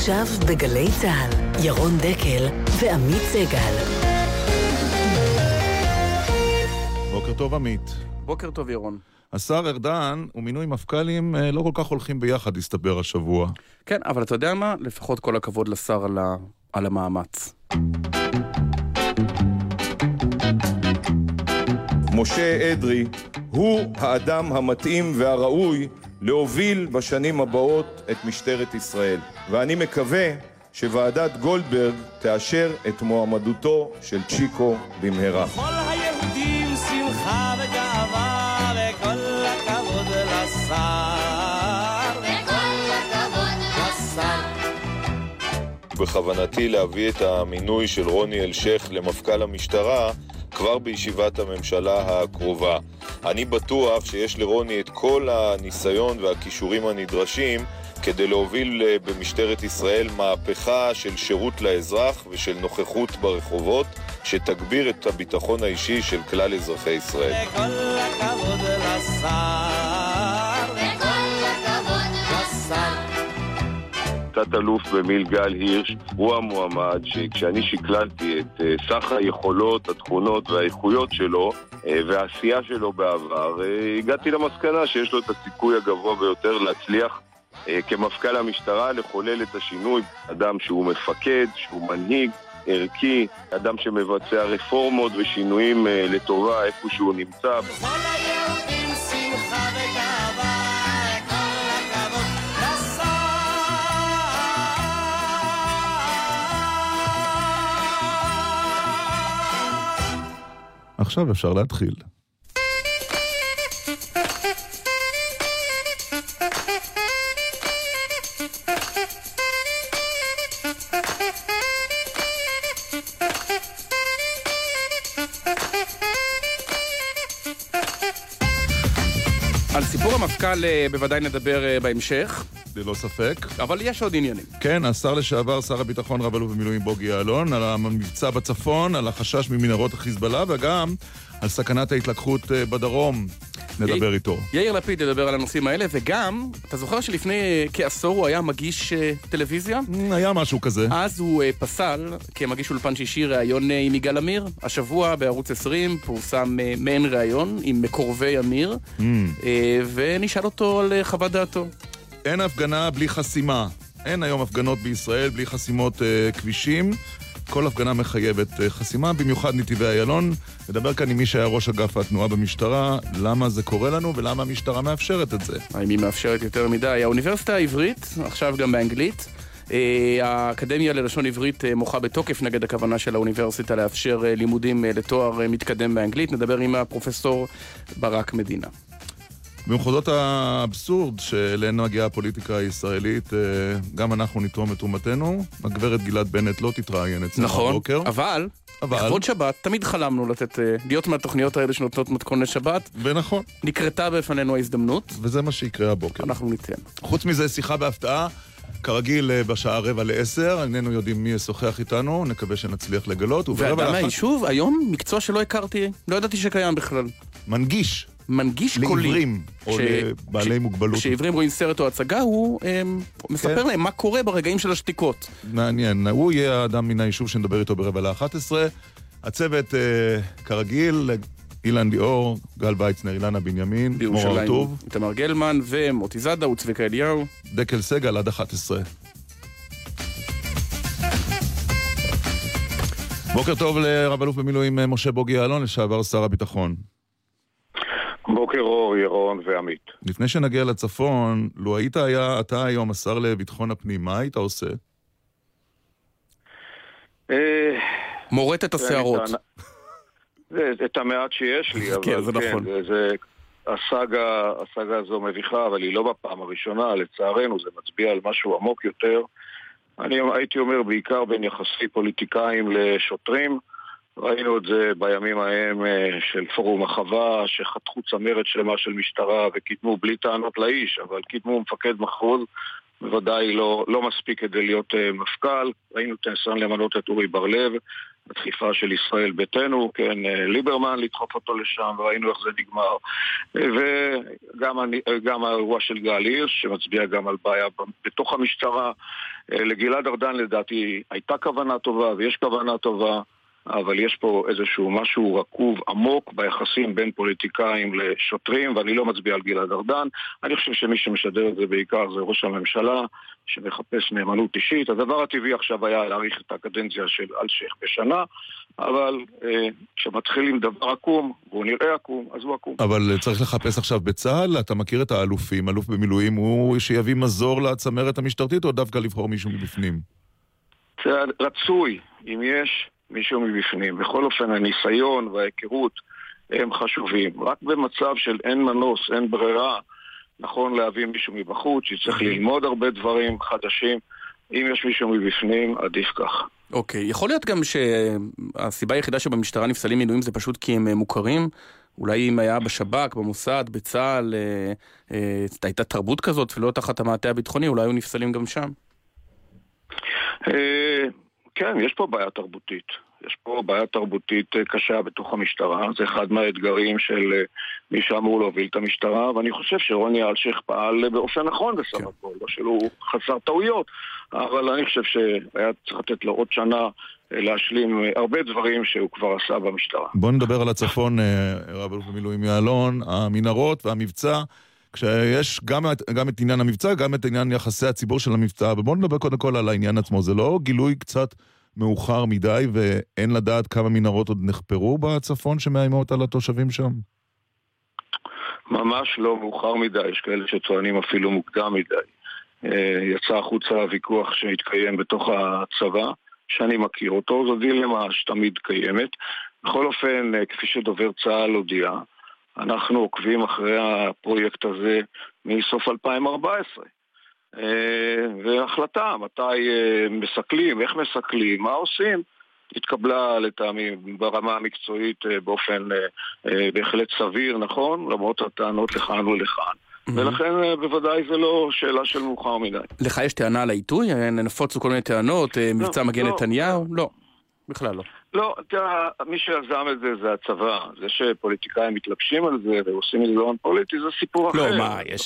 עכשיו בגלי צהל, ירון דקל ועמית סגל. בוקר טוב עמית. בוקר טוב ירון. השר ארדן ומינוי מפכ"לים לא כל כך הולכים ביחד, הסתבר השבוע. כן, אבל אתה יודע מה? לפחות כל הכבוד לשר על המאמץ. משה אדרי הוא האדם המתאים והראוי להוביל בשנים הבאות את משטרת ישראל. ואני מקווה שוועדת גולדברג תאשר את מועמדותו של צ'יקו במהרה. כל היהודים שמחה וגאווה וכל הכבוד לשר. וכל הכבוד לשר. בכוונתי להביא את המינוי של רוני אלשיך למפכ"ל המשטרה כבר בישיבת הממשלה הקרובה. אני בטוח שיש לרוני את כל הניסיון והכישורים הנדרשים כדי להוביל במשטרת ישראל מהפכה של שירות לאזרח ושל נוכחות ברחובות שתגביר את הביטחון האישי של כלל אזרחי ישראל. וכל הכבוד לשר. וכל הכבוד לשר. תת אלוף במיל גל הירש הוא המועמד שכשאני שקללתי את סך היכולות, התכונות והאיכויות שלו והעשייה שלו בעבר, הגעתי למסקנה שיש לו את הסיכוי הגבוה ביותר להצליח כמפכ"ל המשטרה לחולל את השינוי. אדם שהוא מפקד, שהוא מנהיג, ערכי, אדם שמבצע רפורמות ושינויים לטובה איפה שהוא נמצא. כל היהודים שמחה וגאווה וכל הכבוד לשר. עכשיו אפשר להתחיל. על סיפור המפכ"ל בוודאי נדבר בהמשך. ללא ספק. אבל יש עוד עניינים. כן, השר לשעבר, שר הביטחון רב אלוף במילואים בוגי יעלון, על המבצע בצפון, על החשש ממנהרות החיזבאללה, וגם על סכנת ההתלקחות בדרום. נדבר איתו. יאיר לפיד ידבר על הנושאים האלה, וגם, אתה זוכר שלפני כעשור הוא היה מגיש טלוויזיה? היה משהו כזה. אז הוא פסל, כמגיש אולפן שישי, ראיון עם יגאל עמיר. השבוע בערוץ 20 פורסם מעין ראיון עם מקורבי עמיר, ונשאל אותו על חוות דעתו. אין הפגנה בלי חסימה. אין היום הפגנות בישראל בלי חסימות כבישים. כל הפגנה מחייבת חסימה, במיוחד נתיבי איילון. נדבר כאן עם מי שהיה ראש אגף התנועה במשטרה, למה זה קורה לנו ולמה המשטרה מאפשרת את זה. האם היא מאפשרת יותר מדי? האוניברסיטה העברית, עכשיו גם באנגלית, האקדמיה ללשון עברית מוחה בתוקף נגד הכוונה של האוניברסיטה לאפשר לימודים לתואר מתקדם באנגלית. נדבר עם הפרופסור ברק מדינה. במחוזות האבסורד שאליהן מגיעה הפוליטיקה הישראלית, גם אנחנו נתרום את תרומתנו. הגברת גלעד בנט לא תתראיין אצלנו בבוקר. נכון, אבל לכבוד שבת, תמיד חלמנו להיות מהתוכניות האלה שנותנות מתכון לשבת. ונכון. נקרתה בפנינו ההזדמנות. וזה מה שיקרה הבוקר. אנחנו ניתן. חוץ מזה, שיחה בהפתעה, כרגיל בשעה 9:45, איננו יודעים מי ישוחח איתנו, נקווה שנצליח לגלות. ואדם מהיישוב, היום מקצוע שלא הכרתי, לא ידעתי שקיים בכלל. מנגיש. מנגיש קולי. לעברים או לבעלי מוגבלות. כשעברים רואים סרט או הצגה, הוא מספר להם מה קורה ברגעים של השתיקות. מעניין, הוא יהיה האדם מן היישוב שנדבר איתו ב10:45. הצוות כרגיל, אילן ליאור, גל ויצנר, אילנה בנימין, מור הרטוב, איתמר גלמן ומוטי זאדה וצביקה אליהו, דקל סגל עד 11. בוקר טוב לרב אלוף במילואים משה בוגי יעלון, לשעבר שר הביטחון. בוקר אור, ירון ועמית. לפני שנגיע לצפון, לו היית אתה היום השר לביטחון הפנים, מה היית עושה? מורט את השערות. את המעט שיש לי, אבל כן, זה נכון. הסאגה הזו מביכה, אבל היא לא בפעם הראשונה, לצערנו זה מצביע על משהו עמוק יותר. אני הייתי אומר בעיקר בין יחסי פוליטיקאים לשוטרים. ראינו את זה בימים ההם של פורום החווה, שחתכו צמרת שלמה של משטרה וקידמו בלי טענות לאיש, אבל קידמו מפקד מחוז, בוודאי לא מספיק כדי להיות מפכ"ל. ראינו את הניסיון למנות את אורי בר-לב, הדחיפה של ישראל ביתנו, כן, ליברמן לדחוף אותו לשם, וראינו איך זה נגמר. וגם האירוע של גל הירש, שמצביע גם על בעיה בתוך המשטרה. לגלעד ארדן לדעתי הייתה כוונה טובה, ויש כוונה טובה, אבל יש פה איזשהו משהו רקוב עמוק ביחסים בין פוליטיקאים לשוטרים, ואני לא מצביע על גלעד ארדן. אני חושב שמי שמשדר את זה בעיקר זה ראש הממשלה, שמחפש נאמנות אישית. הדבר הטבעי עכשיו היה להאריך את הקדנציה של אלשיך בשנה, אבל כשמתחיל עם דבר עקום, והוא נראה עקום, אז הוא עקום. אבל צריך לחפש עכשיו בצה"ל, אתה מכיר את האלופים, אלוף במילואים, הוא שיביא מזור לצמרת המשטרתית, או דווקא לבחור מישהו מבפנים? זה רצוי, אם יש מישהו מבפנים. בכל אופן, הניסיון וההיכרות הם חשובים. רק במצב של אין מנוס, אין ברירה, נכון להביא מישהו מבחוץ, שצריך ללמוד הרבה דברים חדשים. אם יש מישהו מבפנים, עדיף כך. אוקיי, יכול להיות גם שהסיבה היחידה שבמשטרה נפסלים מינויים זה פשוט כי הם מוכרים? אולי אם היה בשב"כ, במוסד, בצה"ל, הייתה תרבות כזאת ולא תחת המעטה הביטחוני, אולי היו נפסלים גם שם? כן, יש פה בעיה תרבותית. יש פה בעיה תרבותית קשה בתוך המשטרה. זה אחד מהאתגרים של מי שאמור להוביל את המשטרה, ואני חושב שרוני אלשיך פעל באופן נכון בסך הכל, לא שלא חסר טעויות, אבל אני חושב שהיה צריך לתת לו עוד שנה להשלים הרבה דברים שהוא כבר עשה במשטרה. בוא נדבר על הצפון, רב אלוף במילואים יעלון, המנהרות והמבצע, כשיש גם את עניין המבצע, גם את עניין יחסי הציבור של המבצע, ובואו נדבר קודם כל על העניין עצמו. זה לא גילוי קצת מאוחר מדי, ואין לדעת כמה מנהרות עוד נחפרו בצפון שמאיימות על התושבים שם? ממש לא מאוחר מדי, יש כאלה שטוענים אפילו מוקדם מדי. יצא החוצה הוויכוח שהתקיים בתוך הצבא, שאני מכיר אותו, זו דילמה שתמיד קיימת. בכל אופן, כפי שדובר צה"ל הודיע, אנחנו עוקבים אחרי הפרויקט הזה מסוף 2014. והחלטה מתי מסכלים, איך מסכלים, מה עושים, התקבלה לטעמי ברמה המקצועית באופן בהחלט סביר, נכון, למרות הטענות לכאן ולכאן. ולכן בוודאי זה לא שאלה של מאוחר מדי. לך יש טענה על העיתוי? נפוצו כל מיני טענות, מבצע מגן נתניהו? לא, בכלל לא. לא, מי שיזם את זה זה הצבא. זה שפוליטיקאים מתלבשים על זה ועושים איזון פוליטי, זה סיפור אחר. לא, מה, יש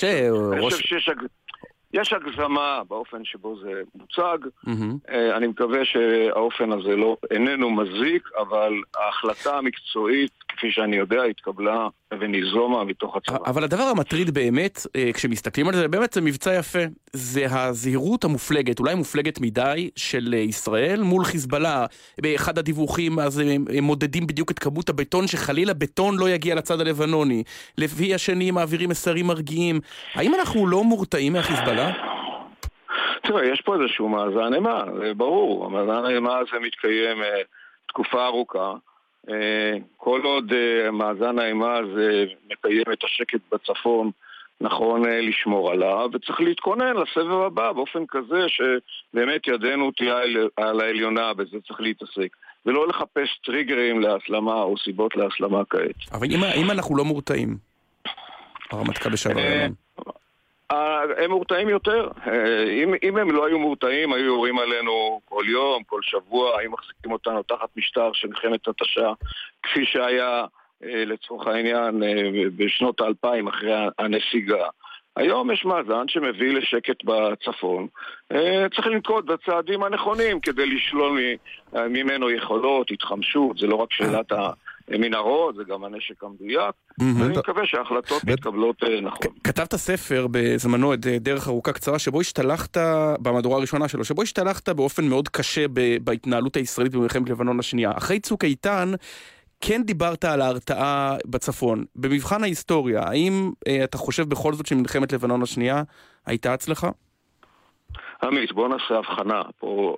יש הגזמה באופן שבו זה מוצג. אני מקווה שהאופן הזה איננו מזיק, אבל ההחלטה המקצועית, כפי שאני יודע, התקבלה וניזומה מתוך הצבא. אבל הדבר המטריד באמת, כשמסתכלים על זה, באמת זה מבצע יפה. זה הזהירות המופלגת, אולי מופלגת מדי, של ישראל מול חיזבאללה. באחד הדיווחים, אז הם מודדים בדיוק את כמות הבטון, שחלילה בטון לא יגיע לצד הלבנוני. לפי השני מעבירים מסרים מרגיעים. האם אנחנו לא מורתעים מהחיזבאללה? תראה, יש פה איזשהו מאזן אימה, זה ברור. המאזן האימה הזה מתקיים תקופה ארוכה. כל עוד מאזן האימה הזה מקיים את השקט בצפון, נכון לשמור עליו, וצריך להתכונן לסבב הבא באופן כזה שבאמת ידנו תהיה על העליונה, בזה צריך להתעסק, ולא לחפש טריגרים להסלמה או סיבות להסלמה כעת. אבל אם אנחנו לא מורתעים, הרמטכ"ל לשעבר יעלון. הם מורתעים יותר. אם הם לא היו מורתעים, היו יורים עלינו כל יום, כל שבוע, היו מחזיקים אותנו תחת משטר של מלחמת התשה, כפי שהיה לצורך העניין בשנות ה-2000 אחרי הנסיגה. היום יש מאזן שמביא לשקט בצפון. צריך לנקוט בצעדים הנכונים כדי לשלול ממנו יכולות, התחמשות, זה לא רק שאלת מנהרות, זה גם הנשק המדויק, ואני מקווה שההחלטות מתקבלות נכון. כתבת ספר בזמנו, את דרך ארוכה קצרה, שבו השתלחת, במהדורה הראשונה שלו, שבו השתלחת באופן מאוד קשה בהתנהלות הישראלית במלחמת לבנון השנייה. אחרי צוק איתן, כן דיברת על ההרתעה בצפון. במבחן ההיסטוריה, האם אתה חושב בכל זאת שמלחמת לבנון השנייה הייתה הצלחה? עמית, בוא נעשה הבחנה.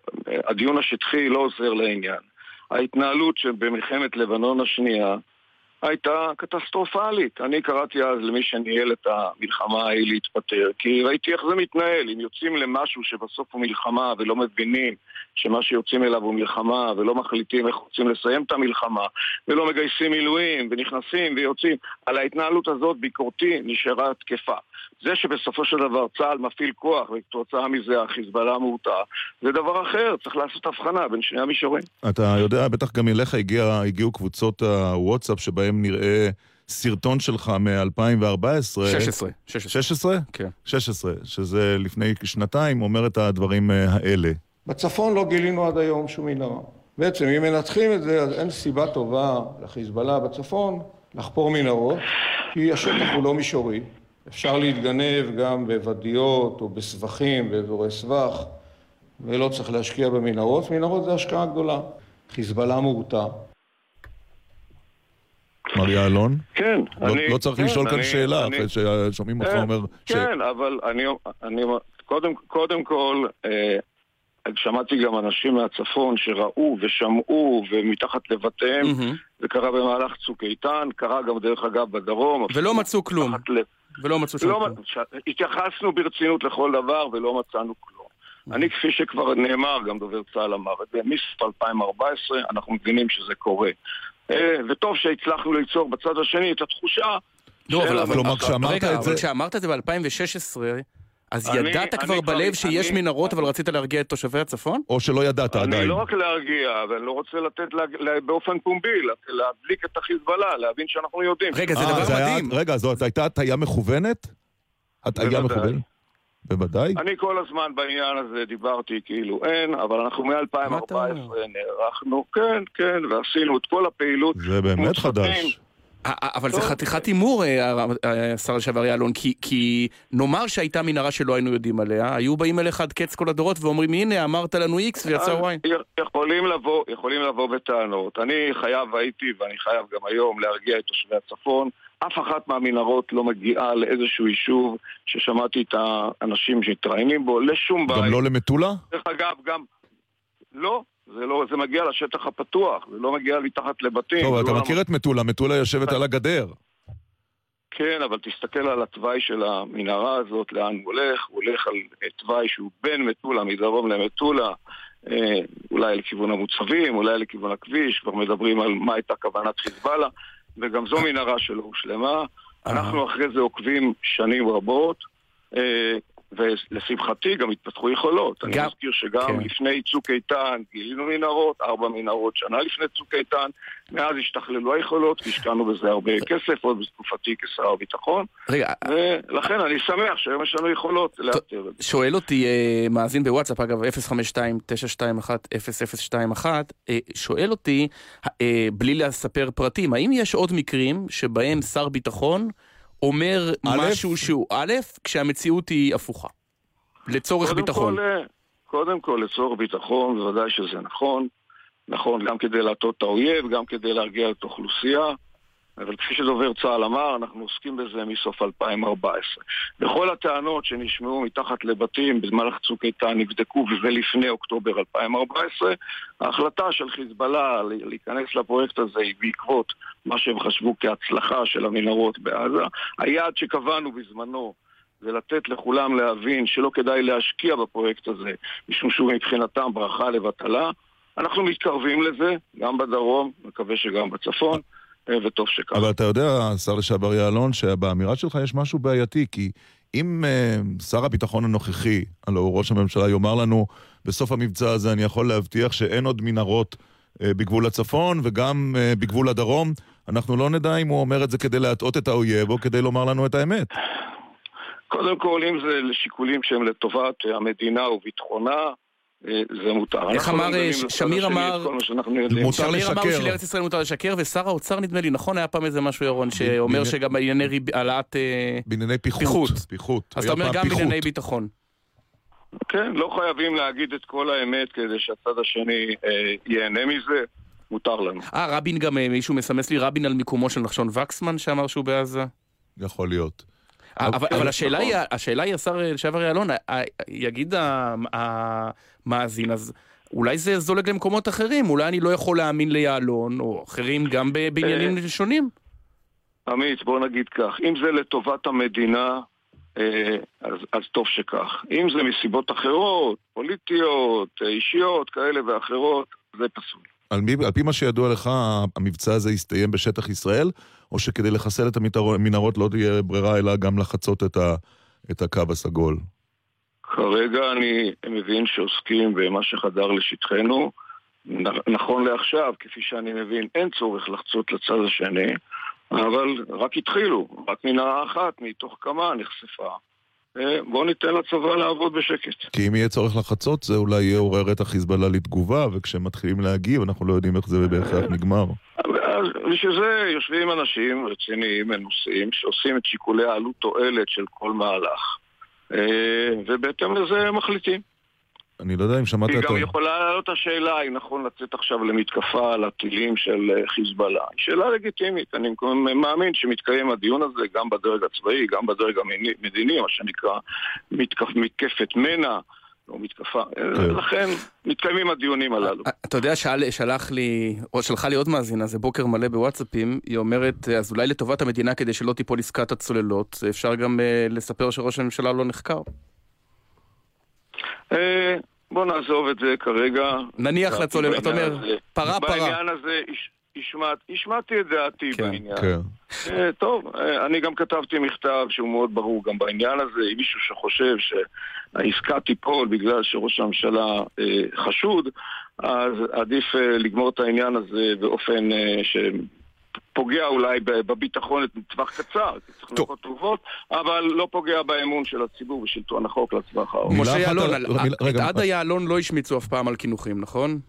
הדיון השטחי לא עוזר לעניין. ההתנהלות שבמלחמת לבנון השנייה הייתה קטסטרופלית. אני קראתי אז למי שניהל את המלחמה ההיא להתפטר, כי ראיתי איך זה מתנהל. אם יוצאים למשהו שבסוף הוא מלחמה ולא מבינים שמה שיוצאים אליו הוא מלחמה ולא מחליטים איך רוצים לסיים את המלחמה ולא מגייסים מילואים ונכנסים ויוצאים, על ההתנהלות הזאת ביקורתי נשארה תקפה. זה שבסופו של דבר צה"ל מפעיל כוח וכתוצאה מזה החיזבאללה מורתע, זה דבר אחר, צריך לעשות הבחנה בין שני המישורים. אתה יודע, בטח גם אליך הגיעו קבוצות הוואטסאפ שבהם נראה סרטון שלך מ-2014. 16. 16? כן. 16, שזה לפני שנתיים אומר את הדברים האלה. בצפון לא גילינו עד היום שום מנהרה. בעצם אם מנתחים את זה, אז אין סיבה טובה לחיזבאללה בצפון לחפור מנהרות, כי השטח הוא לא מישורי. אפשר להתגנב גם בוודיות או בסבכים, באזורי סבך, ולא צריך להשקיע במנהרות. מנהרות זה השקעה גדולה. חיזבאללה מורתע. מר יעלון? כן. לא צריך לשאול כאן שאלה, אחרי ששומעים אותך אומר... כן, אבל אני קודם כל... שמעתי גם אנשים מהצפון שראו ושמעו ומתחת לבתיהם, זה קרה במהלך צוק איתן, קרה גם דרך אגב בדרום. ולא מצאו כלום. ולא מצאו שם כלום. התייחסנו ברצינות לכל דבר ולא מצאנו כלום. אני כפי שכבר נאמר, גם דובר צה"ל אמר, מסוף 2014 אנחנו מבינים שזה קורה. וטוב שהצלחנו ליצור בצד השני את התחושה. לא, אבל כשאמרת את זה ב-2016... אז ידעת כבר בלב שיש מנהרות, אבל רצית להרגיע את תושבי הצפון? או שלא ידעת עדיין? אני לא רק להרגיע, אבל אני לא רוצה לתת באופן פומבי, להדליק את החיזבאללה, להבין שאנחנו יודעים. רגע, זה דבר מדהים. רגע, זאת הייתה הטעיה מכוונת? הטעיה מכוונת? בוודאי. אני כל הזמן בעניין הזה דיברתי כאילו אין, אבל אנחנו מ-2014 נערכנו, כן, ועשינו את כל הפעילות. זה באמת חדש. אבל זה חתיכת הימור, השר לשעבר יעלון, כי נאמר שהייתה מנהרה שלא היינו יודעים עליה, היו באים אליך עד קץ כל הדורות ואומרים, הנה, אמרת לנו X ויצא Y. יכולים לבוא בטענות. אני הייתי ואני חייב גם היום להרגיע את תושבי הצפון. אף אחת מהמנהרות לא מגיעה לאיזשהו יישוב ששמעתי את האנשים שהתראיינים בו, לשום בית. גם לא למטולה? דרך אגב, גם לא. זה מגיע לשטח הפתוח, זה לא מגיע מתחת לבתים. טוב, אתה מכיר את מטולה, מטולה יושבת על הגדר. כן, אבל תסתכל על התוואי של המנהרה הזאת, לאן הוא הולך על תוואי שהוא בין מטולה, מדרום למטולה, אולי לכיוון המוצבים, אולי לכיוון הכביש, כבר מדברים על מה הייתה כוונת חיזבאללה, וגם זו מנהרה שלא הושלמה. אנחנו אחרי זה עוקבים שנים רבות, ולשמחתי גם התפתחו יכולות. אני מזכיר שגם לפני צוק איתן גילינו מנהרות, 4 מנהרות שנה לפני צוק איתן, מאז השתכללו היכולות, השקענו בזה הרבה כסף, עוד בתקופתי כשר הביטחון, ולכן אני שמח שהיום יש לנו יכולות לאתר את זה. שואל אותי מאזין בוואטסאפ, אגב 052-921-0021, שואל אותי, בלי לספר פרטים, האם יש עוד מקרים שבהם שר ביטחון אומר משהו שהוא א', כשהמציאות היא הפוכה. לצורך ביטחון. קודם כל, לצורך ביטחון, בוודאי שזה נכון. נכון, גם כדי להטות את האויב, גם כדי להרגיע את האוכלוסייה. אבל כפי שדובר צה"ל אמר, אנחנו עוסקים בזה מסוף 2014. בכל הטענות שנשמעו מתחת לבתים במהלך צוק איתן נבדקו, וזה לפני אוקטובר 2014. ההחלטה של חיזבאללה להיכנס לפרויקט הזה היא בעקבות מה שהם חשבו כהצלחה של המנהרות בעזה. היעד שקבענו בזמנו זה לתת לכולם להבין שלא כדאי להשקיע בפרויקט הזה, משום שהוא מבחינתם ברכה לבטלה. אנחנו מתקרבים לזה, גם בדרום, מקווה שגם בצפון. וטוב שכך. אבל אתה יודע, שר לשעבר יעלון, שבאמירה שלך יש משהו בעייתי, כי אם שר הביטחון הנוכחי, הלוא ראש הממשלה, יאמר לנו, בסוף המבצע הזה אני יכול להבטיח שאין עוד מנהרות בגבול הצפון וגם בגבול הדרום, אנחנו לא נדע אם הוא אומר את זה כדי להטעות את האויב או כדי לומר לנו את האמת. קודם כל, אם זה לשיקולים שהם לטובת המדינה וביטחונה, זה מותר. איך אמר, שמיר אמר, מותר לשקר. שלארץ ישראל מותר לשקר, ושר האוצר נדמה לי, נכון, היה פעם איזה משהו ירון, שאומר שגם בענייני העלאת בענייני פיחות. אז אתה אומר גם בענייני ביטחון. כן, לא חייבים להגיד את כל האמת כדי שהצד השני ייהנה מזה, מותר לנו. רבין גם, מישהו מסמס לי, רבין על מיקומו של נחשון וקסמן שאמר שהוא בעזה? יכול להיות. אבל השאלה היא, השר לשעבר יעלון, יגיד המאזין, אז אולי זה זולג למקומות אחרים, אולי אני לא יכול להאמין ליעלון, או אחרים גם בעניינים שונים. עמית, בוא נגיד כך, אם זה לטובת המדינה, אז טוב שכך. אם זה מסיבות אחרות, פוליטיות, אישיות, כאלה ואחרות, זה פסול. על פי מה שידוע לך, המבצע הזה יסתיים בשטח ישראל, או שכדי לחסל את המנהרות לא תהיה ברירה, אלא גם לחצות את הקו הסגול? כרגע אני מבין שעוסקים במה שחדר לשטחנו. נכון לעכשיו, כפי שאני מבין, אין צורך לחצות לצד השני, אבל רק התחילו, רק מנהרה אחת מתוך כמה נחשפה. בואו ניתן לצבא לעבוד בשקט. כי אם יהיה צורך לחצות, זה אולי יעורר את החיזבאללה לתגובה, וכשמתחילים להגיב, אנחנו לא יודעים איך זה בהכרח נגמר. אז בשביל זה יושבים אנשים רציניים, מנוסים, שעושים את שיקולי העלות תועלת של כל מהלך. ובהתאם לזה מחליטים. אני לא יודע אם שמעת היא גם יכולה לעלות השאלה אם נכון לצאת עכשיו למתקפה על הטילים של חיזבאללה. שאלה לגיטימית. אני מאמין שמתקיים הדיון הזה גם בדרג הצבאי, גם בדרג המדיני, מה שנקרא מתקפת מנע, או מתקפה. לכן מתקיימים הדיונים הללו. אתה יודע, שלחה לי עוד מאזינה, זה בוקר מלא בוואטסאפים, היא אומרת, אז אולי לטובת המדינה כדי שלא תיפול עסקת הצוללות, אפשר גם לספר שראש הממשלה לא נחקר. בוא נעזוב את זה כרגע. נניח לצוללות, אתה אומר, פרה. בעניין הזה השמעתי את דעתי בעניין. טוב, אני גם כתבתי מכתב שהוא מאוד ברור גם בעניין הזה. אם מישהו שחושב שהעסקה תיפול בגלל שראש הממשלה חשוד, אז עדיף לגמור את העניין הזה באופן פוגע אולי בביטחון לטווח קצר, צריך לנקות תרובות, אבל לא פוגע באמון של הציבור ושלטון החוק לטווח הארוך. משה יעלון, את עדה יעלון לא השמיצו אף פעם על כינוכים, נכון?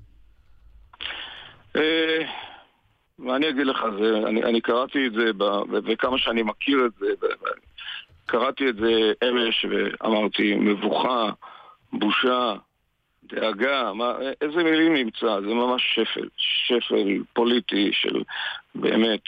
ואני אגיד לך, אני קראתי את זה, וכמה שאני מכיר את זה, קראתי את זה אמש ואמרתי, מבוכה, בושה, דאגה, איזה מילים נמצא? זה ממש שפל פוליטי של באמת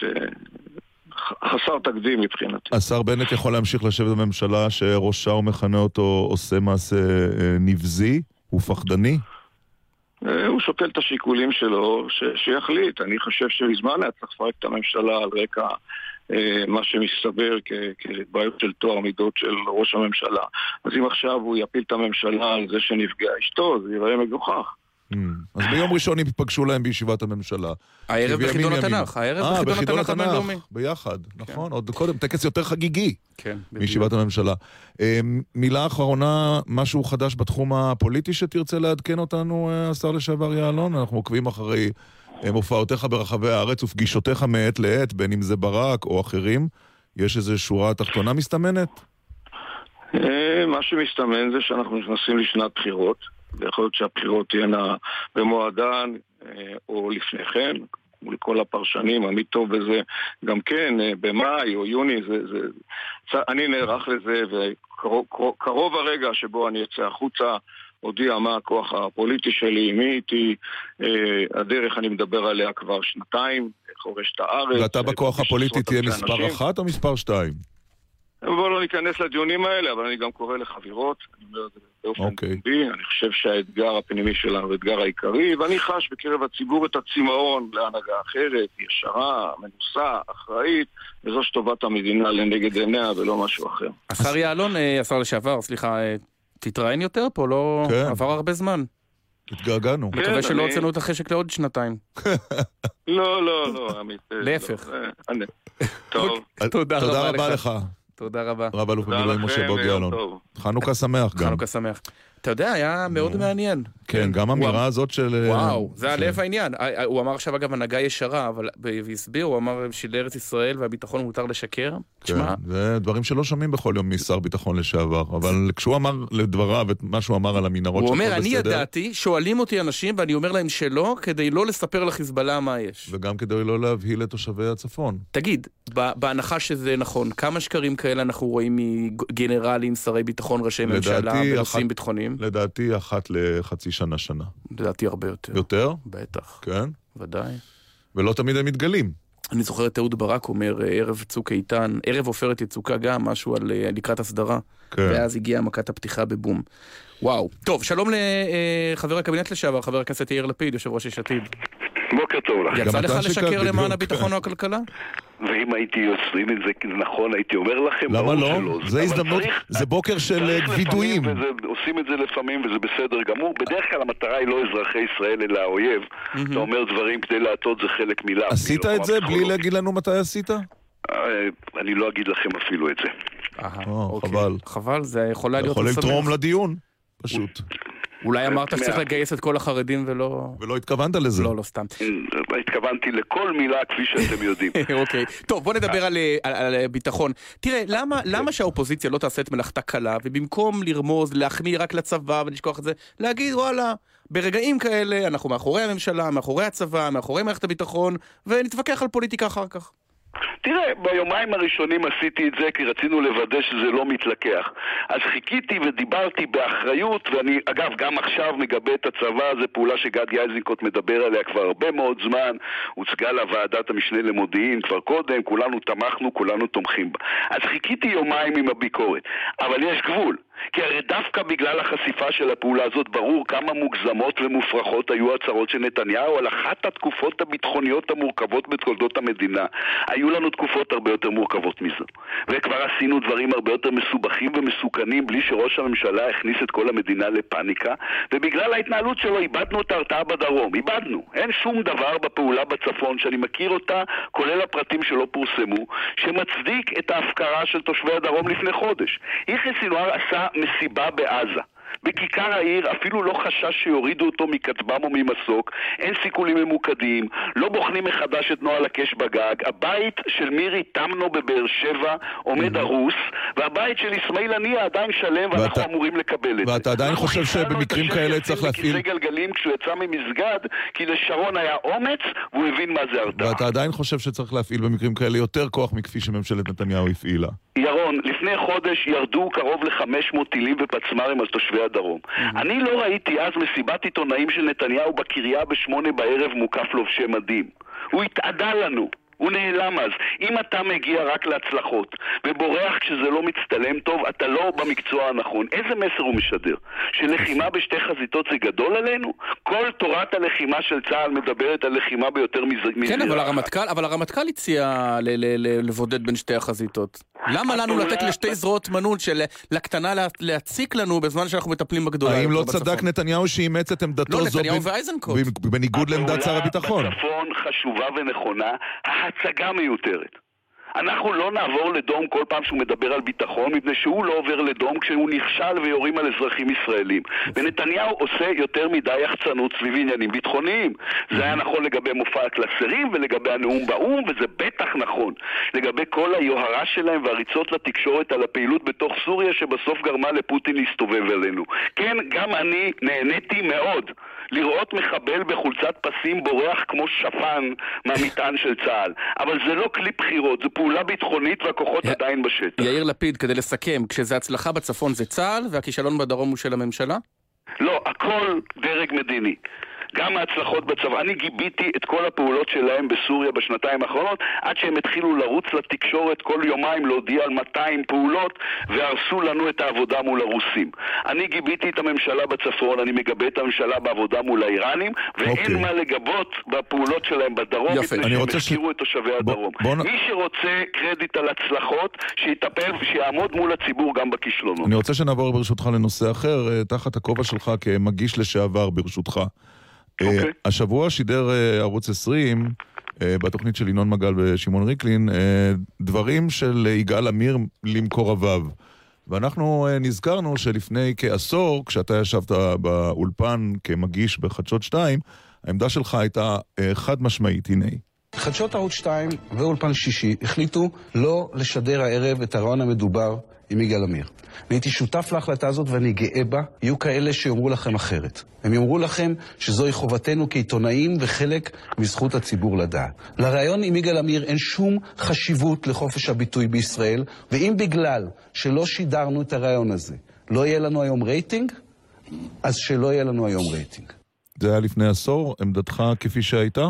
חסר תקדים מבחינתי. השר בנט יכול להמשיך לשבת בממשלה שראשה ומכנה אותו עושה מעשה נבזי? הוא פחדני? הוא שוקל את השיקולים שלו שיחליט. אני חושב שמזמן היה צריך לפרק את הממשלה על רקע מה שמסתבר כבעיות של טוהר מידות של ראש הממשלה. אז אם עכשיו הוא יפיל את הממשלה על זה שנפגע אשתו, זה יראה מגוחך. אז ביום ראשון יפגשו להם בישיבת הממשלה. הערב בחידון התנ"ך. בחידון התנ"ך, ביחד, נכון? עוד קודם, טקס יותר חגיגי מישיבת הממשלה. מילה אחרונה, משהו חדש בתחום הפוליטי שתרצה לעדכן אותנו, השר לשעבר יעלון? אנחנו עוקבים אחרי מופעותיך ברחבי הארץ ופגישותיך מעת לעת, בין אם זה ברק או אחרים. יש איזו שורה תחתונה מסתמנת? מה שמסתמן זה שאנחנו נכנסים לשנת בחירות. ויכול להיות שהבחירות תהיינה במועדן או לפני כן, מול כל הפרשנים, עמית טוב בזה גם כן, במאי או יוני, אני נערך לזה, וקרוב הרגע שבו אני אצא החוצה, הודיע מה הכוח הפוליטי שלי, מי איתי, הדרך אני מדבר עליה כבר שנתיים, חורש את הארץ. ואתה בכוח הפוליטי תהיה מספר 1 או מספר 2? בואו לא ניכנס לדיונים האלה, אבל אני גם קורא לחבירות, אני אומר את זה באופן פומבי, אני חושב שהאתגר הפנימי שלנו הוא האתגר העיקרי, ואני חש בקרב הציבור את הצמאון להנהגה אחרת, ישרה, מנוסה, אחראית, וזו שטובת המדינה לנגד עיניה ולא משהו אחר. השר יעלון, השר לשעבר, סליחה, תתראיין יותר פה, לא עבר הרבה זמן. התגעגענו. מקווה שלא הוצאנו את החשק לעוד שנתיים. לא, עמית. להפך. טוב. תודה רבה לך. תודה רבה. רב אלוף במילואים משה בוגי יעלון. חנוכה שמח גם. חנוכה שמח. אתה יודע, היה מאוד מעניין. כן, גם האמירה הזאת של... וואו, זה הלב העניין. הוא אמר עכשיו אגב הנהגה ישרה, אבל והסביר, הוא אמר שלארץ ישראל והביטחון מותר לשקר. כן, זה דברים שלא שומעים בכל יום משר ביטחון לשעבר, אבל כשהוא אמר לדבריו את מה שהוא אמר על המנהרות הוא אומר, אני ידעתי, שואלים אותי אנשים ואני אומר להם שלא, כדי לא לספר לחיזבאללה מה יש. וגם כדי לא להבהיל את תושבי הצפון. תגיד, בהנחה שזה נכון, כמה שקרים כאלה אנחנו רואים מגנרלים, שרי ביטחון, ראשי ממשלה ונושאים ביטחוניים? לדעתי אחת לחצי שנה. לדעתי הרבה יותר. יותר? בטח. כן? ודאי. ולא תמיד הם מתגלים. אני זוכר את אהוד ברק אומר, ערב צוק איתן, ערב עופרת יצוקה גם, משהו על לקראת הסדרה. כן. ואז הגיעה מכת הפתיחה בבום. וואו. טוב, שלום לחבר הקבינט לשעבר, חבר הכנסת יאיר לפיד, יושב ראש יש עתיד. בוקר טוב לך. יצא לך אתה לשקר שיקר, למען בדיוק. הביטחון או הכלכלה? ואם הייתי יוצרים את זה נכון, הייתי אומר לכם, למה ברור לא? שלא. זה אבל הזדמנות, זה בוקר של צריך וידויים. לפעמים, עושים את זה לפעמים וזה בסדר גמור. בדרך כלל המטרה היא לא אזרחי ישראל אלא האויב. אתה אומר דברים כדי להטות, זה חלק מילה. עשית את זה בלי להגיד לנו מתי עשית? אני לא אגיד לכם אפילו את זה. חבל. חבל, זה יכולה להיות יכול משמח. לתרום לדיון, פשוט. אולי אמרת שצריך לגייס את כל החרדים ולא... ולא התכוונת לזה. לא, לא סתם. התכוונתי לכל מילה כפי שאתם יודעים. אוקיי. טוב, בוא נדבר על ביטחון. תראה, למה שהאופוזיציה לא תעשה את מלאכתה קלה, ובמקום לרמוז, להחמיא רק לצבא ולשכוח את זה, להגיד, וואלה, ברגעים כאלה אנחנו מאחורי הממשלה, מאחורי הצבא, מאחורי מערכת הביטחון, ונתווכח על פוליטיקה אחר כך. תראה, ביומיים הראשונים עשיתי את זה כי רצינו לוודא שזה לא מתלקח. אז חיכיתי ודיברתי באחריות, ואני אגב גם עכשיו מגבה את הצבא, זו פעולה שגדי איזנקוט מדבר עליה כבר הרבה מאוד זמן, הוצגה לוועדת המשנה למודיעין כבר קודם, כולנו תמכנו, כולנו תומכים בה. אז חיכיתי יומיים עם הביקורת, אבל יש גבול. כי הרי דווקא בגלל החשיפה של הפעולה הזאת ברור כמה מוגזמות ומופרכות היו הצהרות של נתניהו על אחת התקופות הביטחוניות המורכבות בתולדות המדינה. היו לנו תקופות הרבה יותר מורכבות מזו. וכבר עשינו דברים הרבה יותר מסובכים ומסוכנים בלי שראש הממשלה הכניס את כל המדינה לפאניקה, ובגלל ההתנהלות שלו איבדנו את ההרתעה בדרום. איבדנו. אין שום דבר בפעולה בצפון שאני מכיר אותה, כולל הפרטים שלא פורסמו, שמצדיק את ההפקרה של תושבי הדרום לפני חודש. יחיא סינואר עשה מסיבה בעזה. בכיכר העיר אפילו לא חשש שיורידו אותו מכתבם או ממסוק, אין סיכולים ממוקדים, לא בוחנים מחדש את נוהל הקש בגג, הבית של מירי תמנו בבאר שבע עומד הרוס, והבית של אסמאעיל הנייה עדיין שלם ואנחנו אמורים לקבל את זה. ואתה עדיין חושב שבמקרים כאלה צריך להפעיל... בכיסא גלגלים כשהוא יצא ממסגד, כי לשרון היה אומץ והוא הבין מה זה הרתעה. ואתה עדיין חושב שצריך להפעיל במקרים כאלה יותר כוח מכפי שממשלת נתניהו הפעילה. ירון, לפני חודש ירדו קרוב ל-500 טילים ופצמרים על תושבי הדרום. אני לא ראיתי אז מסיבת עיתונאים של נתניהו בקריה ב8:00 מוקף לובשי מדים. הוא התעדה לנו. הוא נעלם אז. אם אתה מגיע רק להצלחות ובורח כשזה לא מצטלם טוב, אתה לא במקצוע הנכון. איזה מסר הוא משדר? שלחימה בשתי חזיתות זה גדול עלינו? כל תורת הלחימה של צה"ל מדברת על לחימה ביותר מזירה. כן, אבל הרמטכ"ל הציע לבודד בין שתי החזיתות. למה לנו לתת לשתי זרועות מנות של לקטנה להציק לנו בזמן שאנחנו מטפלים בגדולה? האם לא צדק נתניהו שאימץ את עמדתו זו בניגוד לעמדת שר הביטחון? הפעולה בצפון חשובה ונכונה, ההצגה מיותרת. אנחנו לא נעבור לדום כל פעם שהוא מדבר על ביטחון, מפני שהוא לא עובר לדום כשהוא נכשל ויורים על אזרחים ישראלים. ונתניהו עושה יותר מדי יחצנות סביב עניינים ביטחוניים. זה היה נכון לגבי מופע הקלסרים ולגבי הנאום באום, וזה בטח נכון לגבי כל היוהרה שלהם והריצות לתקשורת על הפעילות בתוך סוריה שבסוף גרמה לפוטין להסתובב אלינו. כן, גם אני נהניתי מאוד לראות מחבל בחולצת פסים בורח כמו שפן מהמטען של צה"ל. אבל זה לא כלי בחירות, זה פעולה ביטחונית והכוחות עדיין בשטח. יאיר לפיד, כדי לסכם, כשזה הצלחה בצפון זה צה"ל והכישלון בדרום הוא של הממשלה? לא, הכל דרג מדיני. גם ההצלחות בצבא. אני גיביתי את כל הפעולות שלהם בסוריה בשנתיים האחרונות, עד שהם התחילו לרוץ לתקשורת כל יומיים להודיע על 200 פעולות, והרסו לנו את העבודה מול הרוסים. אני גיביתי את הממשלה בצפון, אני מגבה את הממשלה בעבודה מול האיראנים, ואין מה לגבות בפעולות שלהם בדרום, מפני שהם הזכירו את תושבי הדרום. מי שרוצה קרדיט על הצלחות, שיטפל ושיעמוד מול הציבור גם בכישלונות. אני רוצה שנעבור ברשותך לנושא אחר, תחת הכובע שלך כמגיש לשעבר ברשותך. השבוע שידר ערוץ 20 בתוכנית של ינון מגל ושמעון ריקלין דברים של יגאל עמיר למקורביו, ואנחנו נזכרנו שלפני כעשור כשאתה ישבת באולפן כמגיש בחדשות 2 העמדה שלך הייתה חד משמעית. הנה חדשות ערוץ 2 ואולפן שישי החליטו לא לשדר הערב את הרעיון המדובר עם יגאל עמיר. אני הייתי שותף להחלטה הזאת ואני גאה בה. יהיו כאלה שיאמרו לכם אחרת. הם יאמרו לכם שזוהי חובתנו כעיתונאים וחלק מזכות הציבור לדעת. לרעיון עם יגאל עמיר אין שום חשיבות לחופש הביטוי בישראל, ואם בגלל שלא שידרנו את הרעיון הזה לא יהיה לנו היום רייטינג, אז שלא יהיה לנו היום רייטינג. זה היה לפני עשור, עמדתך כפי שהייתה?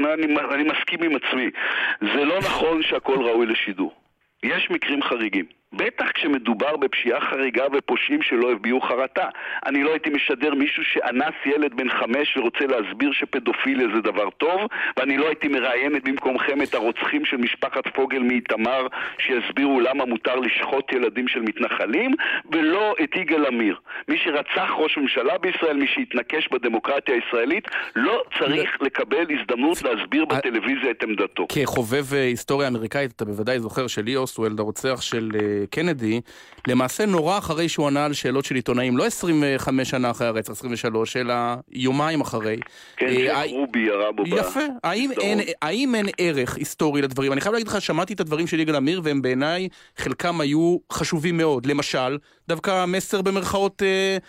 אני מסכים עם עצמי. זה לא נכון שהכל ראוי לשידור. יש מקרים חריגים. בטח כשמדובר בפשיעה חריגה ופושעים שלא הביעו חרטה. אני לא הייתי משדר מישהו שאנס ילד בן 5 ורוצה להסביר שפדופיליה זה דבר טוב, ואני לא הייתי מראיינת במקומכם את הרוצחים של משפחת פוגל מאיתמר שיסבירו למה מותר לשחוט ילדים של מתנחלים, ולא את יגאל עמיר. מי שרצח ראש ממשלה בישראל, מי שהתנקש בדמוקרטיה הישראלית, לא צריך לקבל הזדמנות להסביר בטלוויזיה את עמדתו. כחובב היסטוריה אמריקאית, אתה בוודאי זוכר שלי אוסוולד, הרוצח של קנדי, למעשה נורא אחרי שהוא ענה על שאלות של עיתונאים, לא 25 שנה אחרי הרצח, 23, אלא יומיים אחרי. כן, רובי ירה בו. יפה. האם אין ערך היסטורי לדברים? אני חייב להגיד לך, שמעתי את הדברים של יגאל עמיר, והם בעיניי, חלקם היו חשובים מאוד. למשל, דווקא מסר במרכאות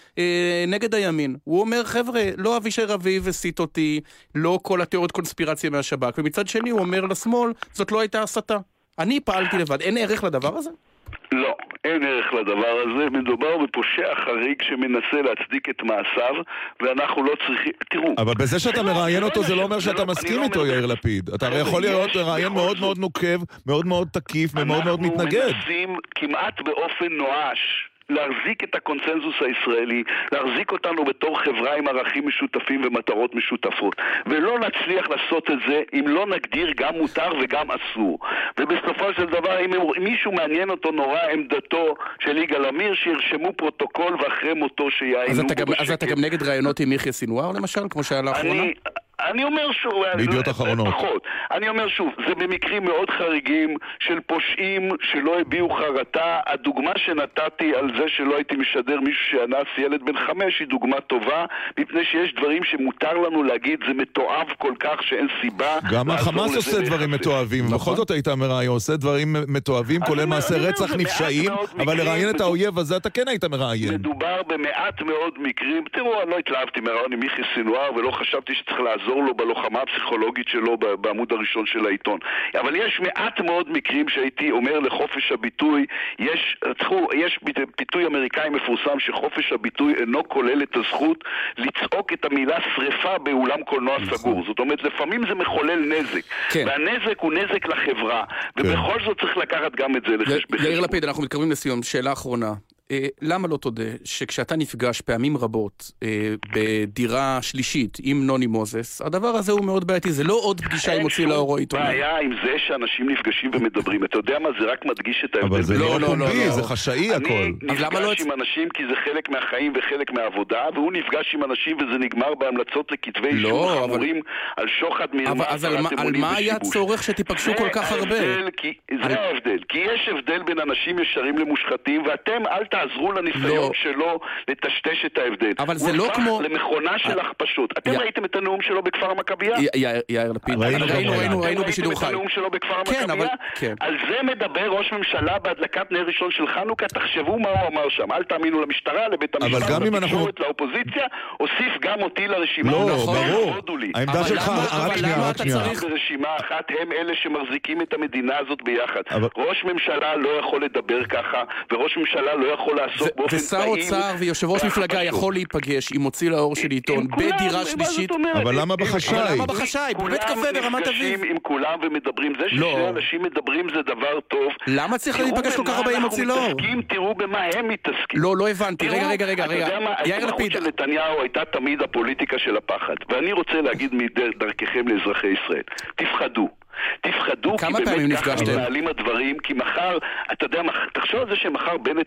נגד הימין. הוא אומר, חבר'ה, לא אבישי רביב הסית אותי, לא כל התיאוריות קונספירציה מהשב"כ, ומצד שני הוא אומר לשמאל, זאת לא הייתה הסתה. אני פעלתי לבד. אין ערך לדבר הזה? לא, אין ערך לדבר הזה. מדובר בפושע חריג שמנסה להצדיק את מעשיו, ואנחנו לא צריכים... תראו... אבל בזה שאתה מראיין אותו זה לא אומר שאתה מסכים איתו, יאיר לפיד. אתה הרי יכול להיות מראיין מאוד מאוד נוקב, מאוד מאוד תקיף ומאוד מאוד מתנגד. אנחנו מנסים כמעט באופן נואש להחזיק את הקונצנזוס הישראלי, להחזיק אותנו בתור חברה עם ערכים משותפים ומטרות משותפות, ולא נצליח לעשות את זה אם לא נגדיר גם מותר וגם אסור. ובסופו של דבר, אם מישהו מעניין אותו נורא עמדתו של יגאל עמיר, שירשמו פרוטוקול ואחרי מותו שיעיינו בו. אז אתה גם נגד רעיונות עם יחיא סינואר למשל, כמו שהיה לאחרונה? אני אומר שוב, בידיעות אחרונות. אני אומר שוב, זה במקרים מאוד חריגים של פושעים שלא הביעו חרטה. הדוגמה שנתתי על זה שלא הייתי משדר מישהו שאנס ילד בן 5 היא דוגמה טובה, מפני שיש דברים שמותר לנו להגיד זה מתועב כל כך שאין סיבה. גם החמאס עושה דברים מתועבים, בכל זאת היית מראיין, עושה דברים מתועבים, כולל מעשי רצח נפשעים, אבל לראיין את האויב הזה אתה כן היית מראיין. מדובר במעט מאוד מקרים. תראו, אני לא התלהבתי מראיון עם יחיא סינואר ולא חשבתי שצריך לעזור לו בלוחמה הפסיכולוגית שלו בעמוד הראשון של העיתון. אבל יש מעט מאוד מקרים שהייתי אומר לחופש הביטוי, יש ביטוי אמריקאי מפורסם שחופש הביטוי אינו כולל את הזכות לצעוק את המילה שריפה באולם קולנוע סגור. זאת אומרת, לפעמים זה מחולל נזק. והנזק הוא נזק לחברה. ובכל זאת צריך לקחת גם את זה בחשבון. יאיר לפיד, אנחנו מתקרבים לסיום. שאלה אחרונה. למה לא תודה שכשאתה נפגש פעמים רבות בדירה שלישית עם נוני מוזס, הדבר הזה הוא מאוד בעייתי, זה לא עוד פגישה עם מוציא לאור או עיתונאי. בעיה עם זה שאנשים נפגשים ומדברים, אתה יודע מה, זה רק מדגיש את ההבדל. אבל זה לא פומבי, זה חשאי הכל. אני נפגש עם אנשים כי זה חלק מהחיים וחלק מהעבודה, והוא נפגש עם אנשים וזה נגמר בהמלצות לכתבי אישום חמורים על שוחד מרמה. אז על מה היה צורך שתיפגשו כל כך הרבה? זה ההבדל, כי יש הבדל בין אנשים ישרים למושחתים, ואתם אל תעזרו לניסיון שלו לטשטש את ההבדל. אבל זה לא כמו... הוא הפך למכונה של הכפשות. אתם ראיתם את הנאום שלו בכפר המכבייה? יאיר לפיד. ראינו בשידור חי. את הנאום שלו בכפר המכבייה? על זה מדבר ראש ממשלה בהדלקת נר ראשון של חנוכה. תחשבו מה הוא אמר שם. אל תאמינו למשטרה, לבית המשפט, לתקשורת, לאופוזיציה. הוסיף גם אותי לרשימה. לא, ברור. העמדה שלך, רק שנייה. ברשימה אחת הם אלה שמחזיקים את המדינה הזאת ביחד. ראש ממשלה לא יכול לדבר ככה, וראש ממשלה לא יכול לעשות באופן ושר אוצר ויושב ראש מפלגה יכול להיפגש עם מוציא לאור של עיתון בדירה שלישית. אבל למה בחשאי? למה בחשאי? בבית קפה ברמת אביב. עם כולם ומדברים. זה ששני אנשים מדברים זה דבר טוב. למה צריך להיפגש כל כך הרבה עם מוציא לאור? תראו במה הם מתעסקים. לא הבנתי. רגע. יאיר לפיד. של נתניהו הייתה תמיד הפוליטיקה של הפחד. ואני רוצה להגיד מדרככם לאזרחי ישראל. תפחדו, כי באמת ככה מתנהלים הדברים, כי מחר, אתה יודע, תחשוב על זה שמחר בנט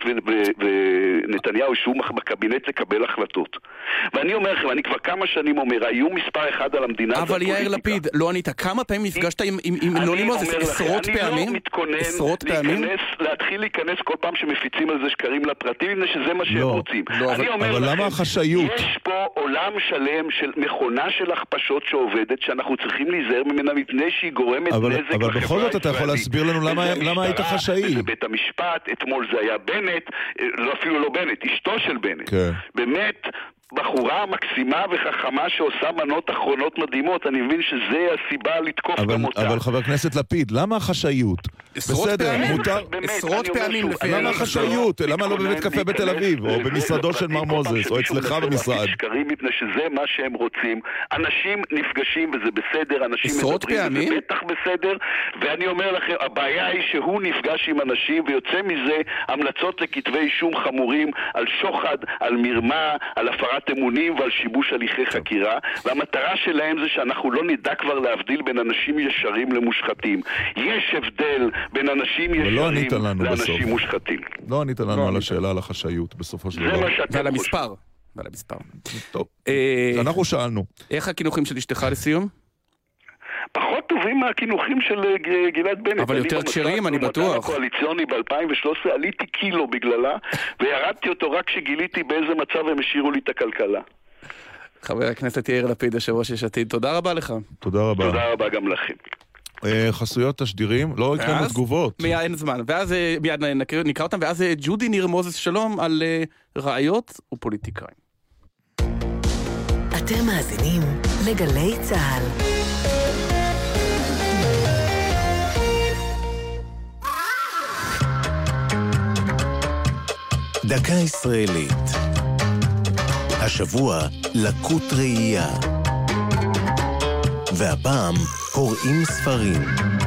ונתניהו ישבו בקבינט לקבל החלטות. ואני אומר לכם, אני כבר כמה שנים אומר, היו מספר אחד על המדינה. אבל יאיר לפיד, לא ענית, כמה פעמים נפגשת עם נוני מוזס? עשרות פעמים? אני לא מתכונן להתחיל להיכנס כל פעם שמפיצים על זה שקרים לפרטים, שזה מה שהם רוצים. אבל למה החשאיות? יש פה עולם שלם של מכונה של הכפשות שעובדת, שאנחנו צריכים להיזהר ממנה מפני שהיא גורמת נזק לחברה הישראלית. אבל בכל זאת אתה יכול להסביר לנו למה היית חשאי. בבית המשפט, אתמול זה היה בנט, אפילו לא בנט, אשתו של בנט. באמת, בחורה מקסימה וחכמה שעושה מנות אחרונות מדהימות. אני מבין שזה הסיבה לתקוף גם אותה. אבל חבר הכנסת לפיד, למה החשאיות? בסדר, מותר... עשרות פעמים לפי... למה החשאיות? למה לא בבית קפה בתל אביב? או במשרדו של מר מוזס? או אצלך במשרד? שקרים מפני שזה מה שהם רוצים. אנשים נפגשים וזה בסדר, אנשים מדברים וזה בטח בסדר. ואני אומר לכם, הבעיה היא שהוא נפגש עם אנשים ויוצא מזה המלצות לכתבי אישום חמורים על שוחד, על מרמה, על הפרת אמונים ועל שיבוש הליכי חקירה, והמטרה שלהם זה שאנחנו לא נדע כבר להבדיל בין אנשים ישרים למושחתים. יש הבדל בין אנשים ישרים לאנשים מושחתים. לא ענית לנו על השאלה על החשאיות בסופו של דבר. ועל המספר. ועל המספר. טוב, אנחנו שאלנו. איך הכינוכים של אשתך לסיום? פחות טובים מהכינוכים של גלעד בנט. אבל יותר כשרים, אני בטוח. הקואליציוני ב-2013 עליתי קילו בגללה, וירדתי אותו רק כשגיליתי באיזה מצב הם השאירו לי את הכלכלה. חבר הכנסת יאיר לפיד, יושב ראש יש עתיד, תודה רבה לך. תודה רבה. תודה רבה גם לכם. חסויות תשדירים, לא יקרנו תגובות. אין זמן, ואז מיד נקרא אותם, ואז ג'ודי ניר מוזס שלום על ראיות ופוליטיקאים. אתם מאזינים לגלי צהל. דקה ישראלית. השבוע לקות ראייה. והפעם קוראים ספרים.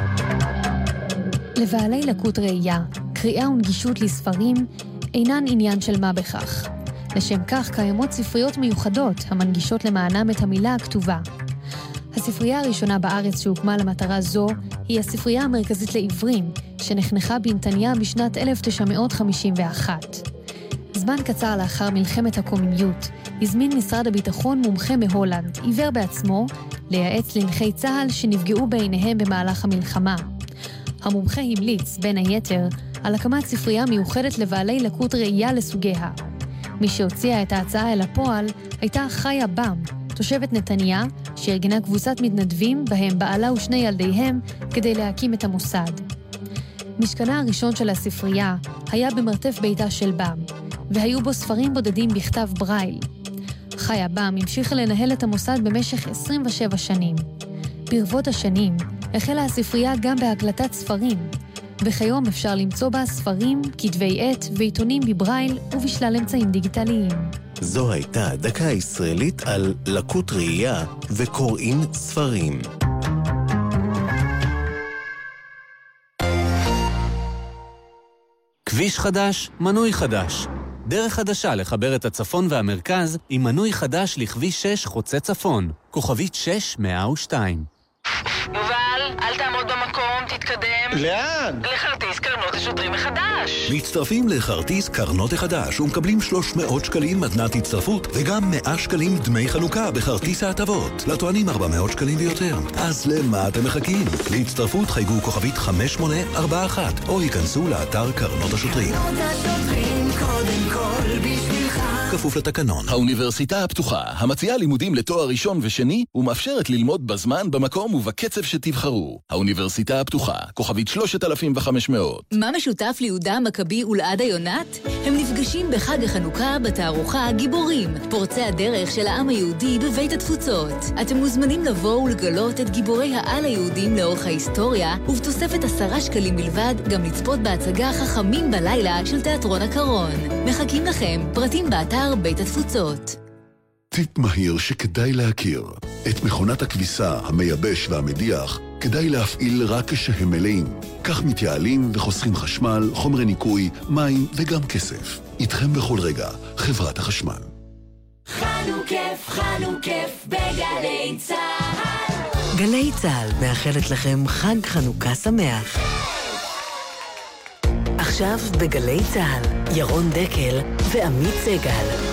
לבעלי לקות ראייה, קריאה ונגישות לספרים אינן עניין של מה בכך. לשם כך קיימות ספריות מיוחדות המנגישות למענם את המילה הכתובה. הספרייה הראשונה בארץ שהוקמה למטרה זו היא הספרייה המרכזית לעיוורים, שנחנכה בנתניה בשנת 1951. זמן קצר לאחר מלחמת הקוממיות, הזמין משרד הביטחון מומחה מהולנד, עיוור בעצמו, לייעץ לנכי צה"ל שנפגעו בעיניהם במהלך המלחמה. המומחה המליץ, בין היתר, על הקמת ספרייה מיוחדת לבעלי לקות ראייה לסוגיה. מי שהוציאה את ההצעה אל הפועל הייתה חיה בם, תושבת נתניה, שארגנה קבוצת מתנדבים בהם בעלה ושני ילדיהם כדי להקים את המוסד. משכנה הראשון של הספרייה היה במרתף ביתה של בם, והיו בו ספרים בודדים בכתב ברייל. חיה בם המשיכה לנהל את המוסד במשך 27 שנים. ברבות השנים החלה הספרייה גם בהקלטת ספרים, וכיום אפשר למצוא בה ספרים, כתבי עת ועיתונים בברייל ובשלל אמצעים דיגיטליים. זו הייתה דקה ישראלית על לקות ראייה וקוראים ספרים. כביש חדש, מנוי חדש. דרך חדשה לחבר את הצפון והמרכז עם מנוי חדש לכביש 6 חוצה צפון. כוכבית 6102. יובל, אל תעמוד במקום, תתקדם. לאן? לכרטיס קרנות השוטרים החדש. מצטרפים לכרטיס קרנות החדש ומקבלים 300 שקלים מתנת הצטרפות וגם 100 שקלים דמי חנוכה בכרטיס ההטבות. לטוענים 400 שקלים ויותר. אז למה אתם מחכים? להצטרפות חייגו כוכבית 5841 או ייכנסו לאתר קרנות השוטרים. קרנות השוטרים קודם כל בשבילך. כפוף לתקנון. האוניברסיטה הפתוחה, המציעה לימודים לתואר ראשון ושני, ומאפשרת ללמוד בזמן, במקום ובקצב שתבחרו. האוניברסיטה הפתוחה, כוכבית 3500. מה משותף ליהודה המכבי ולעדה יונת? הם נפגשים בחג החנוכה בתערוכה גיבורים, פורצי הדרך של העם היהודי בבית התפוצות. אתם מוזמנים לבוא ולגלות את גיבורי העל היהודים לאורך ההיסטוריה, ובתוספת 10 שקלים בלבד גם לצפות בהצגה חכמים בלילה של תיאטרון הקרון. מחכים לכם, פרטים באתר בית התפוצות. טיפ מהיר שכדאי להכיר. את מכונת הכביסה, המייבש והמדיח כדאי להפעיל רק כשהם מלאים. כך מתייעלים וחוסכים חשמל, חומרי ניקוי, מים וגם כסף. איתכם בכל רגע, חברת החשמל. חנוכף בגלי צהל. גלי צהל מאחלת לכם חג חנוכה שמח. עכשיו בגלי צהל, ירון דקל ועמית סגל.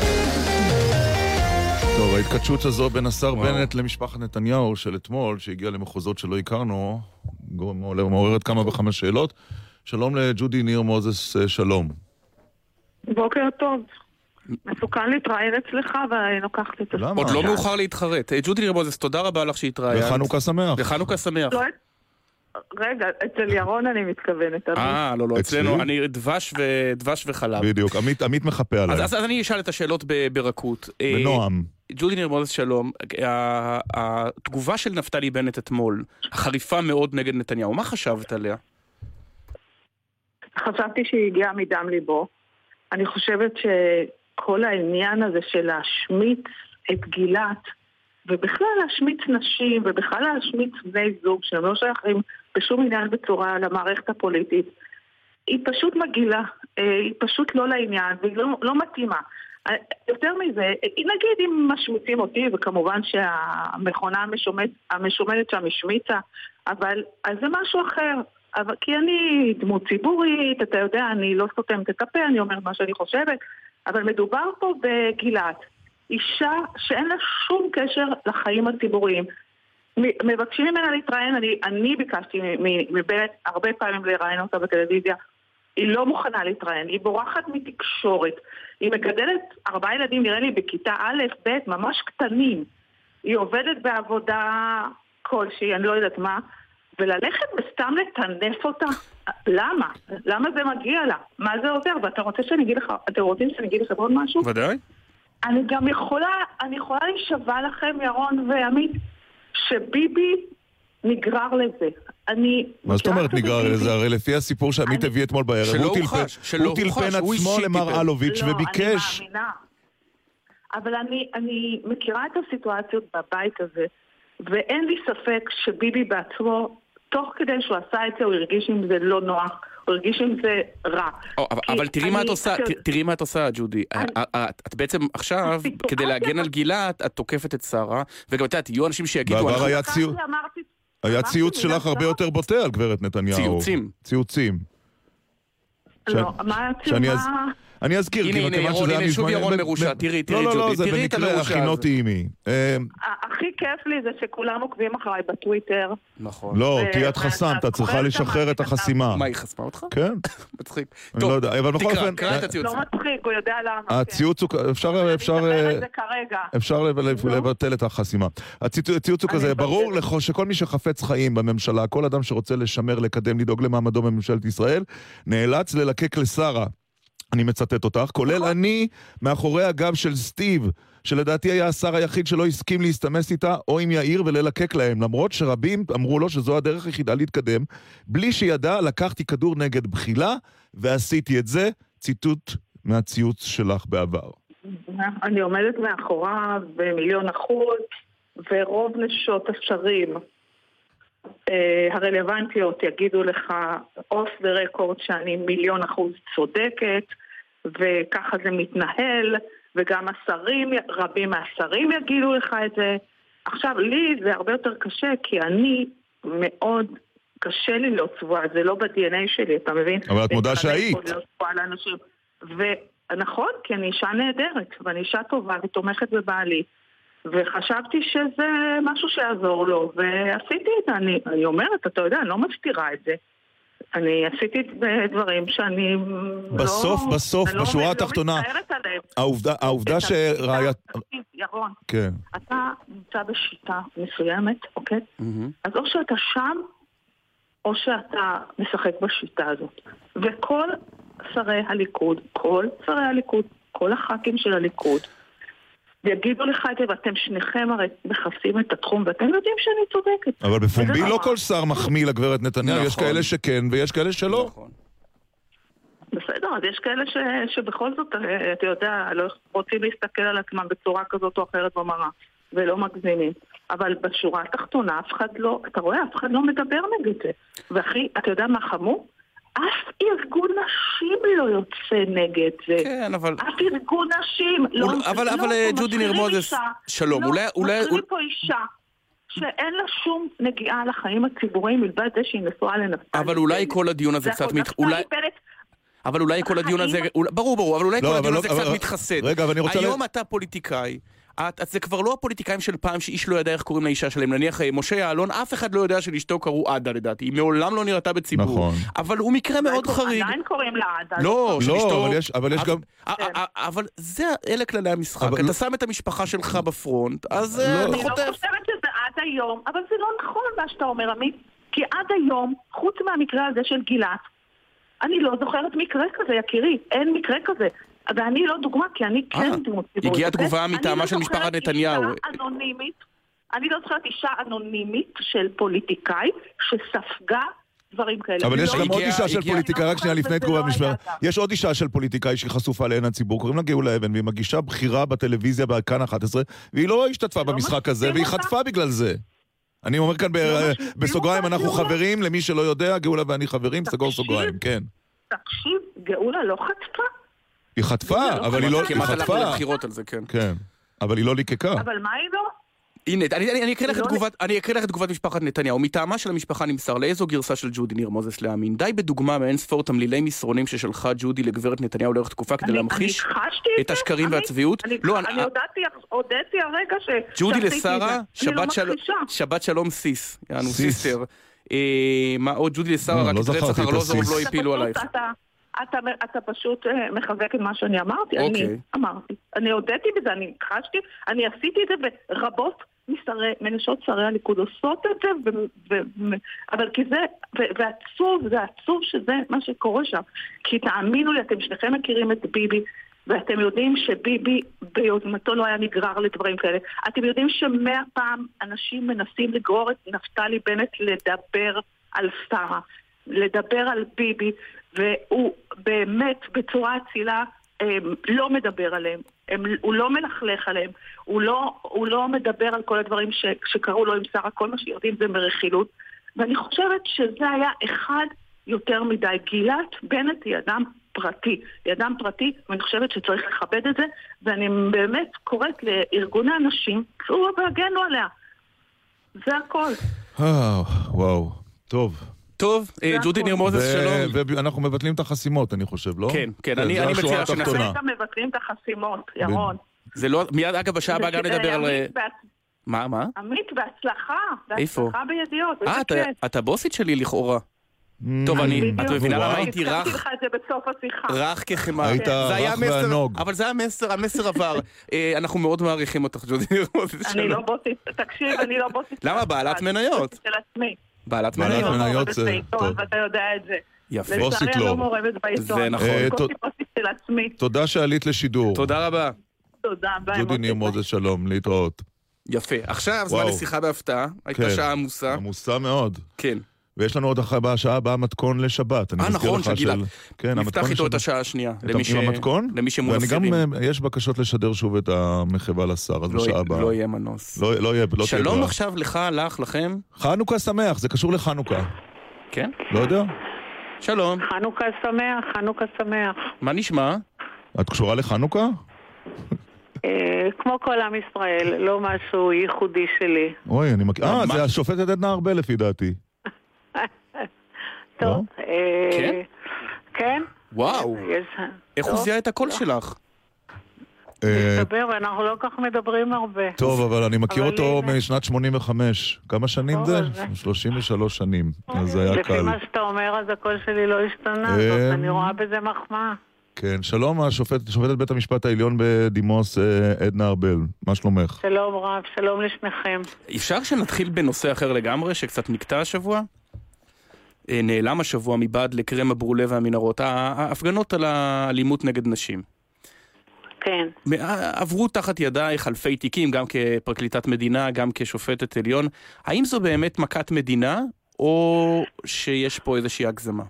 טוב, ההתכתשות הזו בין השר בנט למשפחת נתניהו של אתמול, שהגיע למחוזות שלא הכרנו, מעוררת כמה וכמה שאלות. שלום לג'ודי ניר מוזס, שלום. בוקר טוב. מסוכן להתראיין אצלך ואני לוקחת את עוד לא מאוחר להתחרט. ג'ודי ניר מוזס, תודה רבה לך שהתראיינת. וחנוכה שמח. וחנוכה שמח. רגע, אצל ירון אני מתכוונת. לא, אצלנו, אני דבש וחלב. בדיוק, עמית מחפה עליי. אז אני אשאל את השאלות ברכות. בנועם. ג'ודי ניר מוזס, שלום. התגובה של נפתלי בנט אתמול, החריפה מאוד נגד נתניהו, מה חשבת עליה? חשבתי שהיא הגיעה מדם ליבו. אני חושבת שכל העניין הזה של להשמיץ את גילת, ובכלל להשמיץ נשים, ובכלל להשמיץ בני זוג, שהם לא שייכים בשום עניין בצורה למערכת הפוליטית, היא פשוט מגילה, היא פשוט לא לעניין, והיא לא מתאימה. יותר מזה, נגיד אם משמיצים אותי, וכמובן שהמכונה המשומדת שם השמיצה, אבל זה משהו אחר. אבל כי אני דמות ציבורית, אתה יודע, אני לא סותמת את הפה, אני אומרת מה שאני חושבת, אבל מדובר פה בגילת, אישה שאין לה שום קשר לחיים הציבוריים. מבקשים ממנה להתראיין, אני ביקשתי מבית הרבה פעמים לראיין אותה בטלוויזיה, היא לא מוכנה להתראיין, היא בורחת מתקשורת, היא מגדלת 4 ילדים, נראה לי בכיתה א', ב', ממש קטנים, היא עובדת בעבודה כלשהי, אני לא יודעת מה, וללכת וסתם לטנף אותה, למה? למה זה מגיע לה? מה זה עוזר? ואתה רוצה שאני אגיד לך, אתם רוצים שאני אגיד לכם עוד משהו? ודאי. אני גם יכולה להישבע לכם, ירון ועמית, שביבי נגרר לזה. מה זאת אומרת נגרר לזה? הרי לפי הסיפור שעמית הביא אתמול בערב, הוא טלפן עצמו למר אלוביץ' וביקש. אני מאמינה. אבל אני מכירה את הסיטואציות בבית הזה, ואין לי ספק שביבי בעצמו, תוך כדי שהוא עשה את זה, הוא הרגיש עם זה לא נוח, הוא הרגיש עם זה רע. אבל תראי מה את עושה, ג'ודי. את בעצם עכשיו, כדי להגן על גילת, את תוקפת את שרה, וגם את יודעת, יהיו אנשים שיגידו... בעבר היה ציוץ שלך הרבה יותר בוטה על גברת נתניהו. ציוצים. לא, מה הציוץ? אני אזכיר, הנה ירון, שוב ירון מרושע, תראי ג'ודי, לא, זה במקרה הכינותי עימי. הכי כיף לי זה שכולם עוקבים אחריי בטוויטר. נכון. לא, תהיה את חסם, אתה צריכה לשחרר את החסימה. מה, היא חסמה אותך? כן. מצחיק. אני לא יודע, אבל בכל אופן... קרא את הציוץ. לא מצחיק, הוא יודע למה. הציוץ הוא... אפשר לבטל את החסימה. הציוץ הוא כזה, ברור שכל מי שחפץ חיים בממשלה, כל אדם שרוצה לשמר, לקדם, לדאוג למעמדו בממשלת ישראל, נאלץ ללקק לשרה. אני מצטט אותך, כולל אני מאחורי הגב של סטיב, שלדעתי היה השר היחיד שלא הסכים להסתמס איתה או עם יאיר וללקק להם, למרות שרבים אמרו לו שזו הדרך היחידה להתקדם, בלי שידע לקחתי כדור נגד בחילה ועשיתי את זה, ציטוט מהציוץ שלך בעבר. אני עומדת מאחוריו ב1,000,000%, ורוב נשות השרים הרלוונטיות יגידו לך אוף ורקורד שאני 1,000,000% צודקת, וככה זה מתנהל, וגם רבים מהשרים יגידו לך את זה. עכשיו, לי זה הרבה יותר קשה, כי אני מאוד קשה לי לא צבועה, זה לא ב-DNA שלי, אתה מבין? אבל את מודה שהיית. ונכון, כי אני אישה נהדרת, ואני אישה טובה ותומכת בבעלי, וחשבתי שזה משהו שיעזור לו, ועשיתי את זה. אני אומרת, אתה יודע, אני לא מסתירה את זה. אני עשיתי דברים שאני בסוף, בשורה התחתונה, העובדה שראיית... ירון, אתה נמצא בשיטה מסוימת, אוקיי? אז או שאתה שם, או שאתה משחק בשיטה הזאת. וכל שרי הליכוד, כל הח"כים של הליכוד, ויגידו לך את זה, ואתם שניכם הרי מכסים את התחום, ואתם יודעים שאני צודקת. אבל בפומבי לא כל שר מחמיא לגברת נתניהו, יש כאלה שכן ויש כאלה שלא. בסדר, אז יש כאלה שבכל זאת, אתה יודע, לא רוצים להסתכל על עצמם בצורה כזאת או אחרת במראה, ולא מגזימים. אבל בשורה התחתונה, אף אחד לא, אתה רואה, אף אחד לא מדבר נגד זה. ואחי, אתה יודע מה חמור? אף ארגון נשים לא יוצא נגד זה. כן, אבל... אף ארגון נשים לא... אבל ג'ודי ניר מוזס, שלום, אולי... מתחילים פה אישה שאין לה שום נגיעה לחיים הציבוריים מלבד זה שהיא נשואה לנפתלי. אבל אולי כל הדיון הזה קצת אבל אולי כל הדיון הזה... ברור, אבל אולי כל הדיון הזה קצת מתחסד. היום אתה פוליטיקאי, זה כבר לא הפוליטיקאים של פעם שאיש לא ידע איך קוראים לאישה שלהם. נניח משה יעלון, אף אחד לא יודע שלאשתו קראו עדה לדעתי. היא מעולם לא נראתה בציבור. נכון. אבל הוא מקרה מאוד חריג. עדיין קוראים לה עדה. לא, אבל יש גם... אבל אלה כללי המשחק. אתה שם את המשפחה שלך בפרונט, אז... אני לא חושבת שזה עד היום, אבל זה לא נכון מה שאתה אומר, עמית. כי עד היום, חוץ מהמקרה הזה של גילת, אני לא זוכרת מקרה כזה, יקירי, אין מקרה כזה. ואני לא דוגמה, כי אני כן דמות ציבורית. הגיעה תגובה מטעמה של משפחת נתניהו. אני לא זוכרת אישה אנונימית של פוליטיקאי שספגה דברים כאלה. אבל יש גם עוד אישה של פוליטיקאי, רק שנייה לפני תגובה משפחת. יש עוד אישה של פוליטיקאי שהיא חשופה לעין הציבור, קוראים לה גאולה אבן, והיא מגישה בחירה בטלוויזיה בכאן 11, והיא לא השתתפה במשחק הזה, והיא חטפה בגלל זה. אני אומר כאן בסוגריים, אנחנו חברים, למי שלא יודע, גאולה ואני חברים, סגור סוגריים, כן. תקשיב, גאולה לא חטפה. היא חטפה, אבל היא לא... כמעט הלכנו לבחירות על זה, כן. כן, אבל היא לא ליקקה. אבל מה היא לא? הנה, אני אקריא לך את תגובת משפחת נתניהו. מטעמה של המשפחה נמסר לאיזו גרסה של ג'ודי ניר מוזס להאמין. די בדוגמה מאין ספור תמלילי מסרונים ששלחה ג'ודי לגברת נתניהו לאורך תקופה כדי להמחיש את השקרים והצביעות. אני הודעתי הרגע ג'ודי לשרה, שבת שלום סיס, יענו סיסטר. מה עוד ג'ודי לשרה, רק את רצח ארלוזורוב לא הפילו עלייך. אתה פשוט מחזק את מה שאני אמרתי. אני אמרתי, אני הודיתי בזה, אני הכחשתי, אני עשיתי את זה ברבות מנשות שרי הליכוד עושות את זה, אבל כי זה, זה עצוב שזה מה שקורה שם. כי תאמינו לי, אתם שניכם מכירים את ביבי, ואתם יודעים שביבי ביוזמתו לא היה נגרר לדברים כאלה. אתם יודעים שמאה פעם אנשים מנסים לגרור את נפתלי בנט לדבר על שרה, לדבר על ביבי, והוא באמת בצורה אצילה לא מדבר עליהם, הוא לא מלכלך עליהם, הוא לא מדבר על כל הדברים שקראו לו עם שרה, כל מה שיודעים זה מרכילות, ואני חושבת שזה היה אחד יותר מדי. גילת בנט היא אדם פרטי, ואני חושבת שצריך לכבד את זה, ואני באמת קוראת לארגוני אנשים, צאו והגנו עליה, זה הכל. וואו, טוב. טוב, ג'ודי ניר מוזס, שלום. ואנחנו מבטלים את החסימות, אני חושב, לא? כן, אני מציע שנעשה. גם מבטלים את החסימות, ירון. זה לא, מיד אגב בשעה הבאה גם נדבר על... מה? עמית, בהצלחה. איפה? בהצלחה בידיעות. אתה בוסית שלי לכאורה. טוב, את מבינה למה הייתי רך? הזכרתי לך את זה בסוף השיחה. רך כחמר. היית רך וענוג. אבל זה המסר עבר. אנחנו מאוד מעריכים אותך, ג'ודי ניר מוזס. אני לא בוסית, תקשיב, אני לא בוסית. למה? בעלת מניות. של עצמי. בעלת מניות זה טוב. ואתה יודע את זה. יפה. לצערי אני לא מעורבת בעיתון. זה נכון. של עצמי. תודה שעלית לשידור. תודה רבה. תודה, ביי. ג'ודי ניר מוזס, שלום, להתראות. יפה. עכשיו זמן לשיחה בהפתעה. הייתה שעה עמוסה. עמוסה מאוד. כן. ויש לנו עוד בשעה הבאה מתכון לשבת. נכון, שגילה. נפתח איתו את השעה השנייה. עם המתכון? למי שמונסירים. ואני גם, יש בקשות לשדר שוב את המחווה לשר, אז בשעה הבאה. לא יהיה מנוס. לא יהיה. שלום עכשיו לך, לכם. חנוכה שמח, זה קשור לחנוכה. כן? לא יודע. שלום. חנוכה שמח. מה נשמע? את קשורה לחנוכה? כמו כל עם ישראל, לא משהו ייחודי שלי. אוי, אני מכיר. זה השופטת עדנה ארבל לפי דעתי. טוב. כן? וואו. איך הוא זיהה את הקול שלך? מסתבר, ואנחנו לא כך מדברים הרבה. טוב, אבל אני מכיר אותו משנת 85. כמה שנים זה? 33 שנים. אז זה היה קל. לפי מה שאתה אומר, אז הקול שלי לא השתנה. אז אני רואה בזה מחמאה. כן, שלום, שופטת בית המשפט העליון בדימוס, עדנה ארבל. מה שלומך? שלום רב, שלום לשניכם. אפשר שנתחיל בנושא אחר לגמרי, שקצת נקטע השבוע? נעלם השבוע מבעד לקרם הברולה והמנהרות. ההפגנות על האלימות נגד נשים. כן. עברו תחת ידייך אלפי תיקים, גם כפרקליטת מדינה, גם כשופטת עליון. האם זו באמת מכת מדינה, או שיש פה איזושהי הגזמה?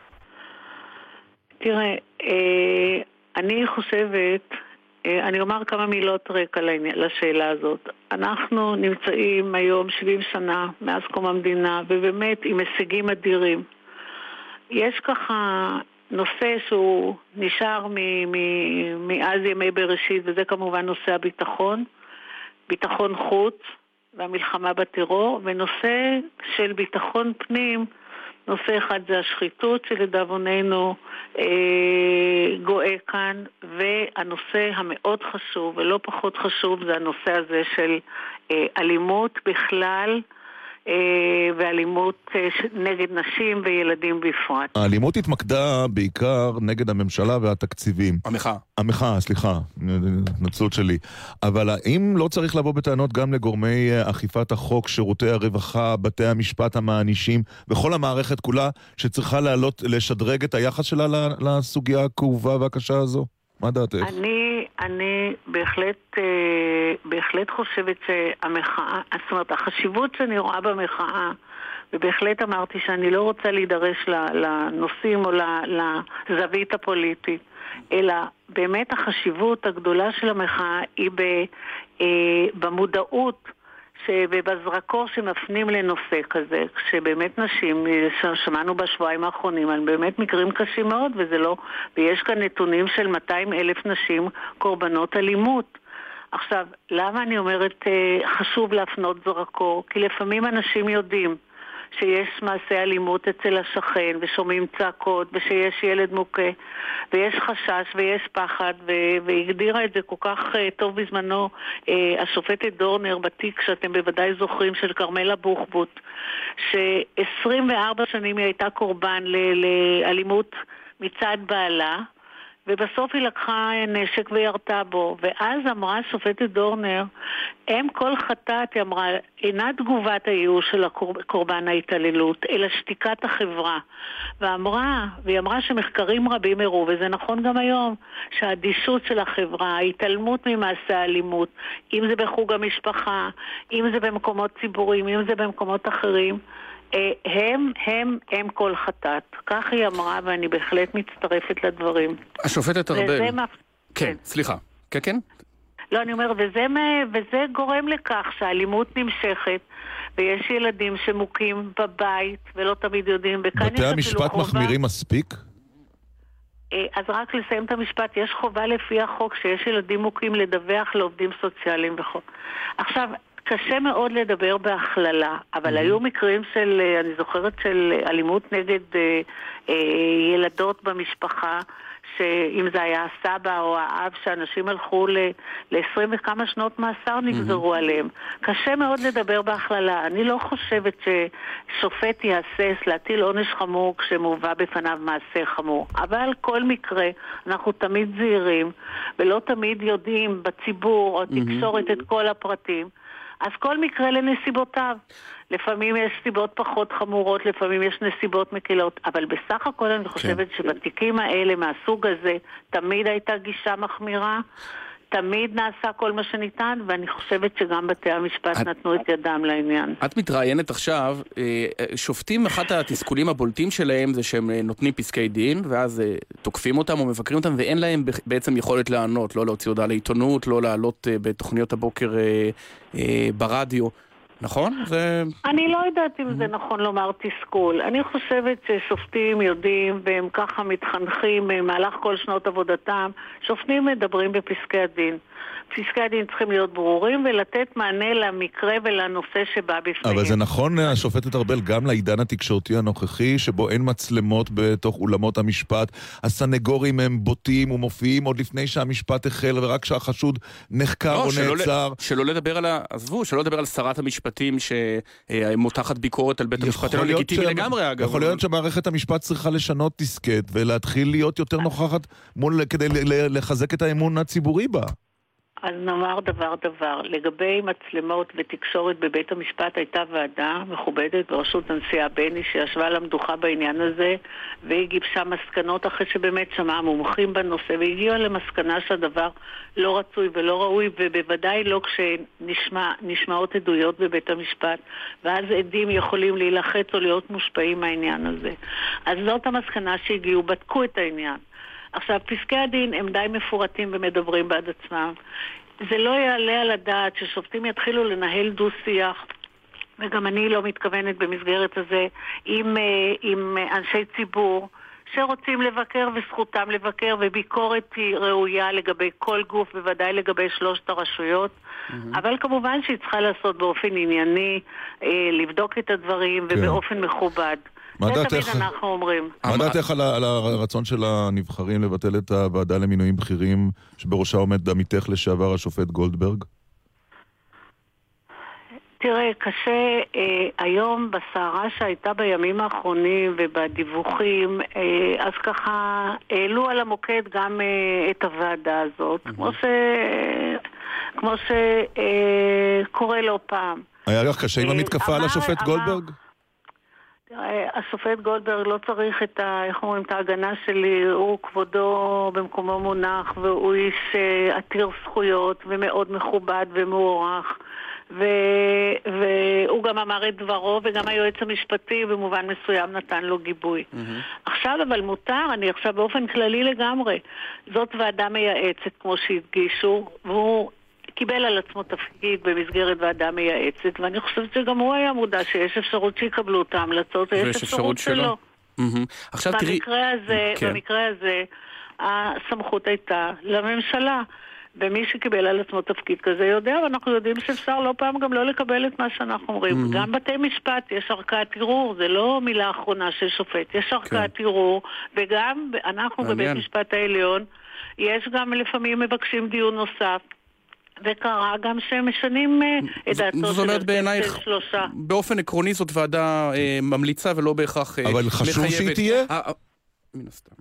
תראה, אני חושבת, אני אומר כמה מילות רקע לשאלה הזאת. אנחנו נמצאים היום 70 שנה מאז קום המדינה, ובאמת עם הישגים אדירים. יש ככה נושא שהוא נשאר מאז ימי בראשית, וזה כמובן נושא הביטחון, ביטחון חוץ והמלחמה בטרור, ונושא של ביטחון פנים, נושא אחד זה השחיתות שלדאבוננו גואה כאן, והנושא המאוד חשוב ולא פחות חשוב זה הנושא הזה של אלימות בכלל, ואלימות נגד נשים וילדים בפרט. האלימות התמקדה בעיקר נגד הממשלה והתקציבים. המחאה, סליחה, נצלות שלי. אבל האם לא צריך לבוא בטענות גם לגורמי אכיפת החוק, שירותי הרווחה, בתי המשפט המענישים, וכל המערכת כולה שצריכה לשדרג את היחס שלה לסוגיה הכאובה והקשה הזו? מה דעתך? אני בהחלט חושבת שהמחאה, זאת אומרת, החשיבות שאני רואה במחאה, ובהחלט אמרתי שאני לא רוצה להידרש לנושאים או לזווית הפוליטית, אלא באמת החשיבות הגדולה של המחאה היא במודעות ובזרקור שמפנים לנושא כזה, כשבאמת נשים, שמענו בשבועיים האחרונים על באמת מקרים קשים מאוד, ויש כאן נתונים של 200,000 נשים קורבנות אלימות. עכשיו, למה אני אומרת חשוב להפנות זרקור? כי לפעמים אנשים יודעים שיש מעשה אלימות אצל השכן, ושומעים צעקות, ושיש ילד מוכה, ויש חשש ויש פחד, והגדירה את זה כל כך טוב בזמנו השופטת דורנר בתיק שאתם בוודאי זוכרים של קרמלה בוחבוט, ש24 שנים היא הייתה קורבן לאלימות מצד בעלה, ובסוף היא לקחה נשק וירתה בו, ואז אמרה שופטת דורנר, כל חטאת, היא אמרה, אינה תגובת הייאוש של קורבן ההתעללות, אלא שתיקת החברה. והיא אמרה שמחקרים רבים הראו, וזה נכון גם היום, שהאדישות של החברה, ההתעלמות ממעשה האלימות, אם זה בחוג המשפחה, אם זה במקומות ציבוריים, אם זה במקומות אחרים, הם כל חטאת. כך היא אמרה, ואני בהחלט מצטרפת לדברים. השופטת ארבל. כן, סליחה. כן? לא, אני אומר, וזה גורם לכך שהאלימות נמשכת, ויש ילדים שמוכים בבית, ולא תמיד יודעים. בתי המשפט מחמירים מספיק? אז רק לסיים את המשפט, יש חובה לפי החוק שיש ילדים מוכים לדווח לעובדים סוציאליים בחוק. עכשיו, קשה מאוד לדבר בהכללה, אבל היו מקרים אני זוכרת של אלימות נגד ילדות במשפחה, שאם זה היה הסבא או האב, שאנשים הלכו ל-20 וכמה שנות מאסר נגזרו עליהם. קשה מאוד לדבר בהכללה. אני לא חושבת ששופט יהסס להטיל עונש חמור כשמובא בפניו מעשה חמור. אבל כל מקרה אנחנו תמיד זהירים, ולא תמיד יודעים בציבור או תקשורת את כל הפרטים. אז כל מקרה לנסיבותיו. לפעמים יש סיבות פחות חמורות, לפעמים יש נסיבות מקילות, אבל בסך הכל אני חושבת שבתיקים האלה מהסוג הזה תמיד הייתה גישה מחמירה, תמיד נעשה כל מה שניתן, ואני חושבת שגם בתי המשפט נתנו את ידם לעניין. את מתראיינת עכשיו, שופטים, אחת התסכולים הבולטים שלהם זה שהם נותנים פסקי דין, ואז תוקפים אותם או מבקרים אותם, ואין להם בעצם יכולת לענות, לא להוציא הודעה לעיתונות, לא לעלות בתוכניות הבוקר ברדיו. נכון? אני לא יודעת אם זה נכון לומר תסכול. אני חושבת ששופטים יודעים והם ככה מתחנכים במהלך כל שנות עבודתם. שופטים מדברים בפסקי הדין. פסקי הדין צריכים להיות ברורים ולתת מענה למקרה ולנושא שבא בפניהם. אבל זה נכון, השופטת ארבל, גם לעידן התקשורתי הנוכחי, שבו אין מצלמות בתוך אולמות המשפט, הסנגורים הם בוטים ומופיעים עוד לפני שהמשפט החל, ורק שהחשוד נחקר או נעצר. שלא לדבר על שרת המשפטים שמותחת ביקורת על בית המשפט, לא לגיטימי לגמרי, אגב. יכול להיות שמערכת המשפט צריכה לשנות דיסקט, ולהתחיל להיות יותר נוכחת כדי לחזק את האמון הציבורי בה. אז נאמר דבר. לגבי מצלמות ותקשורת בבית המשפט הייתה ועדה מכובדת בראשות הנשיאה בני שישבה על המדוכה בעניין הזה, והיא גיבשה מסקנות אחרי שבאמת שמעה מומחים בנושא, והגיעה למסקנה שהדבר לא רצוי ולא ראוי, ובוודאי לא כשנשמעות עדויות בבית המשפט, ואז עדים יכולים להילחץ או להיות מושפעים מהעניין הזה. אז זאת המסקנה שהגיעו, בדקו את העניין. עכשיו, פסקי הדין הם די מפורטים ומדברים בעד עצמם. זה לא יעלה על הדעת ששופטים יתחילו לנהל דו-שיח, וגם אני לא מתכוונת במסגרת הזה, עם אנשי ציבור שרוצים לבקר וזכותם לבקר, וביקורת היא ראויה לגבי כל גוף, בוודאי לגבי 3 הרשויות, אבל כמובן שהיא צריכה לעשות באופן ענייני, לבדוק את הדברים ובאופן מכובד. זה תמיד אנחנו אומרים. מה דעתך על הרצון של הנבחרים לבטל את הוועדה למינויים בכירים שבראשה עומד עמיתך לשעבר השופט גולדברג? תראה, קשה היום בסערה שהייתה בימים האחרונים ובדיווחים, אז ככה העלו על המוקד גם את הוועדה הזאת, כמו שקורה לא פעם. היה לך קשה עם המתקפה על השופט גולדברג? השופט גולדברג לא צריך את ההגנה שלי, הוא כבודו במקומו מונח, והוא איש עתיר זכויות ומאוד מכובד ומוערך, והוא גם אמר את דברו, וגם היועץ המשפטי במובן מסוים נתן לו גיבוי. עכשיו אבל מותר, אני עכשיו באופן כללי לגמרי, זאת ועדה מייעצת כמו שהדגישו, והוא קיבל על עצמו תפקיד במסגרת ועדה מייעצת, ואני חושבת שגם הוא היה מודע שיש אפשרות שיקבלו את ההמלצות, ויש אפשרות שלא. עכשיו תראי... במקרה הזה, הסמכות הייתה לממשלה, ומי שקיבל על עצמו תפקיד כזה יודע, ואנחנו יודעים שאפשר לא פעם גם לא לקבל את מה שאנחנו אומרים. גם בתי משפט יש ערכאת ערעור, זה לא מילה אחרונה של שופט, יש ערכאת ערעור, וגם אנחנו בבית משפט העליון, יש גם לפעמים מבקשים דיון נוסף, וקרה גם שמשנים את דעתו של שלושה. באופן עקרוני זאת ועדה ממליצה ולא בהכרח מחייבת. אבל חשוב שהיא תהיה? מן הסתם.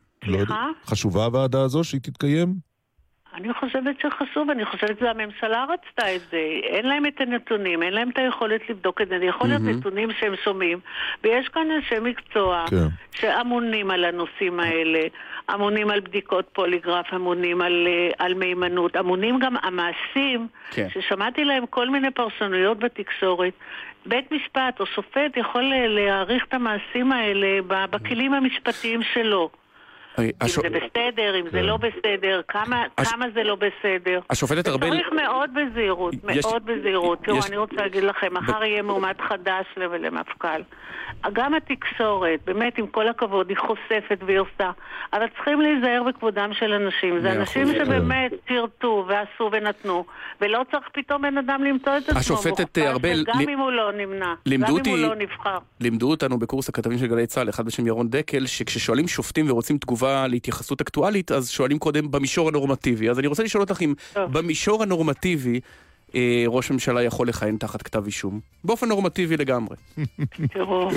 חשובה הוועדה הזו שהיא תתקיים? אני חושבת שחשוב, אני חושבת שהממשלה רצתה את זה, אין להם את הנתונים, אין להם את היכולת לבדוק את זה, יכול להיות נתונים שהם שומעים, ויש כאן אנשי מקצוע שאמונים על הנושאים האלה, אמונים על בדיקות פוליגרף, אמונים על מימנות, אמונים גם המעשים, ששמעתי להם כל מיני פרשנויות בתקשורת, בית משפט או שופט יכול להעריך את המעשים האלה בכלים המשפטיים שלו. אם זה בסדר, אם זה לא בסדר, כמה זה לא בסדר. השופטת ארבל... צריך מאוד בזהירות, מאוד בזהירות. תראו, אני רוצה להגיד לכם, מחר יהיה מועמד חדש למפכ"ל. גם התקשורת, באמת, עם כל הכבוד, היא חושפת והיא עושה. אבל צריכים להיזהר בכבודם של אנשים. זה אנשים שבאמת תרתו ועשו ונתנו. ולא צריך פתאום בן אדם למצוא את עצמו. השופטת ארבל... גם אם הוא לא נמנע. גם אם הוא לא נבחר. לימדו אותנו בקורס הכתבים של גלי צה"ל, אחד בשם ירון דקל, שכששואלים שופטים ורוצים תגובה להתייחסות אקטואלית, אז שואלים קודם במישור הנורמטיבי. אז אני רוצה לשאול אותך אם במישור הנורמטיבי ראש ממשלה יכול לכהן תחת כתב אישום. באופן נורמטיבי לגמרי. תראו,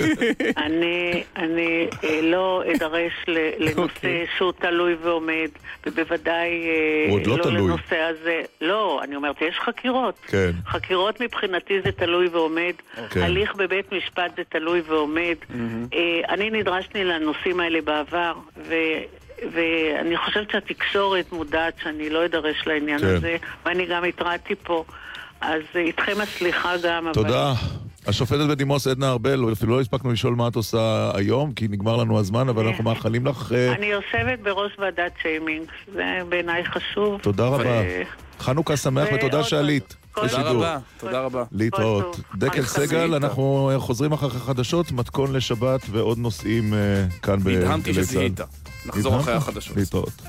אני לא אדרש לנושא שהוא תלוי ועומד, ובוודאי לא לנושא הזה. לא, אני אומרת, יש חקירות. חקירות מבחינתי זה תלוי ועומד. הליך בבית משפט זה תלוי ועומד. אני נדרשתי לנושאים האלה בעבר, ואני חושבת שהתקשורת מודעת שאני לא אדרש לעניין הזה, ואני גם התרעתי פה. אז איתכם הסליחה גם. תודה. השופטת בדימוס עדנה ארבל, אפילו לא הספקנו לשאול מה את עושה היום, כי נגמר לנו הזמן, אבל אנחנו מאחלים לך... אני יושבת בראש ועדת שיימינג, זה בעיניי חשוב. תודה רבה. חנוכה שמח ותודה שעלית. תודה רבה, תודה רבה. להתראות. דקל סגל, אנחנו חוזרים אחר החדשות, מתכון לשבת ועוד נושאים כאן בגלי צה"ל. נדהמתי שזיהית. נחזור אחרי החדשות. להתראות.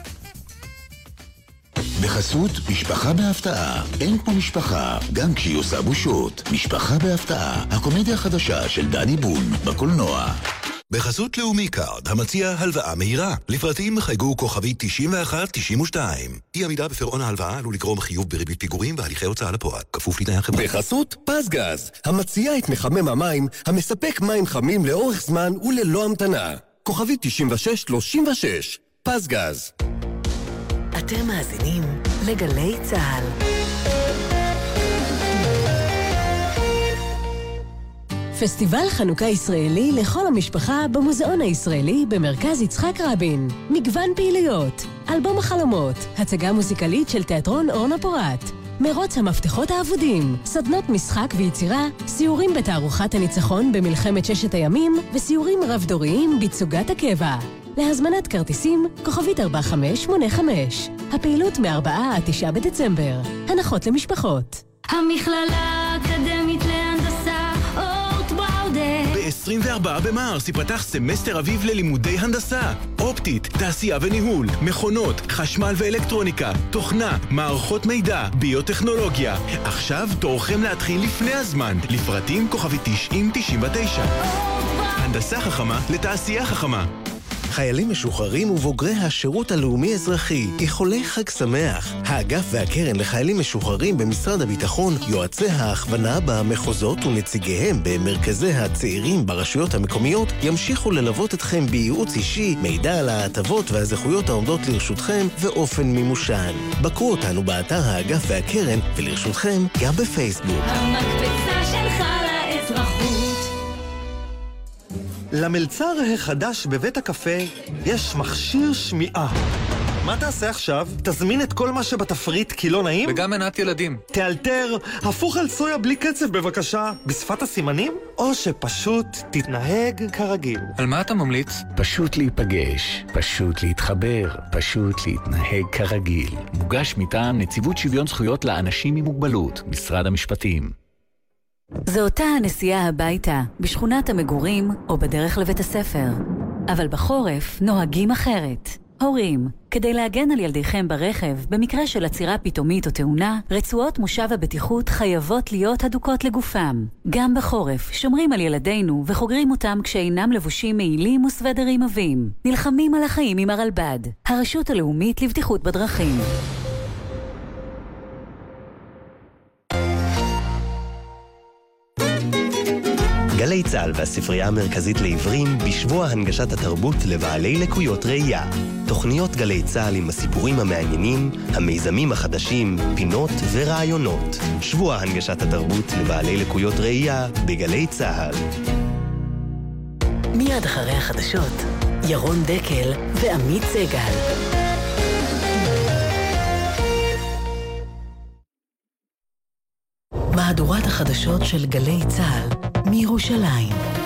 בחסות משפחה בהפתעה. אין כמו משפחה, גם כשהיא עושה בושות. משפחה בהפתעה, הקומדיה החדשה של דני בון, בקולנוע. בחסות לאומי קארד, המציע הלוואה מהירה. לפרטים חייגו כוכבי 9192. אי עמידה בפירעון ההלוואה עלול לגרום חיוב בריבית פיגורים והליכי הוצאה לפועל. כפוף לתנאי החברה. בחסות פזגז, המציע את מחמם המים, המספק מים חמים לאורך זמן וללא המתנה. כוכבי 9636. פזגז. אתם מאזינים לגלי צה"ל. פסטיבל חנוכה ישראלי לכל המשפחה במוזיאון הישראלי במרכז יצחק רבין. מגוון פעילויות, אלבום החלומות, הצגה מוזיקלית של תיאטרון אורנה פורט, מרוץ המפתחות האבודים, סדנות משחק ויצירה, סיורים בתערוכת הניצחון במלחמת ששת הימים וסיורים רב-דוריים בתסוגת הקבע. להזמנת כרטיסים, כוכבית 4585. הפעילות מ-4 עד 9 בדצמבר. הנחות למשפחות. המכללה האקדמית להנדסה, אורט בראודה. ב-24 במרס ייפתח סמסטר אביב ללימודי הנדסה. אופטית, תעשייה וניהול, מכונות, חשמל ואלקטרוניקה, תוכנה, מערכות מידע, ביוטכנולוגיה. עכשיו תורכם להתחיל לפני הזמן. לפרטים כוכבית 9099. הנדסה חכמה לתעשייה חכמה. חיילים משוחררים ובוגרי השירות הלאומי-אזרחי. איחולי חג שמח. האגף והקרן לחיילים משוחררים במשרד הביטחון, יועצי ההכוונה במחוזות ונציגיהם במרכזי הצעירים ברשויות המקומיות ימשיכו ללוות אתכם בייעוץ אישי, מידע על ההטבות והזכויות העומדות לרשותכם ואופן מימושן. בקרו אותנו באתר האגף והקרן ולרשותכם גם בפייסבוק. המקפצה שלך לאזרחות. למלצר החדש בבית הקפה יש מכשיר שמיעה. מה תעשה עכשיו? תזמין את כל מה שבתפריט כי לא נעים? וגם מנת ילדים. תאלתר, הפוך על סויה בלי קצב בבקשה, בשפת הסימנים? או שפשוט תתנהג כרגיל. על מה אתה ממליץ? פשוט להיפגש, פשוט להתחבר, פשוט להתנהג כרגיל. מוגש מטעם נציבות שוויון זכויות לאנשים עם מוגבלות, משרד המשפטים. זו אותה הנסיעה הביתה, בשכונת המגורים או בדרך לבית הספר. אבל בחורף נוהגים אחרת. הורים, כדי להגן על ילדיכם ברכב, במקרה של עצירה פתאומית או תאונה, רצועות מושב הבטיחות חייבות להיות הדוקות לגופם. גם בחורף שומרים על ילדינו וחוגרים אותם כשאינם לבושים מעילים וסוודרים עבים. נלחמים על החיים עם הרלב"ד, הרשות הלאומית לבטיחות בדרכים. גלי צה"ל והספרייה המרכזית לעיוורים בשבוע הנגשת התרבות לבעלי לקויות ראייה. תוכניות גלי צה"ל עם הסיפורים המעניינים, המיזמים החדשים, פינות ורעיונות. שבוע הנגשת התרבות לבעלי לקויות ראייה בגלי צה"ל. מיד אחרי החדשות, ירון דקל ועמית סגל. מהדורת החדשות של גלי צה"ל מירושלים.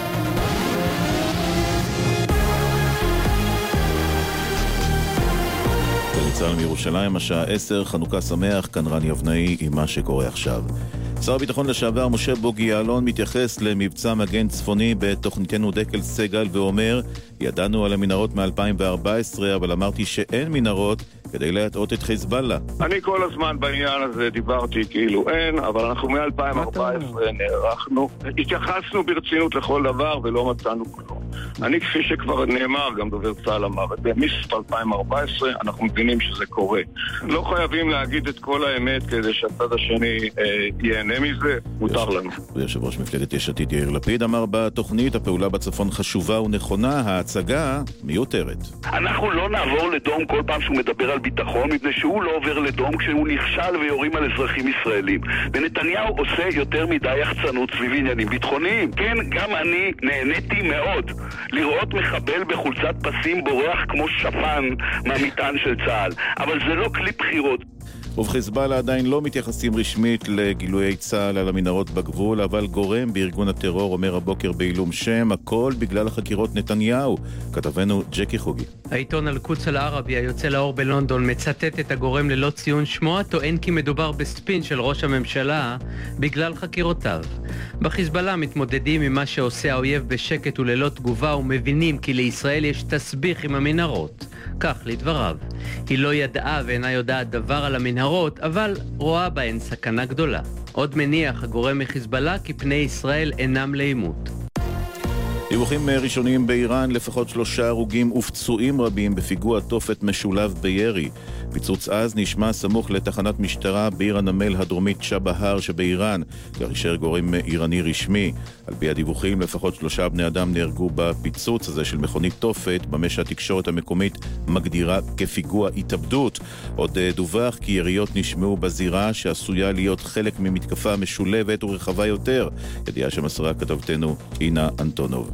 גלי צה"ל מירושלים, השעה 10, חנוכה שמח, כאן רני אבנאי עם מה שקורה עכשיו. שר הביטחון לשעבר משה בוגי יעלון מתייחס למבצע מגן צפוני בתוכניתנו דקל סגל ואומר, ידענו על המנהרות מ-2014, אבל אמרתי שאין מנהרות כדי להטעות את חיזבאללה. אני כל הזמן בעניין הזה דיברתי כאילו אין, אבל אנחנו מ-2014 נערכנו, התייחסנו ברצינות לכל דבר ולא מצאנו כלום. אני כפי שכבר נאמר, גם דובר צה"ל אמר, במסף 2014 אנחנו מבינים שזה קורה. לא חייבים להגיד את כל האמת כדי שהצד השני ייהנה מזה, מותר לנו. יושב ראש מפלגת יש עתיד יאיר לפיד אמר בתוכנית, הפעולה בצפון חשובה ונכונה, ההצגה מיותרת. אנחנו לא נעבור לדום כל פעם שהוא מדבר על ביטחון, מפני שהוא לא עובר לדום כשהוא נכשל ויורים על אזרחים ישראלים. ונתניהו עושה יותר מדי יחצנות סביב עניינים ביטחוניים. כן, גם אני נהניתי מאוד לראות מחבל בחולצת פסים בורח כמו שפן מהמטען של צה"ל. אבל זה לא כלי בחירות. ובחיזבאללה עדיין לא מתייחסים רשמית לגילויי צה"ל על המנהרות בגבול, אבל גורם בארגון הטרור אומר הבוקר בעילום שם, הכל בגלל החקירות נתניהו. כתבנו ג'קי חוגי. העיתון אל-קודס אל-ערבי היוצא לאור בלונדון מצטט את הגורם ללא ציון שמו, טוען כי מדובר בספין של ראש הממשלה בגלל חקירותיו. בחיזבאללה מתמודדים עם מה שעושה האויב בשקט וללא תגובה ומבינים כי לישראל יש תסביך עם המנהרות. כך לדבריו. היא לא ידעה ואינה יודעת דבר על המנהרות, אבל רואה בהן סכנה גדולה. עוד מניח הגורם מחיזבאללה כי פני ישראל אינם לעימות. דיווחים ראשוניים באיראן, לפחות 3 הרוגים ופצועים רבים בפיגוע תופת משולב בירי. פיצוץ עז נשמע סמוך לתחנת משטרה בעיר הנמל הדרומית שבהר שבאיראן, כך אישר גורם איראני רשמי. על פי הדיווחים, לפחות 3 בני אדם נהרגו בפיצוץ הזה של מכונית תופת, במה שהתקשורת המקומית מגדירה כפיגוע התאבדות. עוד דווח כי יריות נשמעו בזירה שעשויה להיות חלק ממתקפה משולבת ורחבה יותר. ידיעה שמסרה כתבתנו אינה אנטונוב.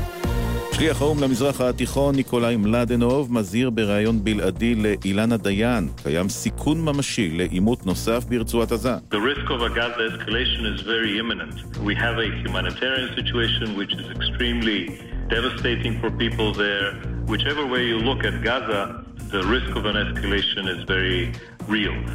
שליח האו"ם למזרח התיכון ניקולאי מלדנוב מזהיר בראיון בלעדי לאילנה דיין, קיים סיכון ממשי לעימות נוסף ברצועת עזה. The risk of a Gaza escalation is very imminent. We have a humanitarian situation which is extremely devastating for people there. Whichever way you look at Gaza, the risk of an escalation is very real.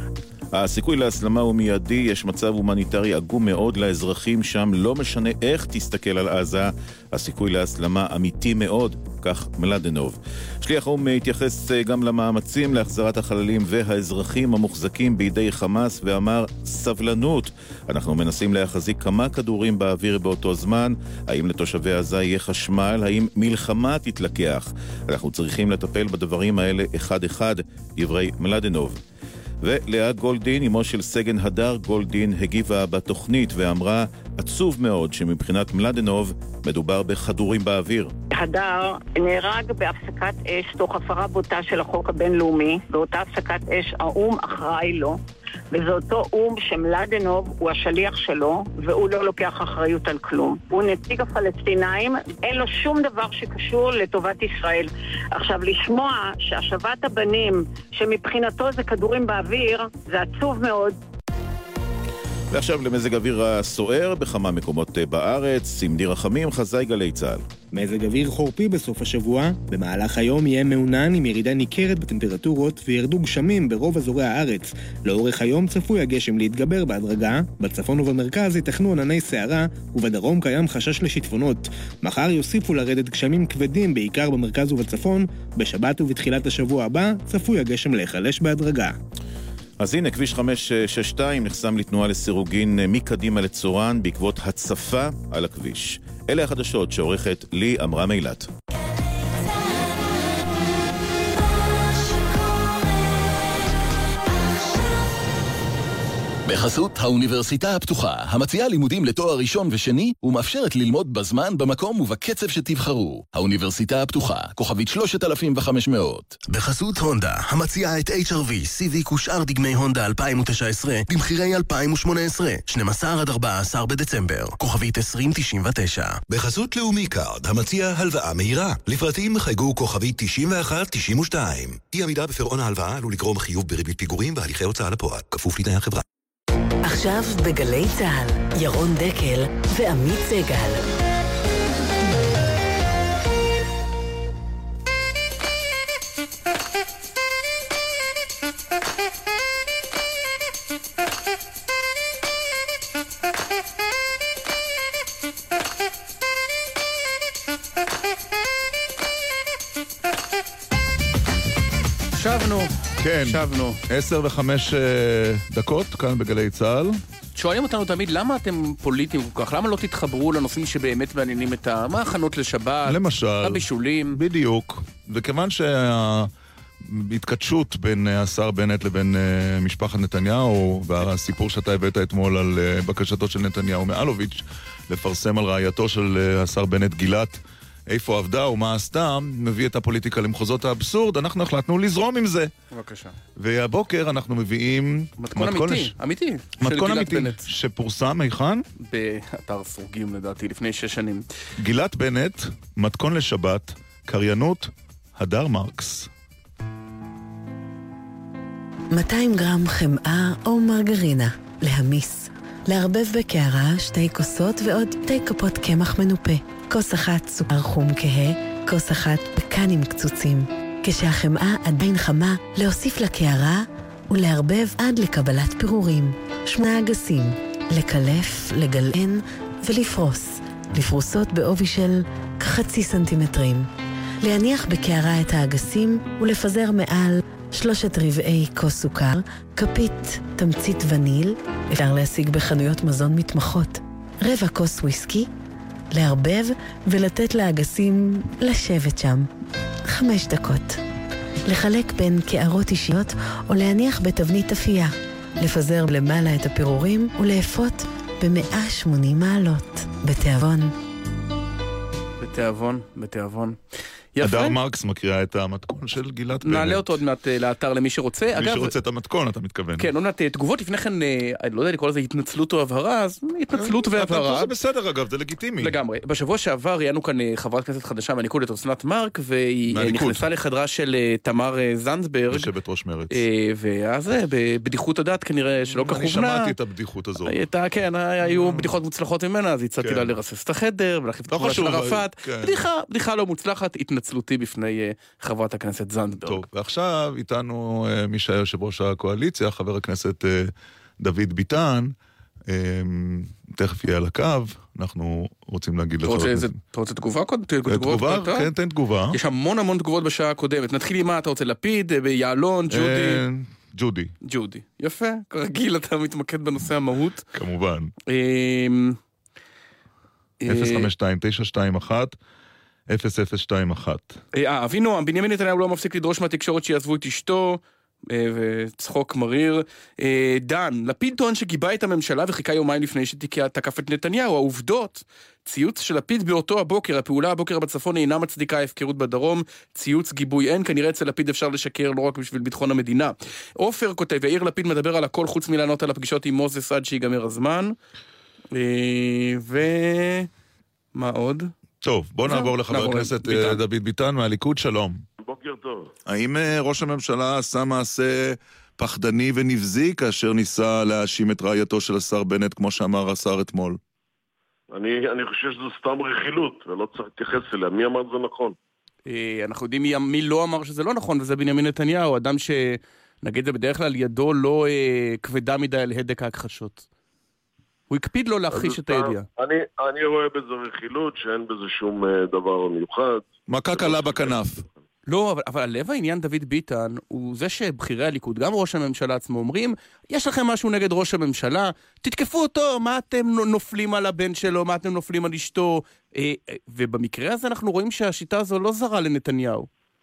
הסיכוי להסלמה הוא מיידי, יש מצב הומניטרי עגום מאוד לאזרחים שם, לא משנה איך תסתכל על עזה, הסיכוי להסלמה אמיתי מאוד, כך מלדנוב. שליח האו"ם התייחס גם למאמצים להחזרת החללים והאזרחים המוחזקים בידי חמאס ואמר, סבלנות, אנחנו מנסים להחזיק כמה כדורים באוויר באותו זמן, האם לתושבי עזה יהיה חשמל, האם מלחמה תתלקח, אנחנו צריכים לטפל בדברים האלה אחד אחד, דברי מלדנוב. ולאה גולדין, אמו של סגן הדר גולדין, הגיבה בתוכנית ואמרה, עצוב מאוד שמבחינת מלדנוב מדובר בכדורים באוויר. הדר נהרג בהפסקת אש תוך הפרה בוטה של החוק הבינלאומי, באותה הפסקת אש האום אחראי לו, וזה אותו אום שמלדנוב הוא השליח שלו, והוא לא לוקח אחריות על כלום. הוא נציג הפלסטינאים, אין לו שום דבר שקשור לטובת ישראל. עכשיו, לשמוע שהשבת הבנים, שמבחינתו זה כדורים באוויר, זה עצוב מאוד. ועכשיו למזג אוויר הסוער בכמה מקומות בארץ, עם ניר רחמים, חזאי גלי צה"ל. מזג אוויר חורפי בסוף השבוע, במהלך היום יהיה מעונן עם ירידה ניכרת בטמפרטורות וירדו גשמים ברוב אזורי הארץ. לאורך היום צפוי הגשם להתגבר בהדרגה, בצפון ובמרכז ייתכנו ענני שערה ובדרום קיים חשש לשיטפונות. מחר יוסיפו לרדת גשמים כבדים בעיקר במרכז ובצפון, בשבת ובתחילת השבוע הבא צפוי הגשם להיחלש בהדרגה. אז הנה, כביש 562 נחסם לתנועה לסירוגין מקדימה לצורן בעקבות הצפה על הכביש. אלה החדשות שעורכת לי אמרה מילת. בחסות האוניברסיטה הפתוחה, המציעה לימודים לתואר ראשון ושני, ומאפשרת ללמוד בזמן, במקום ובקצב שתבחרו. האוניברסיטה הפתוחה, כוכבית 3500. בחסות הונדה, המציעה את HR-V, Civic ושאר דגמי הונדה 2019, במחירי 2018, 12 עד 14 בדצמבר, כוכבית 2099. בחסות לאומי קארד, המציע הלוואה מהירה. לפרטים חייגו כוכבית 9192. אי עמידה בפירעון ההלוואה עלול לגרום חיוב בריבית פיגורים והליכי הוצאה לפועל, כפוף לתנאי החברה. עכשיו בגלי צה"ל, ירון דקל ועמית סגל. שבנו. כן, שבנו. 10:05 כאן בגלי צה"ל. שואלים אותנו תמיד, למה אתם פוליטיים כל כך? למה לא תתחברו לנושאים שבאמת מעניינים את מה הכנות לשבת? למשל. הבישולים. בדיוק. וכיוון שההתכתשות בין השר בנט לבין משפחת נתניהו, והסיפור שאתה הבאת אתמול על בקשתו של נתניהו מאלוביץ' לפרסם על רעייתו של השר בנט גילת, איפה עבדה ומה עשתה, מביא את הפוליטיקה למחוזות האבסורד, אנחנו החלטנו לזרום עם זה. בבקשה. והבוקר אנחנו מביאים מתכון אמיתי. מתכון אמיתי, שפורסם היכן? באתר סרוגים לדעתי, לפני 6 שנים. גילת בנט, מתכון לשבת, קריינות, הדר מרקס. 200 גרם חמאה או מרגרינה, להמיס. לערבב בקערה 2 כוסות ועוד 2 כפות קמח מנופה. כוס אחת סוכר חום כהה, כוס אחת פקנים קצוצים. כשהחמאה עדיין חמה, להוסיף לקערה ולערבב עד לקבלת פירורים. 8 אגסים, לקלף, לגלען ולפרוס. לפרוסות בעובי של כ0.5 סנטימטרים. להניח בקערה את האגסים ולפזר מעל 3/4 כוס סוכר, כפית תמצית וניל, אפשר להשיג בחנויות מזון מתמחות. 1/4 כוס וויסקי, לערבב ולתת לאגסים לשבת שם. 5 דקות. לחלק בין קערות אישיות או להניח בתבנית אפייה. לפזר למעלה את הפירורים ולאפות ב180 מעלות. בתיאבון. בתיאבון. הדר מרקס מקריאה את המתכון של גילת בנט. נעלה אותו עוד מעט לאתר למי שרוצה. מי שרוצה את המתכון, אתה מתכוון. כן, עוד מעט תגובות לפני כן, אני לא יודע לקרוא לזה התנצלות או הבהרה, אז התנצלות והבהרה. זה בסדר אגב, זה לגיטימי. לגמרי. בשבוע שעבר ראיינו כאן חברת כנסת חדשה מהליכוד, את אסנת מארק, והיא נכנסה לחדרה של תמר זנדברג. יושבת ראש מרצ. ואז בבדיחות הדעת כנראה שלא כך הובנה. אני שמעתי את הבדיחות הזאת. כן, היו בדיחות מוצלחות ממנה, אז הצעתי לה לרסס את החדר ולהחליף את התמונה של ערפאת. בדיחה לא מוצלחת, התנצלותי בפני חברת הכנסת זנדברג. טוב, ועכשיו איתנו מי שהיה יושב ראש הקואליציה, חבר הכנסת דוד ביטן, תכף יהיה על הקו, אנחנו רוצים להגיד לך... אתה רוצה תגובה קודם? תגובה? כן, תן תגובה. יש המון תגובות בשעה הקודמת. נתחיל עם מה אתה רוצה? לפיד, ביעלון, ג'ודי? ג'ודי. יפה, כרגיל אתה מתמקד בנושא המהות. כמובן. 052-921-0021. אבינו, בנימין נתניהו לא מפסיק לדרוש מהתקשורת שיעזבו את אשתו, וצחוק מריר. דן, לפיד טוען שגיבה את הממשלה וחיכה יומיים לפני שתקף את נתניהו. העובדות, ציוץ של לפיד באותו הבוקר, הפעולה הבוקר בצפון אינה מצדיקה הפקרות בדרום, ציוץ גיבוי אין, כנראה אצל לפיד אפשר לשקר לא רק בשביל ביטחון המדינה. עופר כותב, יאיר לפיד מדבר על הכל חוץ מלענות על הפגישות עם מוזס עד שיגמר הזמן. מה עוד? טוב, בוא נעבור לחבר הכנסת דוד ביטן מהליכוד, שלום. בוקר טוב. האם ראש הממשלה עשה מעשה פחדני ונבזי כאשר ניסה להאשים את רעייתו של השר בנט, כמו שאמר השר אתמול? אני חושב שזו סתם רכילות, ולא צריך להתייחס אליה. מי אמר זה נכון? אנחנו יודעים מי לא אמר שזה לא נכון, וזה בנימין נתניהו, אדם שנגיד זה בדרך כלל ידו לא כבדה מדי על הדק ההכחשות. הוא הקפיד לו להכחיש את הידיעה. אני רואה בזה רכילות, שאין בזה שום דבר מיוחד. מכה קלה בכנף. לא, אבל הלב העניין דוד ביטן הוא זה שבחירי הליכוד, גם ראש הממשלה עצמו אומרים, יש לכם משהו נגד ראש הממשלה, תתקפו אותו, מה אתם נופלים על הבן שלו, מה אתם נופלים על אשתו, ובמקרה הזה אנחנו רואים שהשיטה הזו לא זרה לנתניהו.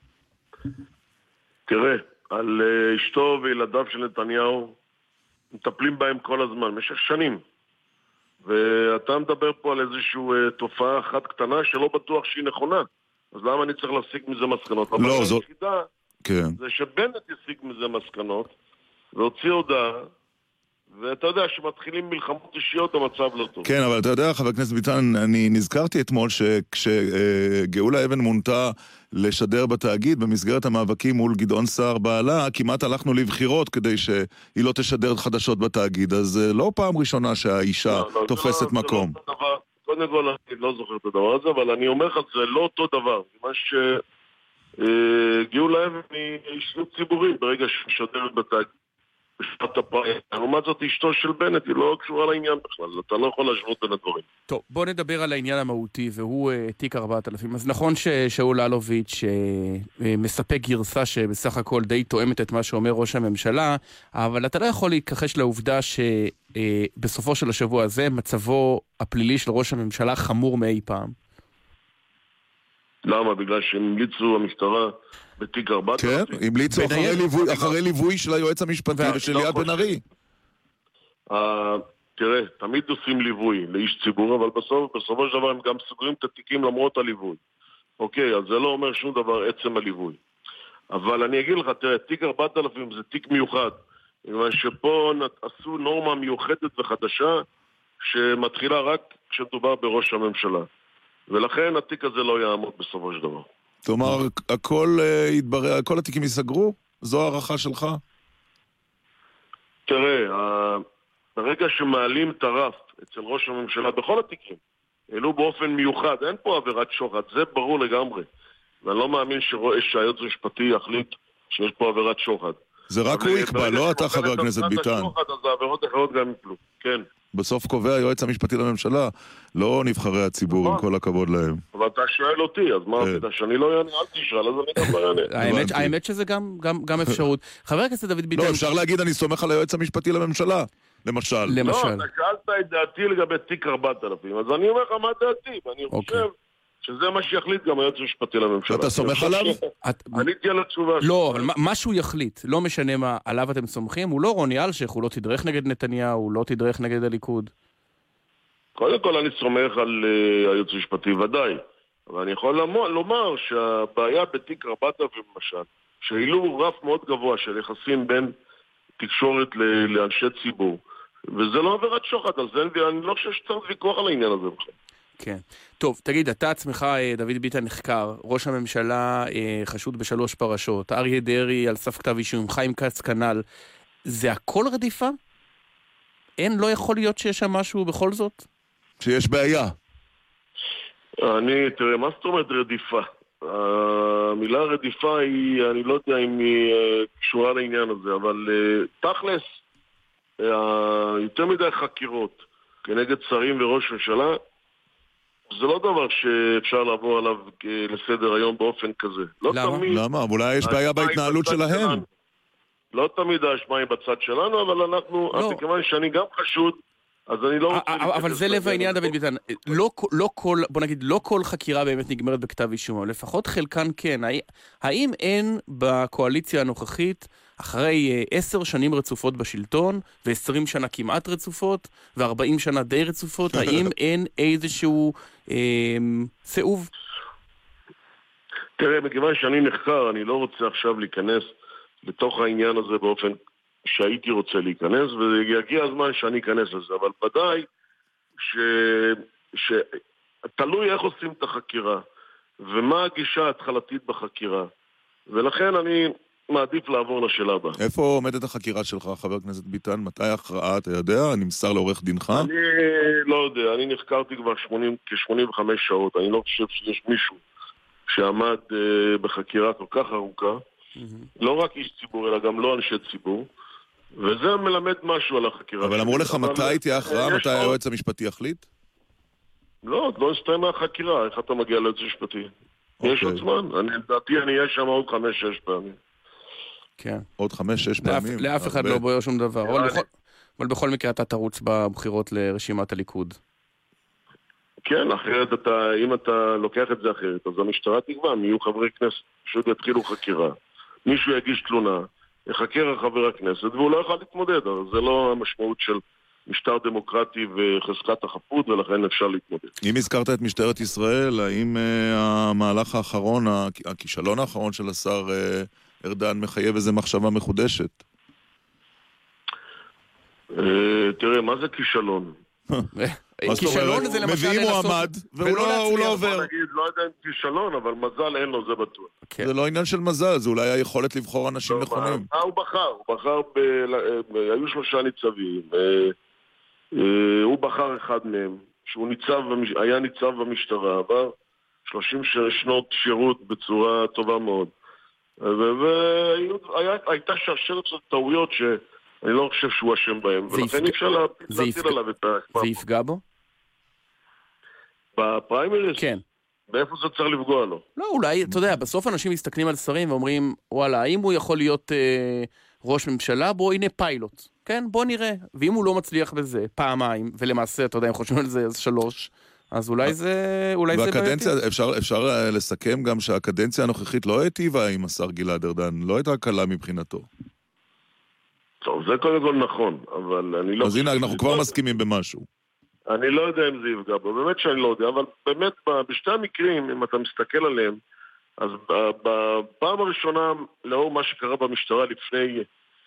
תראה, על אשתו וילדיו של נתניהו, מטפלים בהם כל הזמן, במשך שנים. ואתה מדבר פה על איזושהי תופעה אחת קטנה שלא בטוח שהיא נכונה. אז למה אני צריך להסיק מזה מסקנות? לא, זו... כן. זה שבנט יסיק מזה מסקנות, והוציא הודעה, ואתה יודע שמתחילים מלחמות אישיות המצב לא טוב. כן, אבל אתה יודע, חבר הכנסת ביטן, אני נזכרתי אתמול שכשגאולה אבן מונתה לשדר בתאגיד במסגרת המאבקים מול גדעון סער בעלה, כמעט הלכנו לבחירות כדי שהיא לא תשדר חדשות בתאגיד, אז לא פעם ראשונה שהאישה תופסת מקום. קודם כל אני לא זוכר את הדבר הזה, אבל אני אומר לך, זה לא אותו דבר. מה שגאולה אבן היא אישיות ציבורית ברגע שמשדרת בתאגיד. בשפת הפריים. לעומת זאת אשתו של בנט, היא לא קשורה לעניין בכלל, אתה לא יכול להשוות בין הדברים. טוב, בוא נדבר על העניין המהותי, והוא תיק 4000. אז נכון ששאול אלוביץ' מספק גרסה שבסך הכל די תואמת את מה שאומר ראש הממשלה, אבל אתה לא יכול להתכחש לעובדה שבסופו של השבוע הזה, מצבו הפלילי של ראש הממשלה חמור מאי פעם. למה? בגלל שהם המליצו המשטרה בתיק 4000? כן, המליצו אחרי ליווי של היועץ המשפטי ושל ליאת בן ארי. תראה, תמיד עושים ליווי לאיש ציבור, אבל בסופו של דבר הם גם סוגרים את התיקים למרות הליווי. אוקיי, אז זה לא אומר שום דבר עצם הליווי. אבל אני אגיד לך, תראה, תיק 4000 זה תיק מיוחד. שפה עשו נורמה מיוחדת וחדשה שמתחילה רק כשדובר בראש הממשלה. ולכן התיק הזה לא יעמוד בסופו של דבר. כלומר, הכל יתברר, כל התיקים ייסגרו? זו הערכה שלך? תראה, ברגע שמעלים את הרף אצל ראש הממשלה בכל התיקים, העלו באופן מיוחד, אין פה עבירת שוחד, זה ברור לגמרי. ואני לא מאמין שהיועץ המשפטי יחליט שיש פה עבירת שוחד. זה רק הוא יקבע, לא אתה חבר הכנסת ביטן. אז העבירות אחרות גם יפלו, כן. בסוף קובע היועץ המשפטי לממשלה, לא נבחרי הציבור, עם כל הכבוד להם. אבל אתה שואל אותי, אז מה עשית? שאני לא יענה, אל תשאל, אז אני גם לא יענה. האמת שזה גם אפשרות. חבר הכנסת דוד ביטן... לא, אפשר להגיד, אני סומך על היועץ המשפטי לממשלה, למשל. לא, אתה שאלת את דעתי לגבי תיק 4000, אז אני אומר לך מה דעתי, ואני חושב שזה מה שיחליט גם היועץ המשפטי לממשלה. אתה סומך עליו? עניתי על התשובה. לא, אבל מה שהוא יחליט, לא משנה מה עליו אתם סומכים, הוא לא רוני אלשיך, הוא לא תדרך נגד נתניהו, הוא לא תדרך נגד הליכוד. קודם כל אני סומך על היועץ המשפטי ודאי, אבל אני יכול לומר שהבעיה בתיק 4000 למשל, שהעלו רף מאוד גבוה של יחסים בין תקשורת לאנשי ציבור, וזה לא עבירת שוחד, אז אני לא חושב שצריך ויכוח על העניין הזה בכלל. כן. טוב, תגיד, אתה עצמך, דוד ביטן, נחקר, ראש הממשלה חשוד ב3 פרשות, אריה דרעי על סף כתב אישום, חיים כץ כנ"ל, זה הכל רדיפה? לא יכול להיות שיש שם משהו בכל זאת? שיש בעיה. תראה, מה זאת אומרת רדיפה? המילה רדיפה היא, אני לא יודע אם היא קשורה לעניין הזה, אבל תכלס, יותר מדי חקירות כנגד שרים וראש ממשלה, זה לא דבר שאפשר לעבור עליו לסדר היום באופן כזה. למה? אולי יש בעיה בהתנהלות שלהם. לא תמיד האשמה היא בצד שלנו, אבל אנחנו, כיוון שאני גם חשוד, אז אני לא רוצה... אבל זה לב העניין, דוד ביטן. בוא נגיד, לא כל חקירה באמת נגמרת בכתב אישום, לפחות חלקן כן. האם אין בקואליציה הנוכחית, אחרי 10 שנים רצופות בשלטון, ו20 שנה כמעט רצופות, ו40 שנה די רצופות, האם אין איזשהו סיאוב? תראה, מכיוון שאני נחקר, אני לא רוצה עכשיו להיכנס לתוך העניין הזה באופן שהייתי רוצה להיכנס, ויגיע הזמן שאני אכנס לזה, אבל ודאי שתלוי איך עושים את החקירה, ומה הגישה ההתחלתית בחקירה, ולכן אני מעדיף לעבור לשאלה הבאה. איפה עומדת החקירה שלך, חבר הכנסת ביטן? מתי ההכרעה, אתה יודע? נמסר לעורך דינך? אני לא יודע, אני נחקרתי כבר כ-85 שעות, אני לא חושב שיש מישהו שעמד בחקירה כל כך ארוכה, לא רק איש ציבור, אלא גם לא אנשי ציבור, וזה מלמד משהו על החקירה. אבל אמרו לך מתי תהיה הכרעה? מתי היועץ המשפטי יחליט? לא, לא הסתיים מהחקירה, איך אתה מגיע ליועץ המשפטי? יש עוד זמן, לדעתי אני אהיה שם עוד 5-6 פעמים. כן. עוד 5-6 פעמים? לאף אחד לא בוער שום דבר. אבל בכל מקרה אתה תרוץ בבחירות לרשימת הליכוד. כן, אחרת אם אתה לוקח את זה אחרת, אז המשטרה תקבע, מי יהיו חברי כנסת, פשוט יתחילו חקירה. מישהו יגיש תלונה, יחקר חבר הכנסת, והוא לא יכול להתמודד, אבל זה לא המשמעות של משטר דמוקרטי וחזקת החפות, ולכן אפשר להתמודד. אם הזכרת את משטרת ישראל, האם המהלך האחרון, הכישלון האחרון של השר ארדן מחייב איזו מחשבה מחודשת? תראה, מה זה כישלון? כישלון זה למשל... מביאים מועמד, והוא לא עובר. לא יודע אם כישלון, אבל מזל אין לו, זה בטוח. זה לא עניין של מזל, זה אולי היכולת לבחור אנשים נכונים. הוא בחר, היו 3 ניצבים, הוא בחר אחד מהם, שהוא היה ניצב במשטרה, עבר 30 שנות שירות בצורה טובה מאוד. והייתה שרשרת של טעויות שאני לא חושב שהוא אשם בהם, ולכן אפשר להטיל עליו את ה... זה יפגע בו? בפריימריז? כן. באיפה זה צריך לפגוע לו? לא, אולי, אתה יודע, בסוף אנשים מסתכלים על שרים ואומרים, וואלה, האם הוא יכול להיות ראש ממשלה? בוא, הנה פיילוט. כן, בוא נראה. ואם הוא לא מצליח בזה פעמיים, ולמעשה, אתה יודע, אם חושבים על זה אז 3, אז אולי זה... והקדנציה, אפשר לסכם גם שהקדנציה הנוכחית לא היטיבה עם השר גלעד ארדן, לא הייתה קלה מבחינתו. טוב, זה קודם כל נכון, אבל אני לא... אז הנה, אנחנו כבר מסכימים במשהו. אני לא יודע אם זה יפגע בו, באמת שאני לא יודע, אבל באמת בשתי המקרים, אם אתה מסתכל עליהם, אז בפעם הראשונה, לאור מה שקרה במשטרה לפני,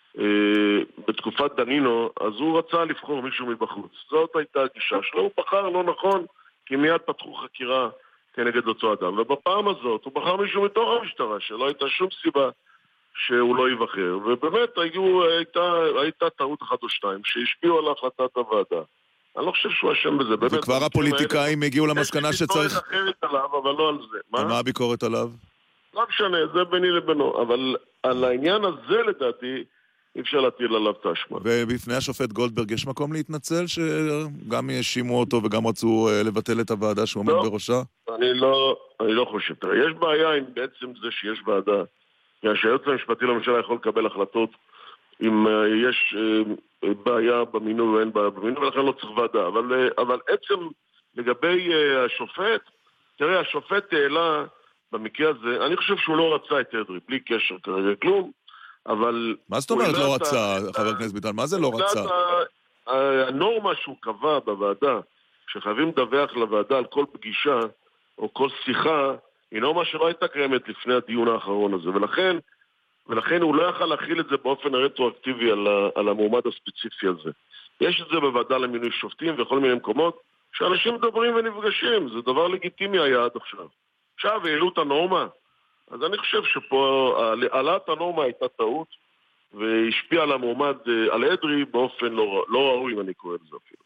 בתקופת דנינו, אז הוא רצה לבחור מישהו מבחוץ. זאת הייתה הגישה שלו, הוא בחר לא נכון, כי מיד פתחו חקירה כנגד אותו אדם. ובפעם הזאת הוא בחר מישהו מתוך המשטרה, שלא הייתה שום סיבה שהוא לא ייבחר. ובאמת הייתה טעות 1 או 2 שהשפיעו על החלטת הוועדה. אני לא חושב שהוא אשם בזה. וכבר הפוליטיקאים הגיעו למסקנה שצריך... יש ביקורת אחרת עליו, אבל לא על זה. מה הביקורת עליו? לא משנה, זה ביני לבינו. אבל על העניין הזה, לדעתי, אי אפשר להטיל עליו את האשמה. ובפני השופט גולדברג יש מקום להתנצל שגם האשימו אותו וגם רצו לבטל את הוועדה שהוא עומד בראשה? אני לא חושב. יש בעיה עם בעצם זה שיש ועדה. שהיועץ המשפטי לממשלה יכול לקבל החלטות אם יש בעיה במינוי או אין בעיה במינוי, ולכן לא צריך ועדה. אבל עצם לגבי השופט, תראה, השופט העלה במקרה הזה, אני חושב שהוא לא רצה את אדרי, בלי קשר כרגע כלום, אבל... מה זאת אומרת לא רצה, חבר הכנסת ביטן? מה זה לא רצה? הנורמה שהוא קבע בוועדה, שחייבים לדווח לוועדה על כל פגישה או כל שיחה, היא נורמה שלא הייתה קיימת לפני הדיון האחרון הזה, ולכן הוא לא יכל להכיל את זה באופן רטרואקטיבי על המועמד הספציפי הזה. יש את זה בוועדה למינוי שופטים וכל מיני מקומות, שאנשים מדברים ונפגשים, זה דבר לגיטימי היה עד עכשיו. עכשיו העלו את הנורמה, אז אני חושב שפה העלאת הנורמה הייתה טעות, והשפיעה על המועמד, על אדרי, באופן לא ראוי, אם אני קורא את זה אפילו.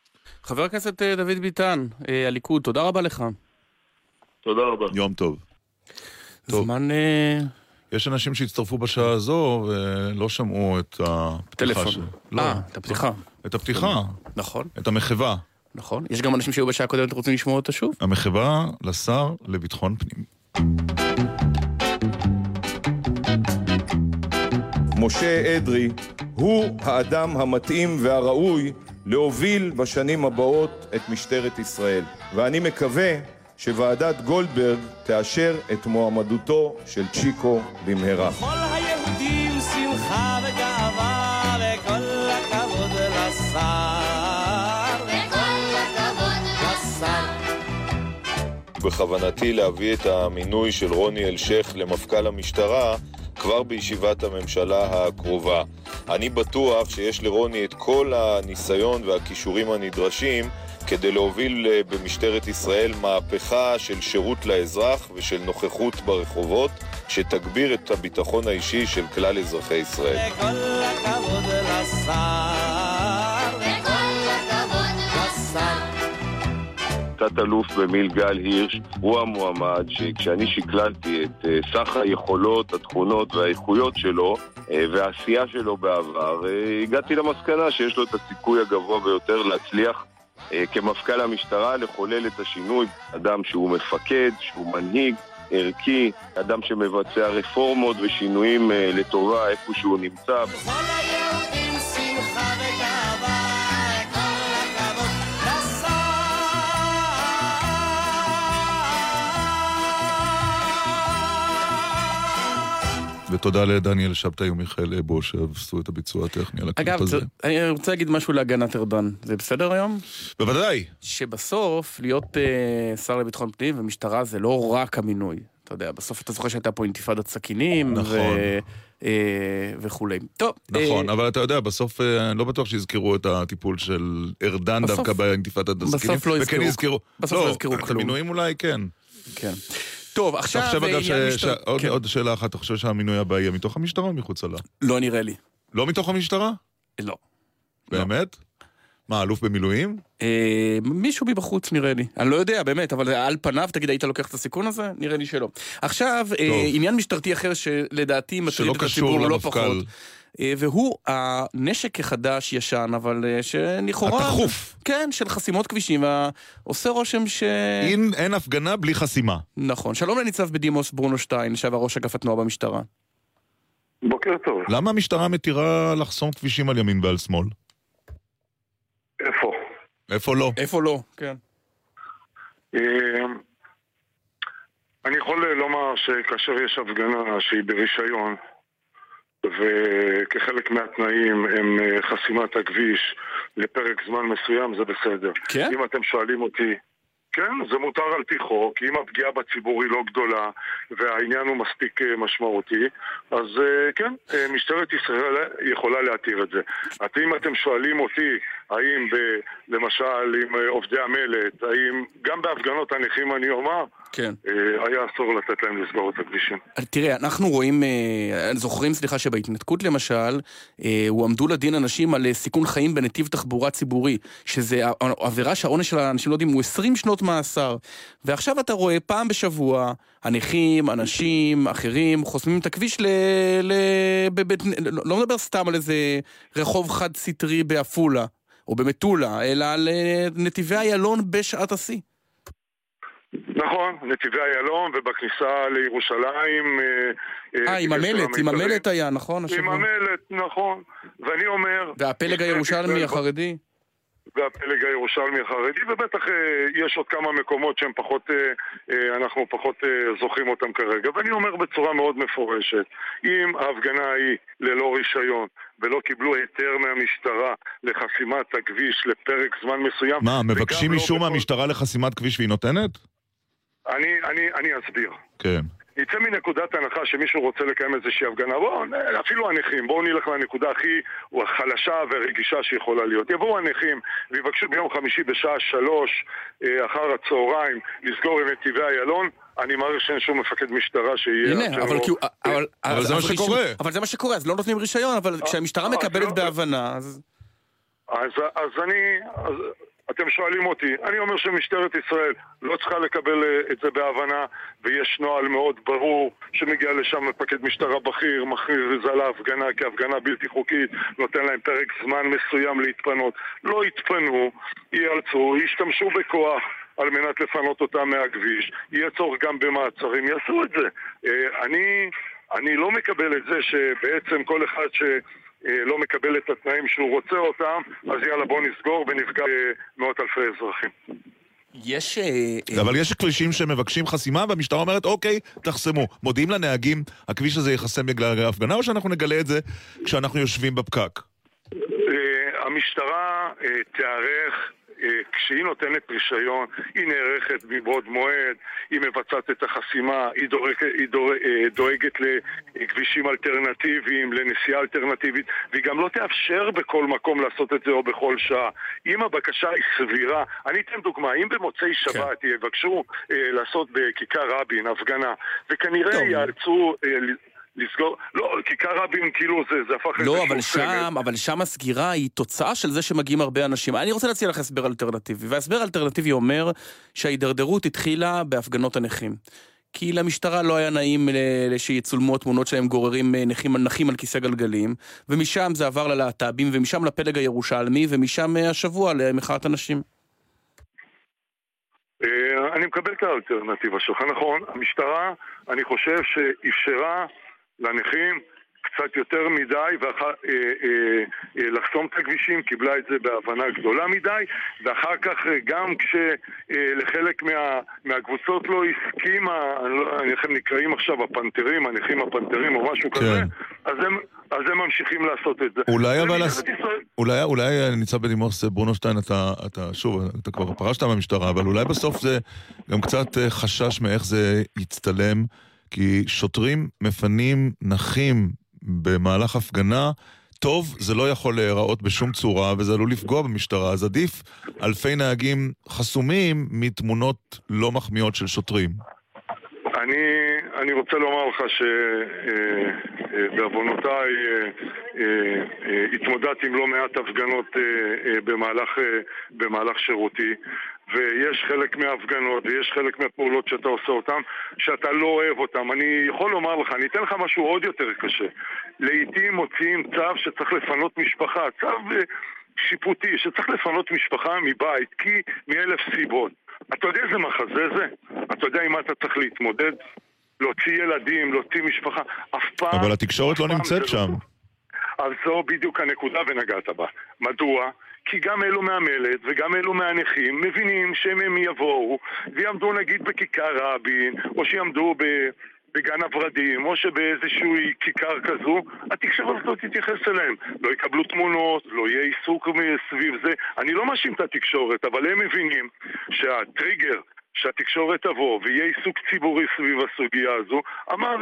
חבר הכנסת דוד ביטן, הליכוד, תודה רבה לך. תודה רבה. יום טוב. זמן... יש אנשים שהצטרפו בשעה הזו ולא שמעו את הפתיחה. טלפון. את הפתיחה. את הפתיחה. נכון. את המחווה. נכון. יש גם אנשים שהיו בשעה הקודמת רוצים לשמוע אותה שוב. המחווה לשר לביטחון פנים. משה אדרי הוא האדם המתאים והראוי להוביל בשנים הבאות את משטרת ישראל. ואני מקווה שוועדת גולדברג תאשר את מועמדותו של צ'יקו במהרה. כל היהודים שמחה וגאווה וכל הכבוד לשר. וכל הכבוד לשר. בכוונתי להביא את המינוי של רוני אלשיך למפכ"ל המשטרה כבר בישיבת הממשלה הקרובה. אני בטוח שיש לרוני את כל הניסיון והכישורים הנדרשים כדי להוביל במשטרת ישראל מהפכה של שירות לאזרח ושל נוכחות ברחובות שתגביר את הביטחון האישי של כלל אזרחי ישראל. וכל הכבוד לשר. וכל הכבוד לשר. תת-אלוף במיל גל הירש הוא המועמד שכשאני שקללתי את סך היכולות, התכונות והאיכויות שלו והעשייה שלו בעבר, הגעתי למסקנה שיש לו את הסיכוי הגבוה ביותר להצליח כמפכ"ל המשטרה לחולל את השינוי. אדם שהוא מפקד, שהוא מנהיג, ערכי, אדם שמבצע רפורמות ושינויים לטובה איפה שהוא נמצא. כל היהודים שמחה וגאווה, כל הכבוד לשר. ותודה לדניאל שבתאי ומיכאל אבו שעשו את הביצוע הטכני על הקליפ הזה. אגב, אני רוצה להגיד משהו להגנת ארדן. זה בסדר היום? בוודאי. שבסוף להיות שר לביטחון פנים ומשטרה זה לא רק המינוי. אתה יודע, בסוף אתה זוכר שהייתה פה אינתיפאדת סכינים. נכון. וכולי. טוב. נכון, אבל אתה יודע, בסוף אני לא בטוח שיזכרו את הטיפול של ארדן דווקא באינתיפאדת הסכינים. בסוף לא יזכרו. בסוף לא יזכרו כלום. המינויים אולי כן. כן. טוב, עכשיו... עוד שאלה אחת, אתה חושב שהמינוי הבא יהיה מתוך המשטרה או מחוץ לה? לא נראה לי. לא מתוך המשטרה? לא. באמת? מה, אלוף במילואים? מישהו מבחוץ נראה לי. אני לא יודע, באמת, אבל על פניו, תגיד, היית לוקח את הסיכון הזה? נראה לי שלא. עכשיו, עניין משטרתי אחר שלדעתי מטריד את הציבור לא פחות. והוא הנשק החדש ישן, אבל שנכאורה... התחוף. כן, של חסימות כבישים, ועושה רושם ש... אין הפגנה בלי חסימה. נכון. שלום לניצב בדימוס ברונו שטיין, לשעבר ראש אגף התנועה במשטרה. בוקר טוב. למה המשטרה מתירה לחסום כבישים על ימין ועל שמאל? איפה? איפה לא? איפה לא, כן. אני יכול לומר שכאשר יש הפגנה שהיא ברישיון, וכחלק מהתנאים הם חסימת הכביש לפרק זמן מסוים, זה בסדר. כן? אם אתם שואלים אותי, כן, זה מותר על פי חוק, אם הפגיעה בציבור היא לא גדולה והעניין הוא מספיק משמעותי, אז כן, משטרת ישראל יכולה להתיר את זה. אם אתם שואלים אותי, האם למשל עם עובדי המלט, האם גם בהפגנות הנכים אני אומר, כן. היה אסור לתת להם לסגור את הכבישים. תראה, אנחנו רואים, זוכרים, סליחה, שבהתנתקות למשל, הועמדו לדין אנשים על סיכון חיים בנתיב תחבורה ציבורי, שזה עבירה שהעונש של האנשים לא יודעים, הוא 20 שנות מאסר. ועכשיו אתה רואה פעם בשבוע, הנכים, אנשים, אחרים, חוסמים את הכביש לא מדבר סתם על איזה רחוב חד סטרי באפולה, או במטולה, אלא על נתיבי איילון בשעת השיא. נכון, נתיבי איילון ובכניסה לירושלים. עם המלט היה, נכון? עם המלט, נכון. ואני אומר... והפלג הירושלמי החרדי? והפלג הירושלמי החרדי, ובטח יש עוד כמה מקומות שהם פחות, אנחנו פחות זוכרים אותם כרגע. ואני אומר בצורה מאוד מפורשת, אם ההפגנה היא ללא רישיון, ולא קיבלו היתר מהמשטרה לחסימת הכביש לפרק זמן מסוים... מה, מבקשים אישור מהמשטרה לחסימת כביש והיא נותנת? אני אסביר. כן. יצא מנקודת הנחה שמישהו רוצה לקיים איזושהי הפגנה, אפילו הנכים, בואו נלך לנקודה הכי חלשה ורגישה שיכולה להיות. יבואו הנכים ויבקשו ביום חמישי בשעה 3 אחר הצהריים לסגור עם נתיבי איילון, אני מעריך שאין שום מפקד משטרה שיהיה... הנה, אבל זה מה שקורה. אבל זה מה שקורה, אז לא נותנים רישיון, אבל כשהמשטרה מקבלת בהבנה, אז... אתם שואלים אותי, אני אומר שמשטרת ישראל לא צריכה לקבל את זה בהבנה, ויש נוהל מאוד ברור שמגיע לשם מפקד משטרה בכיר, מכריז על ההפגנה כהפגנה בלתי חוקית, נותן להם פרק זמן מסוים להתפנות. לא יתפנו, ייאלצו, ישתמשו בכוח על מנת לפנות אותם מהכביש, יהיה צורך גם במעצרים, יעשו את זה. אני לא מקבל את זה שבעצם כל אחד שלא מקבל את התנאים שהוא רוצה אותם, אז יאללה בוא נסגור ונפגע מאות אלפי אזרחים. אבל יש כבישים שמבקשים חסימה והמשטרה אומרת אוקיי, תחסמו. מודיעים לנהגים, הכביש הזה יחסם בגלל ההפגנה או שאנחנו נגלה את זה כשאנחנו יושבים בפקק? המשטרה תערך כשהיא נותנת רישיון, היא נערכת מבעוד מועד, היא מבצעת את החסימה, היא דואגת לכבישים אלטרנטיביים, לנסיעה אלטרנטיבית, והיא גם לא תאפשר בכל מקום לעשות את זה או בכל שעה. אם הבקשה היא סבירה, אני אתן דוגמה, אם במוצאי שבת יבקשו לעשות בכיכר רבין הפגנה, וכנראה יאלצו לסגור, לא, כיכר רבין כאילו זה הפך לא, אבל שם הסגירה היא תוצאה של זה שמגיעים הרבה אנשים. אני רוצה להציע לך הסבר אלטרנטיבי, וההסבר האלטרנטיבי אומר שההידרדרות התחילה בהפגנות הנכים. כי למשטרה לא היה נעים שיצולמו התמונות שהם גוררים נחים על כיסא גלגלים, ומשם זה עבר ללהט"בים, ומשם לפלג הירושלמי, ומשם השבוע למחאת הנשים. אני מקבל את האלטרנטיבה שלך, נכון. המשטרה, אני חושב שאפשרה לנכים קצת יותר מדי לחסום את הכבישים, קיבלה את זה בהבנה גדולה מדי, ואחר כך גם כשלחלק מהקבוצות לא הסכימה, הם נקראים עכשיו הפנתרים, הנכים הפנתרים או משהו כזה, אז הם ממשיכים לעשות את זה. אולי ניצב בדימוס ברונשטיין, אתה כבר פרשת מהמשטרה, אבל אולי בסוף זה גם קצת חשש מאיך זה יצטלם, כי שוטרים מפנים נכים במהלך הפגנה, טוב, זה לא יכול להיראות בשום צורה, וזה עלול לפגוע במשטרה, אז עדיף אלפי נהגים חסומים מתמונות לא מחמיאות של שוטרים. אני רוצה לומר לך שבעוונותיי התמודדתי עם לא מעט הפגנות במהלך שירותי, ויש חלק מההפגנות ויש חלק מהפעולות שאתה עושה אותם שאתה לא אוהב אותם. אני יכול לומר לך, אני אתן לך משהו עוד יותר קשה. לעתים מוציאים צו שצריך לפנות משפחה, צו שיפוטי שצריך לפנות משפחה מבית, כי מאלף סיבות. אתה יודע איזה מחזה זה? אתה יודע עם מה אתה צריך להתמודד? להוציא ילדים, להוציא משפחה, אף פעם... אבל התקשורת לא נמצאת שם. אז זו בדיוק הנקודה ונגעת בה. מדוע? כי גם אלו מהמלט וגם אלו מהנכים מבינים שהם יבואו ויעמדו נגיד בכיכר רבין, או שיעמדו בגן הוורדים, או שבאיזשהו כיכר כזו, התקשורת לא תתייחס אליהם. לא יקבלו תמונות, לא יהיה עיסוק סביב זה. אני לא מאשים את התקשורת, אבל הם מבינים שהטריגר שהתקשורת תבוא ויהיה עיסוק ציבורי סביב הסוגיה הזו, אמר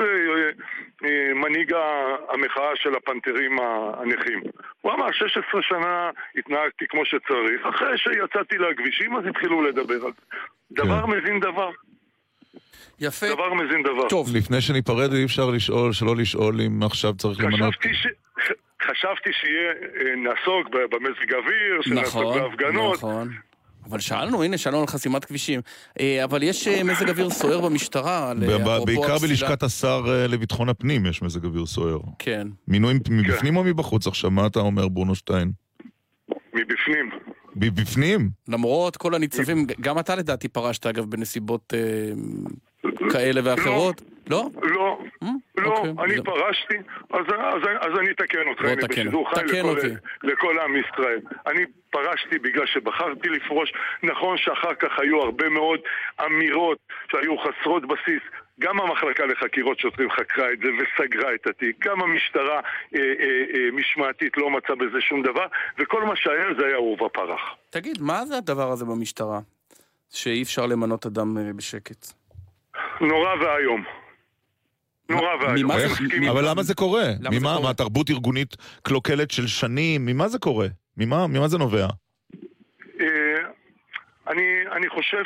מנהיג המחאה של הפנתרים הנכים. הוא אמר, 16 שנה התנהגתי כמו שצריך, אחרי שיצאתי לכבישים אז התחילו לדבר על זה. דבר מזין דבר. יפה. דבר מזין דבר. טוב, לפני שניפרד אי אפשר שלא לשאול אם עכשיו צריך למנות... חשבתי שיהיה נעסוק במזג אוויר, שנעסוק בהפגנות. נכון. אבל שאלנו על חסימת כבישים. אבל יש מזג אוויר סוער במשטרה. בעיקר בלשכת השר לביטחון הפנים יש מזג אוויר סוער. כן. מינויים מבפנים או מבחוץ? עכשיו, מה אתה אומר, ברונשטיין? מבפנים. מבפנים? למרות כל הניצבים, גם אתה לדעתי פרשת אגב בנסיבות כאלה ואחרות. לא? לא, אני פרשתי, אז אני אתקן אותך, אני בשידור חי לכל עם ישראל. אני פרשתי בגלל שבחרתי לפרוש. נכון שאחר כך היו הרבה מאוד אמירות שהיו חסרות בסיס. גם המחלקה לחקירות שוטרים חקרה את זה וסגרה את התיק. גם המשטרה משמעתית לא מצאה בזה שום דבר, וכל מה שהיה זה היה עורבא פרח. תגיד, מה זה הדבר הזה במשטרה? שאי אפשר למנות אדם בשקט? נורא והיום. נורא והיום. אבל למה זה קורה? מה, תרבות ארגונית קלוקלת של שנים? ממה זה קורה? ממה זה נובע? אני חושב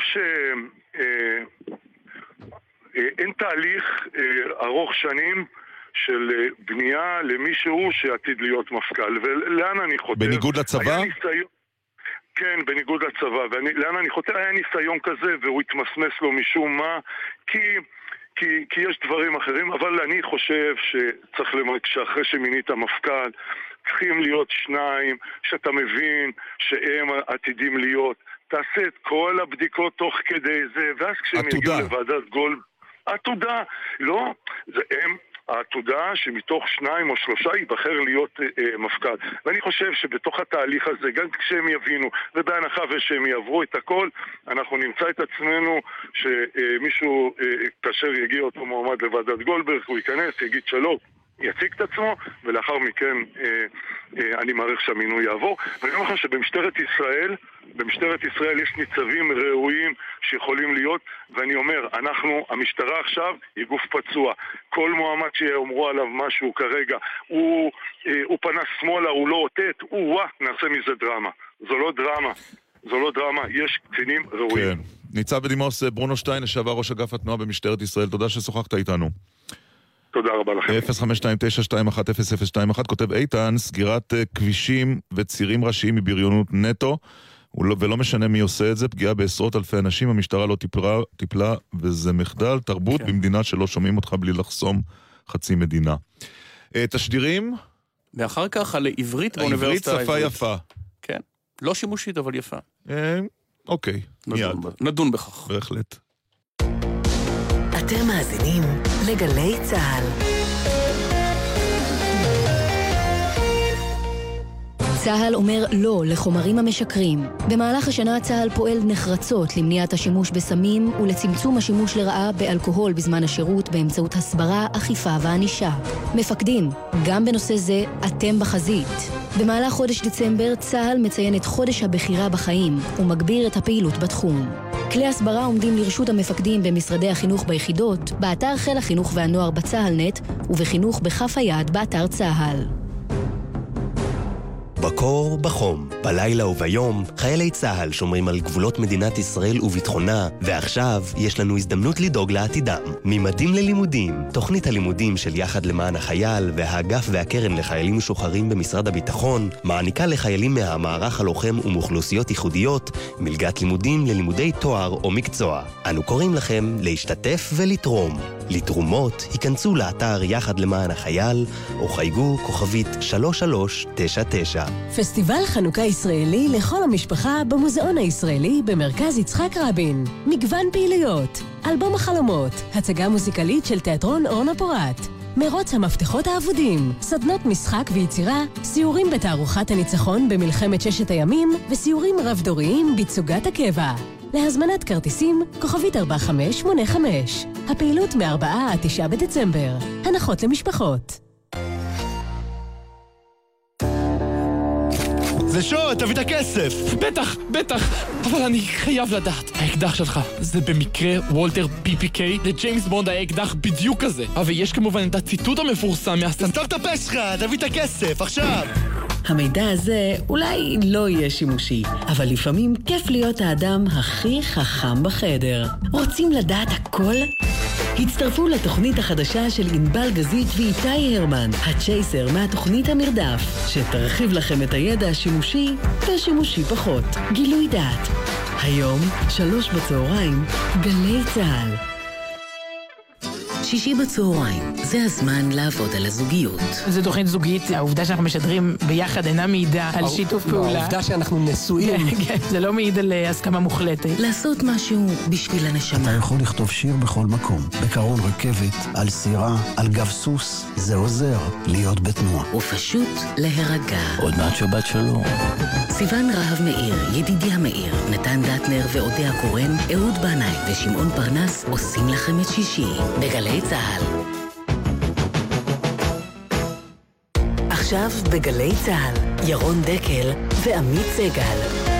אין תהליך ארוך שנים של בנייה למישהו שעתיד להיות מפכ"ל. ולאן אני חותר? בניגוד לצבא? כן, בניגוד לצבא. ולאן אני חותר? היה ניסיון כזה, והוא התמסמס לו משום מה, כי יש דברים אחרים, אבל אני חושב שצריך שאחרי שמינית המפכ"ל, צריכים להיות שניים, שאתה מבין שהם עתידים להיות. תעשה את כל הבדיקות תוך כדי זה, ואז כשהם יגיעו לוועדת גולד... עתודה, לא, זה הם... העתודה שמתוך 2 או 3 ייבחר להיות מפכ"ל. ואני חושב שבתוך התהליך הזה, גם כשהם יבינו, ובהנחה ושהם יעברו את הכל, אנחנו נמצא את עצמנו שמישהו, כאשר יגיע אותו מועמד לוועדת גולדברג, הוא ייכנס, יגיד שלום, יציג את עצמו, ולאחר מכן אני מעריך שהמינוי יעבור. ואני אומר לך שבמשטרת ישראל יש ניצבים ראויים שיכולים להיות, ואני אומר, המשטרה עכשיו היא גוף פצוע. כל מועמד שיאמרו עליו משהו כרגע, הוא פנה שמאלה, הוא לא אותת, נעשה מזה דרמה. זו לא דרמה, יש קצינים ראויים. כן. ניצב בדימוס ברונו שטיין, לשעבר ראש אגף התנועה במשטרת ישראל, תודה ששוחחת איתנו. תודה רבה לכם. 052921021 כותב איתן, סגירת כבישים וצירים ראשיים מבריונות נטו, ולא משנה מי עושה את זה, פגיעה בעשרות אלפי אנשים, המשטרה לא טיפלה, וזה מחדל תרבות במדינה שלא שומעים אותך בלי לחסום חצי מדינה. תשדירים? ואחר כך על עברית באוניברסיטה העברית. העברית שפה יפה. כן, לא שימושית אבל יפה. אוקיי, מיד. נדון בכך. בהחלט. אתם מאזינים לגלי צהל. צהל אומר לא לחומרים המשקרים. במהלך השנה צהל פועל נחרצות למניעת השימוש בסמים ולצמצום השימוש לרעה באלכוהול בזמן השירות באמצעות הסברה, אכיפה וענישה. מפקדים, גם בנושא זה אתם בחזית. במהלך חודש דצמבר צהל מציין את חודש הבחירה בחיים ומגביר את הפעילות בתחום. כלי הסברה עומדים לרשות המפקדים במשרדי החינוך ביחידות, באתר חיל החינוך והנוער בצהל נט ובחינוך בכף היד באתר צהל. בקור, בחום, בלילה וביום, חיילי צהל שומרים על גבולות מדינת ישראל וביטחונה, ועכשיו יש לנו הזדמנות לדאוג לעתידם. ממדים ללימודים, תוכנית הלימודים של יחד למען החייל והאגף והקרן לחיילים משוחררים במשרד הביטחון, מעניקה לחיילים מהמערך הלוחם ומאוכלוסיות ייחודיות, מלגת לימודים ללימודי תואר או מקצוע. אנו קוראים לכם להשתתף ולתרום. לתרומות, היכנסו לאתר יחד למען החייל, או חייגו כוכבית 3399. פסטיבל חנוכה ישראלי לכל המשפחה במוזיאון הישראלי במרכז יצחק רבין. מגוון פעילויות, אלבום החלומות, הצגה מוזיקלית של תיאטרון אורנה פורט, מרוץ המפתחות האבודים, סדנות משחק ויצירה, סיורים בתערוכת הניצחון במלחמת ששת הימים, וסיורים רב-דוריים בתצוגת הקבע. להזמנת כרטיסים, כוכבית 4585. הפעילות מ-4 עד 9 בדצמבר. הנחות למשפחות. זה שור, תביא את הכסף! בטח, אבל אני חייב לדעת. האקדח שלך, זה במקרה וולטר PPK? לג'יימס בונד היה אקדח בדיוק כזה. אבל יש כמובן את הציטוט המפורסם סתום את הפה שלך, תביא את הכסף, עכשיו! המידע הזה אולי לא יהיה שימושי, אבל לפעמים כיף להיות האדם הכי חכם בחדר. רוצים לדעת הכל? הצטרפו לתוכנית החדשה של ענבל גזית ואיתי הרמן, הצ'ייסר מהתוכנית המרדף, שתרחיב לכם את הידע השימושי והשימושי פחות. גילוי דעת. היום, 3 בצהריים, גלי צהל. 6 בצהריים, זה הזמן לעבוד על הזוגיות. זו תוכנית זוגית, העובדה שאנחנו משדרים ביחד אינה מעידה על שיתוף פעולה. העובדה שאנחנו נשואים. זה לא מעיד על הסכמה מוחלטת. לעשות משהו בשביל הנשמה. אתה יכול לכתוב שיר בכל מקום, בקרון רכבת, על סירה, על גב סוס, זה עוזר להיות בתנועה. ופשוט להירגע. עוד מעט שבת שלום. סיוון רהב מאיר, ידידיה מאיר, נתן דטנר ואודיה קורן, אהוד בנאי ושמעון פרנס עושים לכם את שישי בגלי צהל. עכשיו בגלי צהל, ירון דקל ועמית סגל.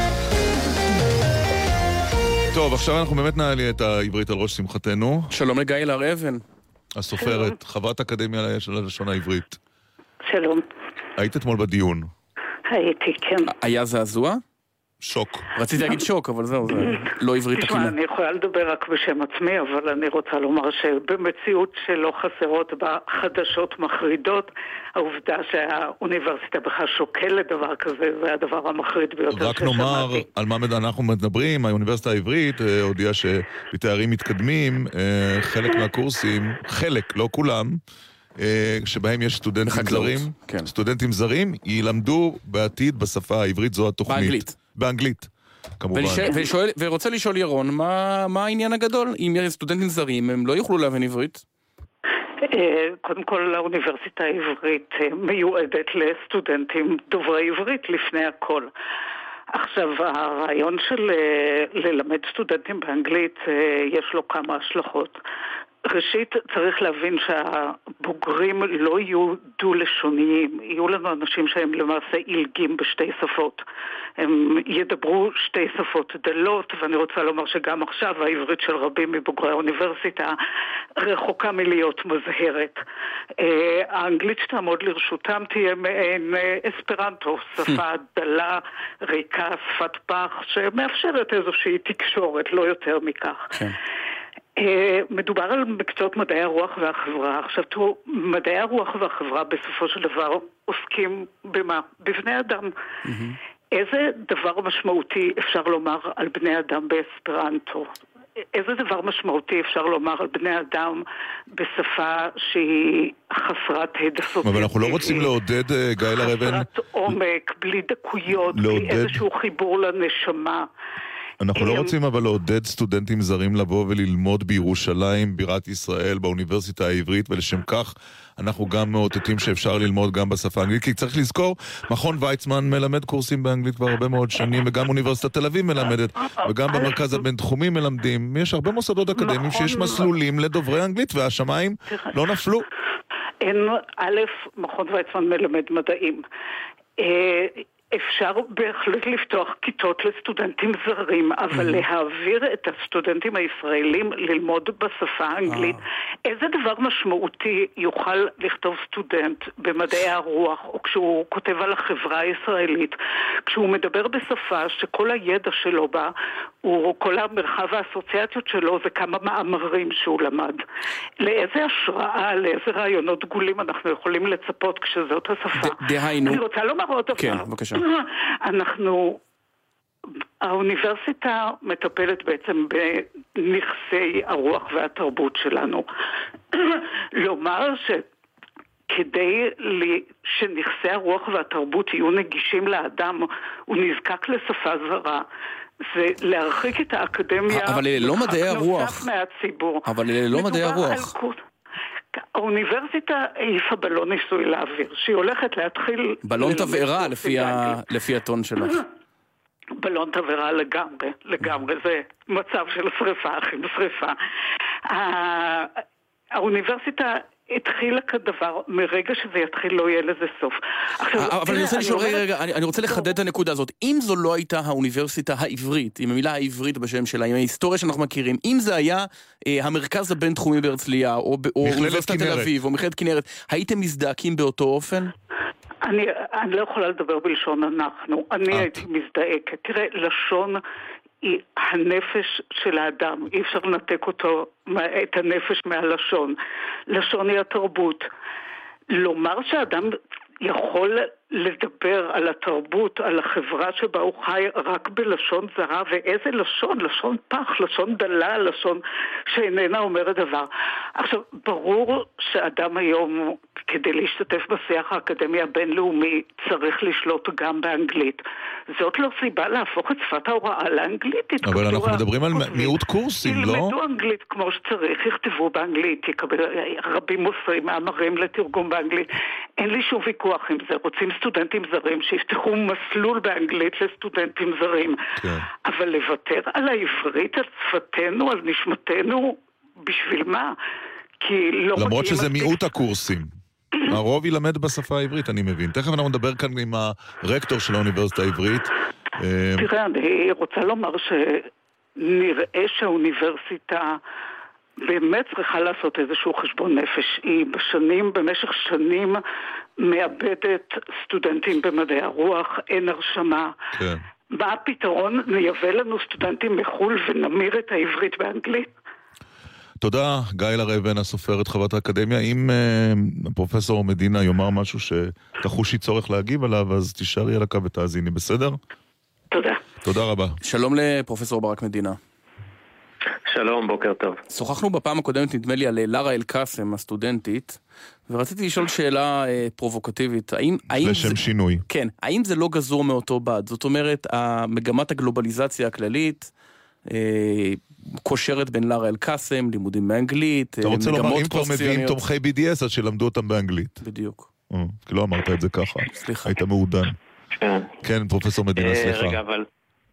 טוב, עכשיו אנחנו באמת נעלה את העברית על ראש שמחתנו. שלום לגיא הר אבן. הסופרת, חברת אקדמיה של הלשון העברית. שלום. היית אתמול בדיון. הייתי, כן. היה זעזוע? שוק. רציתי להגיד שוק, אבל זהו, זה לא עברית תקינה. תשמע, אני יכולה לדבר רק בשם עצמי, אבל אני רוצה לומר שבמציאות שלא חסרות בה חדשות מחרידות, העובדה שהאוניברסיטה בכלל שוקלת דבר כזה, זה הדבר המחריד ביותר ששמעתי. רק נאמר על מה אנחנו מדברים, האוניברסיטה העברית הודיעה שבתארים מתקדמים, חלק מהקורסים, חלק, לא כולם, שבהם יש סטודנטים זרים, סטודנטים זרים ילמדו בעתיד בשפה העברית, זו התוכנית. באנגלית, כמובן. ורוצה לשאול ירון, מה העניין הגדול? אם יש סטודנטים זרים, הם לא יוכלו להבין עברית? קודם כל, האוניברסיטה העברית מיועדת לסטודנטים דוברי עברית לפני הכל. עכשיו, הרעיון של ללמד סטודנטים באנגלית, יש לו כמה השלכות. ראשית, צריך להבין שהבוגרים לא יהיו דו-לשוניים, יהיו לנו אנשים שהם למעשה ילגים בשתי שפות. הם ידברו שתי שפות דלות, ואני רוצה לומר שגם עכשיו העברית של רבים מבוגרי האוניברסיטה רחוקה מלהיות מזהרת. האנגלית שתעמוד לרשותם תהיה מעין אספרנטו, שפה דלה, ריקה, שפת פח, שמאפשרת איזושהי תקשורת, לא יותר מכך. כן. מדובר על מקצועות מדעי הרוח והחברה. עכשיו תראו, מדעי הרוח והחברה בסופו של דבר עוסקים במה? בבני אדם. איזה דבר משמעותי אפשר לומר על בני אדם באספרנטו? איזה דבר משמעותי אפשר לומר על בני אדם בשפה שהיא חסרת הדסות? אבל אנחנו לא רוצים לעודד, גאל הרבן, חסרת עומק, בלי דקויות, בלי איזשהו חיבור לנשמה. אנחנו לא רוצים אבל לעודד סטודנטים זרים לבוא וללמוד בירושלים, בירת ישראל, באוניברסיטה העברית, ולשם כך אנחנו גם מאותתים שאפשר ללמוד גם בשפה האנגלית, כי צריך לזכור, מכון ויצמן מלמד קורסים באנגלית כבר הרבה מאוד שנים, וגם אוניברסיטת תל אביב מלמדת, וגם במרכז הבינתחומי מלמדים. יש הרבה מוסדות אקדמיים שיש מסלולים לדוברי אנגלית, והשמיים לא נפלו. אין, א', מכון ויצמן מלמד מדעים. אפשר בהחלט לפתוח כיתות לסטודנטים זרים, אבל להעביר את הסטודנטים הישראלים ללמוד בשפה האנגלית, איזה דבר משמעותי יוכל לכתוב סטודנט במדעי הרוח, או כשהוא כותב על החברה הישראלית, כשהוא מדבר בשפה שכל הידע שלו בה, כל המרחב האסוציאציות שלו זה כמה מאמרים שהוא למד. לאיזה השראה, לאיזה רעיונות גולים אנחנו יכולים לצפות כשזאת השפה. דהיינו. אני רוצה לומר עוד דבר. כן, בבקשה. האוניברסיטה מטפלת בעצם בנכסי הרוח והתרבות שלנו. לומר שכדי שנכסי הרוח והתרבות יהיו נגישים לאדם, הוא נזקק לשפה זרה. זה להרחיק את האקדמיה. אבל אלה לא מדעי הרוח. מהציבור. אבל אלה לא מדעי הרוח. האוניברסיטה העיפה בלון ניסוי לאוויר, שהיא הולכת להתחיל... בלון תבערה לפי הטון שלך. בלון תבערה לגמרי, זה מצב של שריפה, אחים שריפה. האוניברסיטה התחילה כדבר, מרגע שזה יתחיל לא יהיה לזה סוף. אבל אני רוצה לשאול רגע, אני רוצה לחדד את הנקודה הזאת. אם זו לא הייתה האוניברסיטה העברית, עם המילה העברית בשם שלה, עם ההיסטוריה שאנחנו מכירים, אם זה היה המרכז הבינתחומי בהרצליה, או אוניברסיטת תל אביב, או מכללת כנרת, הייתם מזדעקים באותו אופן? אני לא יכולה לדבר בלשון אנחנו. אני הייתי מזדעקת. תראה, לשון היא הנפש של האדם, אי אפשר לנתק אותו, את הנפש מהלשון. לשון היא התרבות. לומר שאדם יכול לדבר על התרבות, על החברה שבה הוא חי רק בלשון זרה, ואיזה לשון? לשון פח, לשון דלה, לשון שאיננה אומרת דבר. עכשיו, ברור שאדם היום, כדי להשתתף בשיח האקדמי הבינלאומי, צריך לשלוט גם באנגלית. זאת לא סיבה להפוך את שפת ההוראה לאנגלית. אבל אנחנו מדברים על מיעוט קורסים, לא? ילמדו אנגלית כמו שצריך, יכתבו באנגלית, רבים מוסרים מאמרים לתרגום באנגלית. אין לי שום ויכוח עם זה. רוצים סטודנטים זרים שיפתחו מסלול באנגלית לסטודנטים זרים. כן. אבל לוותר על העברית, על שפתנו, על נשמתנו, בשביל מה? כי לא למרות שזה מיעוט הקורסים. הרוב ילמד בשפה העברית, אני מבין. תכף אנחנו נדבר כאן עם הרקטור של האוניברסיטה העברית. תראה, אני רוצה לומר שנראה שהאוניברסיטה באמת צריכה לעשות איזשהו חשבון נפש. היא במשך שנים מאבדת סטודנטים במדעי הרוח, אין הרשמה. כן. מה הפתרון? נייבא לנו סטודנטים מחול ונמיר את העברית באנגלית? תודה, גיא לרבן, הסופרת חברת האקדמיה. אם פרופסור מדינה יאמר משהו שתחושי צורך להגיב עליו, אז תישארי על הקו ותאזיני, בסדר? תודה. תודה רבה. שלום לפרופסור ברק מדינה. שלום, בוקר טוב. שוחחנו בפעם הקודמת, נדמה לי, על לרה אל-קאסם, הסטודנטית, ורציתי לשאול שאלה פרובוקטיבית. לשם שינוי. כן, האם זה לא גזור מאותו בד? זאת אומרת, מגמת הגלובליזציה הכללית קושרת בין לרה אל-קאסם, לימודים באנגלית, אתה רוצה לומר, אם כבר מביאים תומכי BDS, אז שלמדו אותם באנגלית. בדיוק. כי לא אמרת את זה ככה. סליחה. היית מעודן. כן, פרופסור מדינה, סליחה. רגע, אבל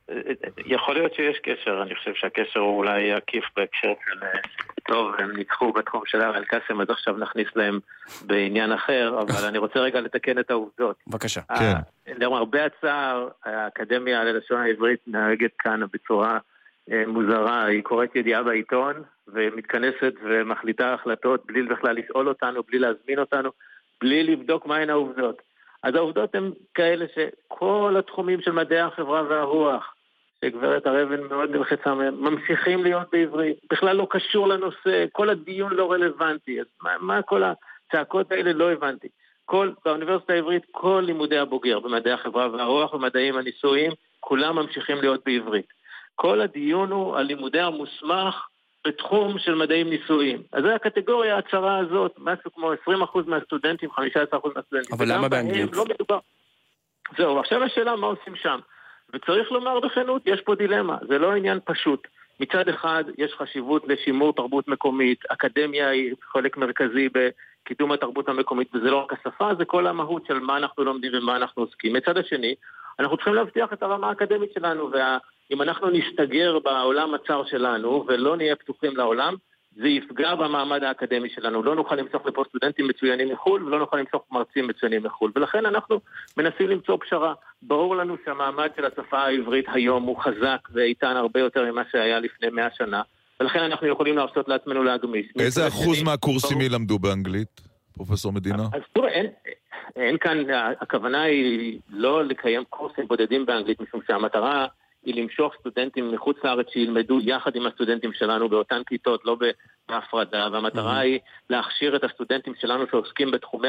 יכול להיות שיש קשר, אני חושב שהקשר הוא אולי עקיף בהקשר של טוב, הם ניצחו בתחום של לרה אל-קאסם, אז עכשיו נכניס להם בעניין אחר, אבל אני רוצה רגע לתקן את העובדות. בבקשה. כן. למרבה הצער, האקדמיה ללשון העברית נהגת כאן בצורה מוזרה, היא קוראת ידיעה בעיתון ומתכנסת ומחליטה החלטות בלי בכלל לשאול אותנו, בלי להזמין אותנו, בלי לבדוק מהן העובדות. אז העובדות הן כאלה שכל התחומים של מדעי החברה והרוח, שגברת הרבן מאוד נלחצה מהם, ממשיכים להיות בעברית, בכלל לא קשור לנושא, כל הדיון לא רלוונטי, אז מה כל הצעקות האלה לא הבנתי. באוניברסיטה העברית כל לימודי הבוגר במדעי החברה והרוח ומדעים הניסויים, כולם ממשיכים להיות בעברית. כל הדיון הוא על לימודי המוסמך בתחום של מדעים ניסויים. אז זה הקטגוריה הצרה הזאת, משהו כמו 20% מהסטודנטים, 15% מהסטודנטים. אבל למה באנגלית? לא מדובר. זהו, עכשיו השאלה מה עושים שם. וצריך לומר בכנות, יש פה דילמה, זה לא עניין פשוט. מצד אחד יש חשיבות לשימור תרבות מקומית, אקדמיה היא חלק מרכזי בקידום התרבות המקומית, וזה לא רק השפה, זה כל המהות של מה אנחנו לומדים ומה אנחנו עוסקים. מצד השני, אנחנו צריכים להבטיח את הרמה האקדמית שלנו, ואם אנחנו נסתגר בעולם הצר שלנו ולא נהיה פתוחים לעולם, זה יפגע במעמד האקדמי שלנו. לא נוכל למצוא לפה סטודנטים מצוינים מחול, ולא נוכל למצוא מרצים מצוינים מחול. ולכן אנחנו מנסים למצוא פשרה. ברור לנו שהמעמד של השפה העברית היום הוא חזק ואיתן הרבה יותר ממה שהיה לפני 100 שנה. ולכן אנחנו יכולים להרשות לעצמנו להגמיש. איזה אחוז מהקורסים ילמדו באנגלית, פרופסור מדינה? אז תראה, אין כאן, הכוונה היא לא לקיים קורסים בודדים באנגלית, משום שהמטרה היא למשוך סטודנטים מחוץ לארץ שילמדו יחד עם הסטודנטים שלנו באותן כיתות, לא בהפרדה, והמטרה היא להכשיר את הסטודנטים שלנו שעוסקים בתחומי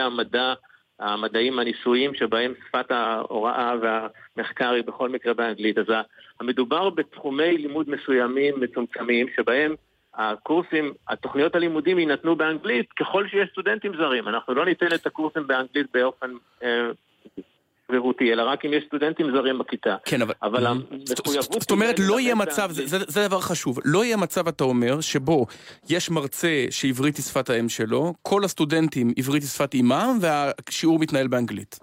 המדעים הניסויים, שבהם שפת ההוראה והמחקר היא בכל מקרה באנגלית. אז המדובר בתחומי לימוד מסוימים, מצומצמים, שבהם הקורסים, התוכניות הלימודים יינתנו באנגלית ככל שיש סטודנטים זרים. אנחנו לא ניתן את הקורסים באנגלית באופן שרירותי, אלא רק אם יש סטודנטים זרים בכיתה. כן, אבל זאת אומרת, לא יהיה מצב, זה דבר חשוב, לא יהיה מצב, אתה אומר, שבו יש מרצה שעברית היא שפת האם שלו, כל הסטודנטים עברית היא שפת אימם, והשיעור מתנהל באנגלית.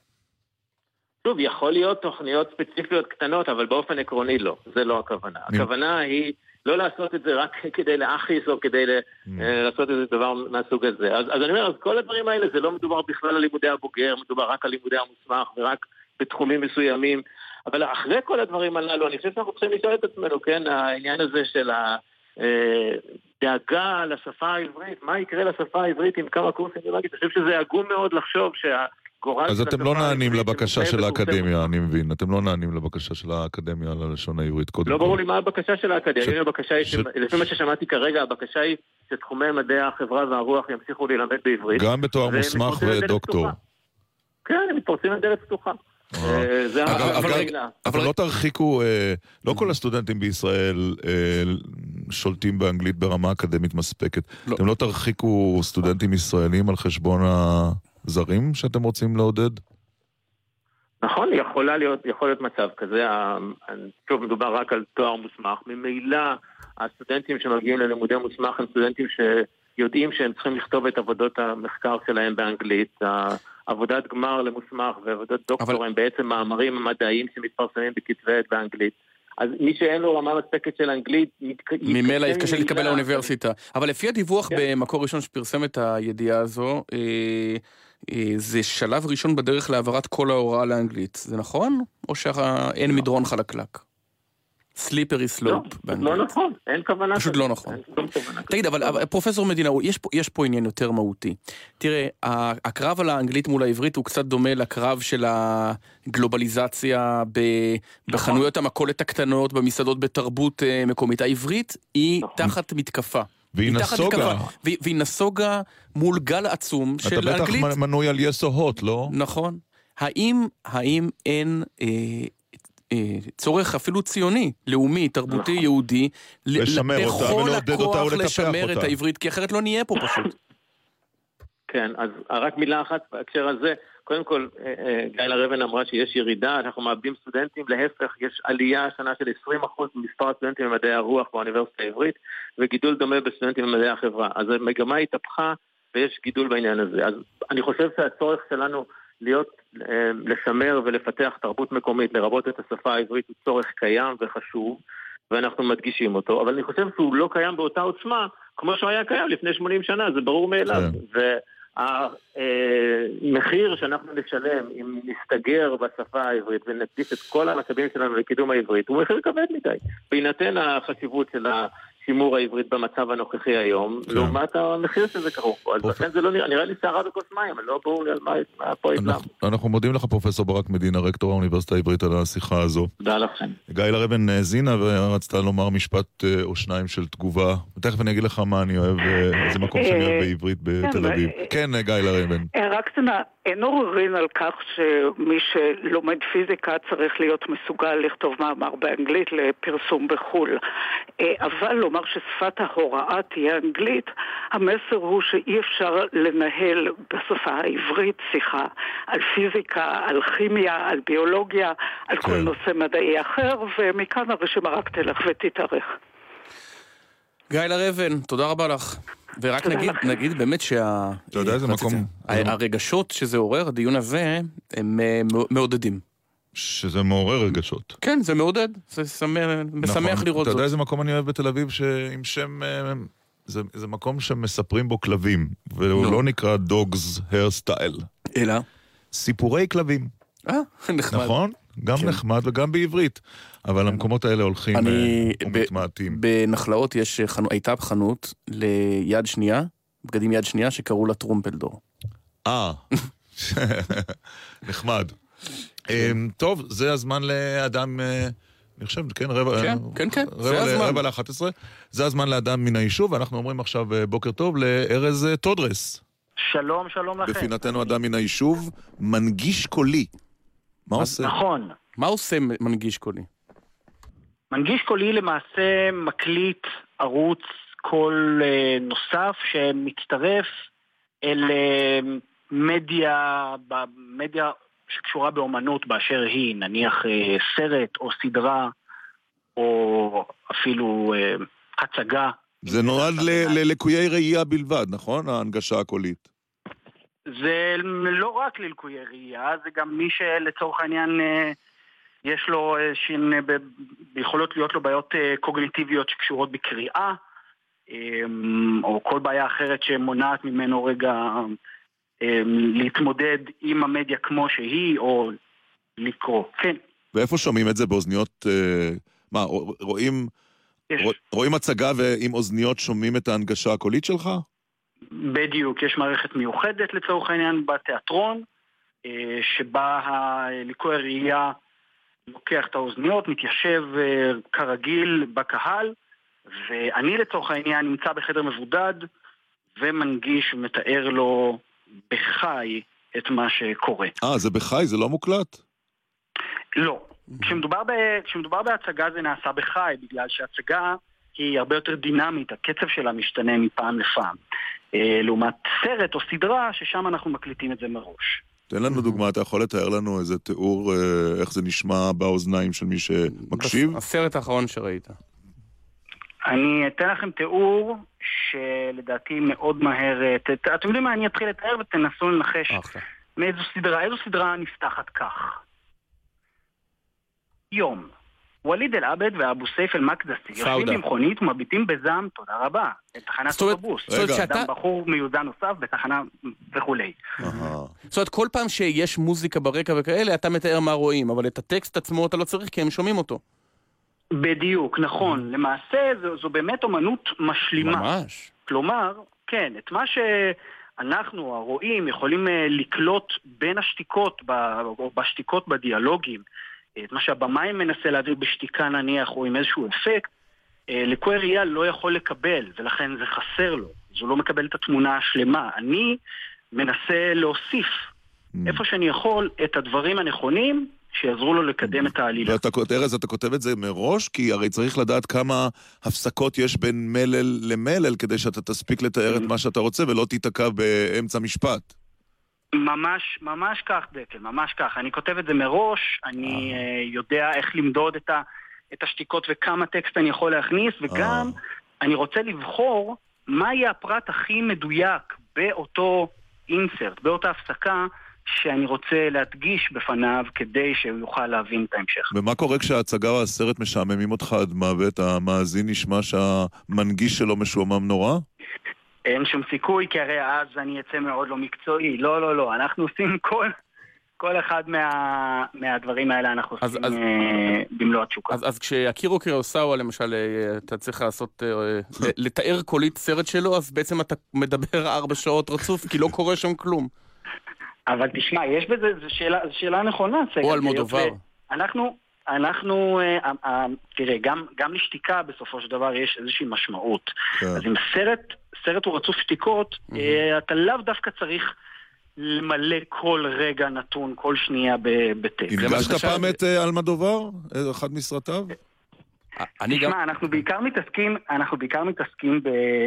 שוב, יכול להיות תוכניות ספציפיות קטנות, אבל באופן עקרוני לא. זה לא הכוונה. הכוונה היא לא לעשות את זה רק כדי להכיס או כדי לעשות איזה דבר מהסוג הזה. אז אני אומר, אז כל הדברים האלה, זה לא מדובר בכלל על לימודי הבוגר, מדובר רק על לימודי המוסמך ורק בתחומים מסוימים. אבל אחרי כל הדברים הללו, אני חושב שאנחנו צריכים לשאול את עצמנו, כן, העניין הזה של הדאגה לשפה העברית, מה יקרה לשפה העברית עם כמה קורסים? אני חושב שזה הגון מאוד לחשוב אז אתם לא נענים לבקשה של האקדמיה, אני מבין. אתם לא נענים לבקשה של האקדמיה ללשון העברית קודם כל. לא ברור לי מה הבקשה של האקדמיה. לפי מה ששמעתי כרגע, הבקשה היא שתחומי מדעי החברה והרוח ימשיכו להילמד בעברית. גם בתואר מוסמך ודוקטור. כן, הם מתפרצים לדלת פתוחה. אבל לא תרחיקו, לא כל הסטודנטים בישראל שולטים באנגלית ברמה אקדמית מספקת. אתם לא תרחיקו סטודנטים ישראלים על חשבון זרים שאתם רוצים לעודד? נכון, יכול להיות מצב כזה. שוב, מדובר רק על תואר מוסמך. ממילא הסטודנטים שמגיעים ללימודי מוסמך הם סטודנטים שיודעים שהם צריכים לכתוב את עבודות המחקר שלהם באנגלית. עבודת גמר למוסמך ועבודת דוקטור הם בעצם מאמרים מדעיים שמתפרסמים בכתבי עת באנגלית. אז מי שאין לו רמה מספקת של אנגלית ממילא יתקשה להתקבל לאוניברסיטה. אבל לפי הדיווח במקור ראשון שפרסם את הידיעה הזו, זה שלב ראשון בדרך להעברת כל ההוראה לאנגלית. זה נכון? או שאין מדרון חלקלק? סליפרי סלופ. לא נכון, אין כוונה. פשוט לא נכון. תגיד, אבל פרופסור מדינה, יש פה עניין יותר מהותי. תראה, הקרב על האנגלית מול העברית הוא קצת דומה לקרב של הגלובליזציה בחנויות המכולת הקטנות, במסעדות בתרבות מקומית. העברית היא תחת מתקפה. והיא נסוגה מול גל עצום של האנגלית. אתה בטח מנוי על yes or hot, לא? נכון. האם אין צורך אפילו ציוני, לאומי, תרבותי, יהודי, בכל הכוח לשמר את העברית, כי אחרת לא נהיה פה פשוט. כן, אז רק מילה אחת בהקשר הזה. קודם כל, גאילה רבן אמרה שיש ירידה, אנחנו מאבדים סטודנטים, להפך, יש עלייה השנה של 20% במספר הסטודנטים במדעי הרוח באוניברסיטה העברית, וגידול דומה בסטודנטים במדעי החברה. אז המגמה התהפכה, ויש גידול בעניין הזה. אז אני חושב שהצורך שלנו לשמר ולפתח תרבות מקומית, לרבות את השפה העברית, הוא צורך קיים וחשוב, ואנחנו מדגישים אותו, אבל אני חושב שהוא לא קיים באותה עוצמה, כמו שהוא היה קיים לפני 80 שנה, זה ברור מאליו. והמחיר שאנחנו נשלם אם נסתגר בשפה העברית ונקדיש את כל המשאבים שלנו לקידום העברית, הוא מחיר כבד מדי, בהינתן החשיבות של שימור העברית במצב הנוכחי היום, לעומת המחיר שזה קרוב פה. אז לכן זה לא נראה לי שערה בכוס מים, אבל לא ברור לי על מה פה איתם. אנחנו מודים לך פרופסור ברק מדינה, רקטור האוניברסיטה העברית, על השיחה הזו. תודה לכם. גאילה רבן האזינה ורצתה לומר משפט או שניים של תגובה. ותכף אני אגיד לך מה אני אוהב, איזה מקום שאני אוהב בעברית בתל אביב. כן, גאילה רבן. רק קטנה, אין עוררין על כך שמי שלומד פיזיקה צריך להיות מסוגל לכתוב מאמר באנגלית לפרסום בחול. אבל לומר ששפת ההוראה תהיה אנגלית, המסר הוא שאי אפשר לנהל בשפה העברית שיחה על פיזיקה, על כימיה, על ביולוגיה, על כל נושא מדעי אחר, ומכאן הרשימה רק תלך ותתארך. גאילה רבן, תודה רבה לך. ורק נגיד באמת שהרגשות שזה עורר, הדיון הזה, הם מעודדים. שזה מעורר רגשות. כן, זה מעודד, זה משמח לראות זאת. אתה יודע איזה מקום אני אוהב בתל אביב שעם שם, זה מקום שמספרים בו כלבים, והוא לא נקרא Dogs Hairstyle. אלא? סיפורי כלבים. נחמד. נכון? גם נחמד וגם בעברית. אבל המקומות האלה הולכים ומתמעטים. בנחלאות הייתה חנות ליד שנייה, בגדים יד שנייה, שקראו לה טרומפלדור. נחמד. טוב, זה הזמן לאדם, אני חושב, כן, רבע ל-11. זה הזמן לאדם מן היישוב, ואנחנו אומרים עכשיו בוקר טוב לארז תודרס. שלום, שלום לכם. בפינתנו אדם מן היישוב, מנגיש קולי. מה עושה? נכון. מה עושה מנגיש קולי? מנגיש קולי למעשה מקליט ערוץ קול נוסף שמצטרף אל מדיה שקשורה באומנות באשר היא, נניח סרט או סדרה או אפילו הצגה. זה נועד ללקויי ראייה בלבד, נכון? ההנגשה הקולית. זה לא רק ללקויי ראייה, זה גם מי שלצורך העניין יש לו יכולות להיות לו בעיות קוגניטיביות שקשורות בקריאה, או כל בעיה אחרת שמונעת ממנו רגע להתמודד עם המדיה כמו שהיא, או לקרוא. כן. ואיפה שומעים את זה? באוזניות? מה, רואים הצגה ועם אוזניות שומעים את ההנגשה הקולית שלך? בדיוק, יש מערכת מיוחדת לצורך העניין בתיאטרון, שבה הליקוי הראייה לוקח את האוזניות, מתיישב כרגיל בקהל, ואני לצורך העניין נמצא בחדר מבודד, ומנגיש ומתאר לו בחי את מה שקורה. זה בחי? זה לא מוקלט? לא. כשמדובר בהצגה זה נעשה בחי, בגלל שהצגה היא הרבה יותר דינמית, הקצב שלה משתנה מפעם לפעם. לעומת סרט או סדרה, ששם אנחנו מקליטים את זה מראש. תן לנו דוגמה, אתה יכול לתאר לנו איזה תיאור, איך זה נשמע באוזניים של מי שמקשיב? הסרט האחרון שראית. אני אתן לכם תיאור שלדעתי מאוד מהר, אתם יודעים מה, אני אתחיל לתאר ותנסו לנחש מאיזו סדרה. איזו סדרה נפתחת כך? יום. וליד אל-עבד ואבו סייף אל-מקדסי יושבים במכונית ומביטים בזעם, תודה רבה, בתחנת אוטובוס. אדם בחור מיודע נוסף בתחנה וכולי. זאת אומרת, כל פעם שיש מוזיקה ברקע וכאלה, אתה מתאר מה רואים, אבל את הטקסט עצמו אתה לא צריך כי הם שומעים אותו. בדיוק, נכון. למעשה זו באמת אומנות משלימה. ממש. כלומר, כן, את מה שאנחנו, הרואים, יכולים לקלוט בין השתיקות, או בשתיקות בדיאלוגים, את מה שהבמאי מנסה להעביר בשתיקה נניח, או עם איזשהו אפקט, לקוי ראייה לא יכול לקבל, ולכן זה חסר לו. זו לא מקבל את התמונה השלמה. אני מנסה להוסיף, איפה שאני יכול, את הדברים הנכונים, שיעזרו לו לקדם את העלילה. ארז, אתה כותב את זה מראש? כי הרי צריך לדעת כמה הפסקות יש בין מלל למלל, כדי שאתה תספיק לתאר את מה שאתה רוצה, ולא תיתקע באמצע משפט. ממש כך, דקל, ממש כך. אני כותב את זה מראש, אני יודע איך למדוד את השתיקות וכמה טקסט אני יכול להכניס, וגם אני רוצה לבחור מה יהיה הפרט הכי מדויק באותו אינסרט, באותה הפסקה, שאני רוצה להדגיש בפניו כדי שהוא יוכל להבין את ההמשך. ומה קורה כשההצגה או הסרט משעממים אותך עד מוות? המאזין נשמע שהמנגיש שלו משועמם נורא? אין שום סיכוי, כי הרי אז אני אצא מאוד לא מקצועי. לא. אנחנו עושים כל אחד מהדברים האלה, אנחנו עושים במלוא התשוקה. אז כשאקירו קורוסאווה למשל, אתה צריך לעשות, לתאר קולית סרט שלו, אז בעצם אתה מדבר 4 שעות רצוף, כי לא קורה שם כלום. אבל תשמע, יש בזה, זו שאלה נכונה. או על מודובר. אנחנו, תראה, גם לשתיקה בסופו של דבר יש איזושהי משמעות. אז אם סרט הוא רצוף שתיקות, אתה לאו דווקא צריך למלא כל רגע נתון, כל שנייה בטקסט. הנגשת פעם את אלמודובר? אחד מסרטיו? תשמע, אנחנו בעיקר מתעסקים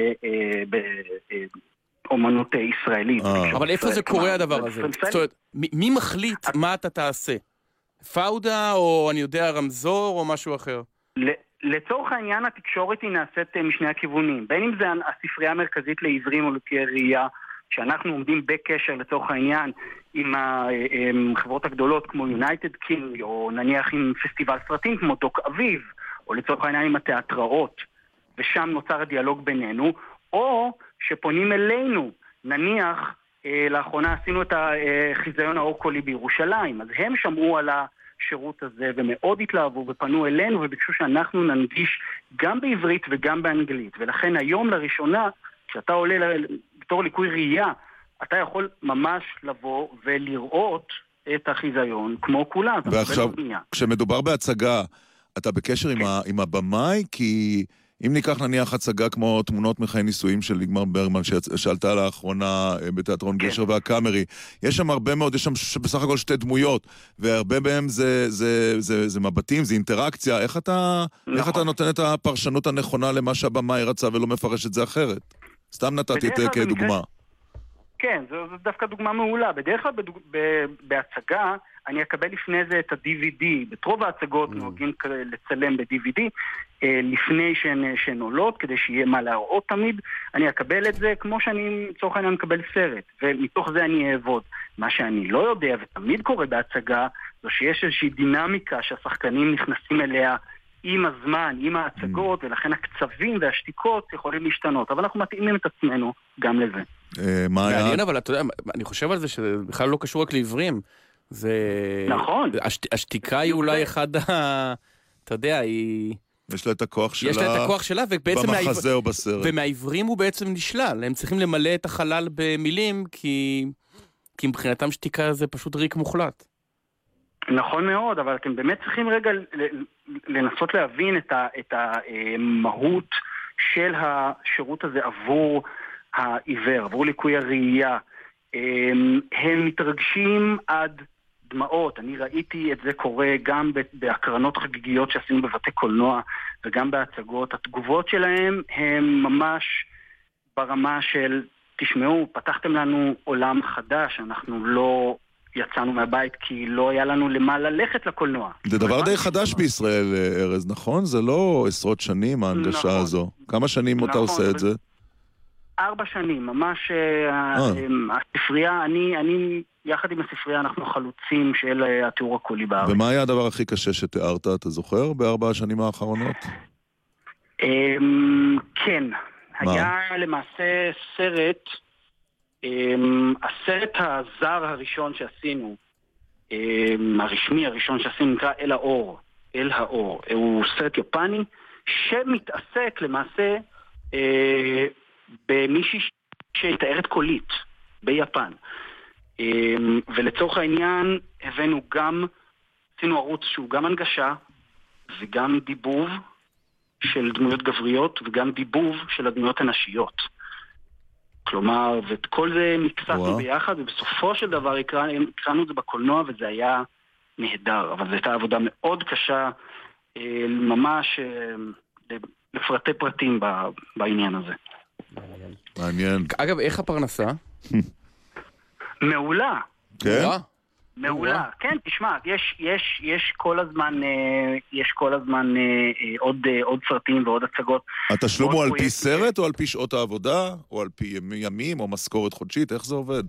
אומנות ישראלית. אבל איפה זה קורה הדבר הזה? זאת אומרת, מי מחליט מה אתה תעשה? פאודה או אני יודע רמזור או משהו אחר? לצורך העניין התקשורת היא נעשית משני הכיוונים. בין אם זה הספרייה המרכזית לעיוורים או לקויי ראייה, שאנחנו עומדים בקשר לצורך העניין עם החברות הגדולות כמו יונייטד קינג, או נניח עם פסטיבל סרטים כמו דוק אביב, או לצורך העניין עם התיאטראות, ושם נוצר הדיאלוג בינינו, או שפונים אלינו, נניח, לאחרונה עשינו את החיזיון האור קולי בירושלים, אז הם שמעו על השירות הזה ומאוד התלהבו ופנו אלינו וביקשו שאנחנו ננגיש גם בעברית וגם באנגלית, ולכן היום לראשונה, כשאתה עולה בתור ליקוי ראייה, אתה יכול ממש לבוא ולראות את החיזיון כמו כולם. ועכשיו, כשמדובר בהצגה, אתה בקשר עם הבמאי? כי אם ניקח נניח הצגה כמו תמונות מחיי נישואים של ליגמר ברגמן שעלתה לאחרונה בתיאטרון גשר והקאמרי, יש שם הרבה מאוד, יש שם בסך הכל 2 דמויות, והרבה בהם זה מבטים, זה אינטראקציה. איך אתה נותן את הפרשנות הנכונה למה שהבמאי רצה ולא מפרש את זה אחרת? סתם נתתי את זה כדוגמה. כן, זו דווקא דוגמה מעולה. בדרך כלל בהצגה אני אקבל לפני זה את ה-DVD. ברוב ההצגות נוהגים לצלם ב-DVD לפני שהן עולות, כדי שיהיה מה להראות תמיד. אני אקבל את זה כמו שאני לצורך העניין מקבל סרט, ומתוך זה אני אעבוד. מה שאני לא יודע, ותמיד קורה בהצגה, זו שיש איזושהי דינמיקה שהשחקנים נכנסים אליה עם הזמן, עם ההצגות, ולכן הקצבים והשתיקות יכולים להשתנות. אבל אנחנו מתאימים את עצמנו גם לזה. מעניין, אבל אתה יודע, אני חושב על זה שזה בכלל לא קשור רק לעברים. זה... נכון. השתיקה היא אולי אחד אתה יודע, היא... יש לה את הכוח שלה. יש לה את הכוח שלה, ובעצם... במחזה או בסרט. ומהעברים הוא בעצם נשלל. הם צריכים למלא את החלל במילים, כי מבחינתם שתיקה זה פשוט ריק מוחלט. נכון מאוד, אבל אתם באמת צריכים רגע לנסות להבין את המהות של השירות הזה עבור העיוור, עבור ליקוי הראייה. הם מתרגשים עד דמעות. אני ראיתי את זה קורה גם בהקרנות חגיגיות שעשינו בבתי קולנוע וגם בהצגות. התגובות שלהם הם ממש ברמה של, תשמעו, פתחתם לנו עולם חדש, אנחנו לא יצאנו מהבית כי לא היה לנו למה ללכת לקולנוע. זה דבר די חדש בישראל, ארז, נכון? זה לא עשרות שנים ההנגשה הזו. כמה שנים אתה עושה את זה? 4 שנים, ממש הספרייה, אני יחד עם הספרייה אנחנו חלוצים של התיאור הקולי בארץ. ומה היה הדבר הכי קשה שתיארת, אתה זוכר, ב4 השנים האחרונות? כן, היה למעשה סרט, הסרט הזר הראשון שעשינו, הרשמי הראשון שעשינו נקרא אל האור, אל האור. הוא סרט יפני שמתעסק למעשה במישהי שתארת קולית ביפן. ולצורך העניין הבאנו גם, עשינו ערוץ שהוא גם הנגשה וגם דיבוב של דמויות גבריות וגם דיבוב של הדמויות הנשיות. כלומר, ואת כל זה מקספנו ביחד, ובסופו של דבר הקראנו את זה בקולנוע, וזה היה נהדר. אבל זו הייתה עבודה מאוד קשה, ממש לפרטי פרטים בעניין הזה. מעניין. אגב, איך הפרנסה? מעולה. כן? מעולה. כן, תשמע, יש כל הזמן עוד סרטים ועוד הצגות. התשלום הוא על פי סרט או על פי שעות העבודה או על פי ימים או משכורת חודשית? איך זה עובד?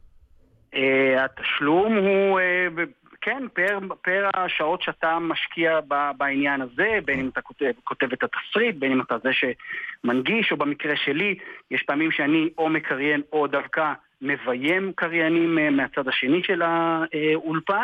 התשלום הוא, כן, פר השעות שאתה משקיע בעניין הזה, בין אם אתה כותב את התסריט, בין אם אתה זה שמנגיש, או במקרה שלי, יש פעמים שאני או מקריין או דווקא מביים קריינים מהצד השני של האולפן,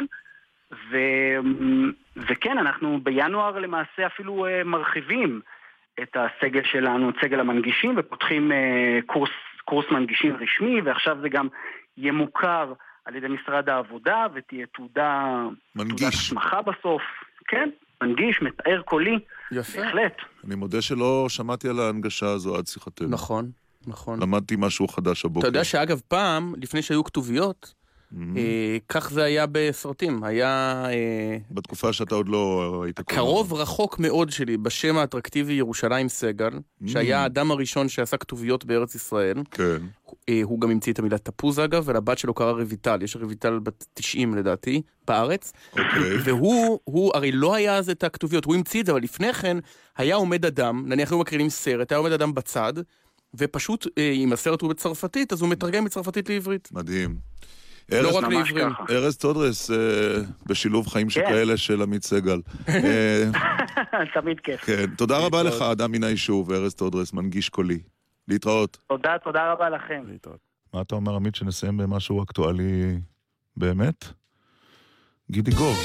וכן, אנחנו בינואר למעשה אפילו מרחיבים את הסגל שלנו, את סגל המנגישים, ופותחים קורס מנגישים רשמי, ועכשיו זה גם יהיה מוכר על ידי משרד העבודה, ותהיה תעודה הסמכה בסוף. כן, מנגיש, מתאר קולי. יפה. בהחלט. אני מודה שלא שמעתי על ההנגשה הזו עד שיחתנו. נכון, נכון. למדתי משהו חדש הבוקר. אתה יודע שאגב פעם, לפני שהיו כתוביות, כך זה היה בסרטים. היה... בתקופה שאתה עוד לא היית קרוב רחוק מאוד שלי, בשם האטרקטיבי ירושלים סגל, שהיה האדם הראשון שעשה כתוביות בארץ ישראל. כן. הוא גם המציא את המילה תפוז אגב, ולבת שלו קרא רויטל. יש רויטל בת 90 לדעתי, בארץ. והוא הרי לא היה אז את הכתוביות, הוא המציא את זה, אבל לפני כן היה עומד אדם, נניח הוא מקרינים סרט, היה עומד אדם בצד, ופשוט, אם הסרט הוא בצרפתית, אז הוא מתרגם מצרפתית לעברית. מדהים. לא רק לעברית. ארז תודרס, בשילוב חיים שכאלה של עמית סגל. תמיד כיף. כן, תודה רבה לך, אדם מן היישוב, ארז תודרס, מנגיש קולי. להתראות. תודה רבה לכם. מה אתה אומר, עמית, שנסיים במשהו אקטואלי באמת? גידי גוב.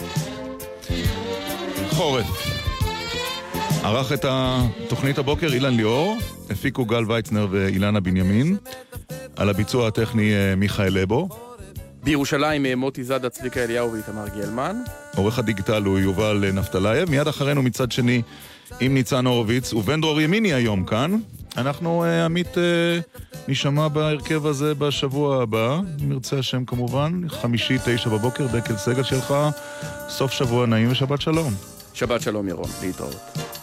חורף. ערך את התוכנית הבוקר אילן ליאור, הפיקו גל ויצנר ואילנה בנימין, על הביצוע הטכני מיכאל לבו. בירושלים מוטי זאדה, צביקה אליהו ואיתמר גלמן. עורך הדיגיטל הוא יובל נפתלייב. מיד אחרינו מצד שני עם ניצן הורוביץ ובן דרור ימיני היום כאן. אנחנו עמית נשמע בהרכב הזה בשבוע הבא, מרצה השם כמובן, 5:09 בבוקר, דקל סגל שלך. סוף שבוע נעים ושבת שלום. שבת שלום ירון, להתראות.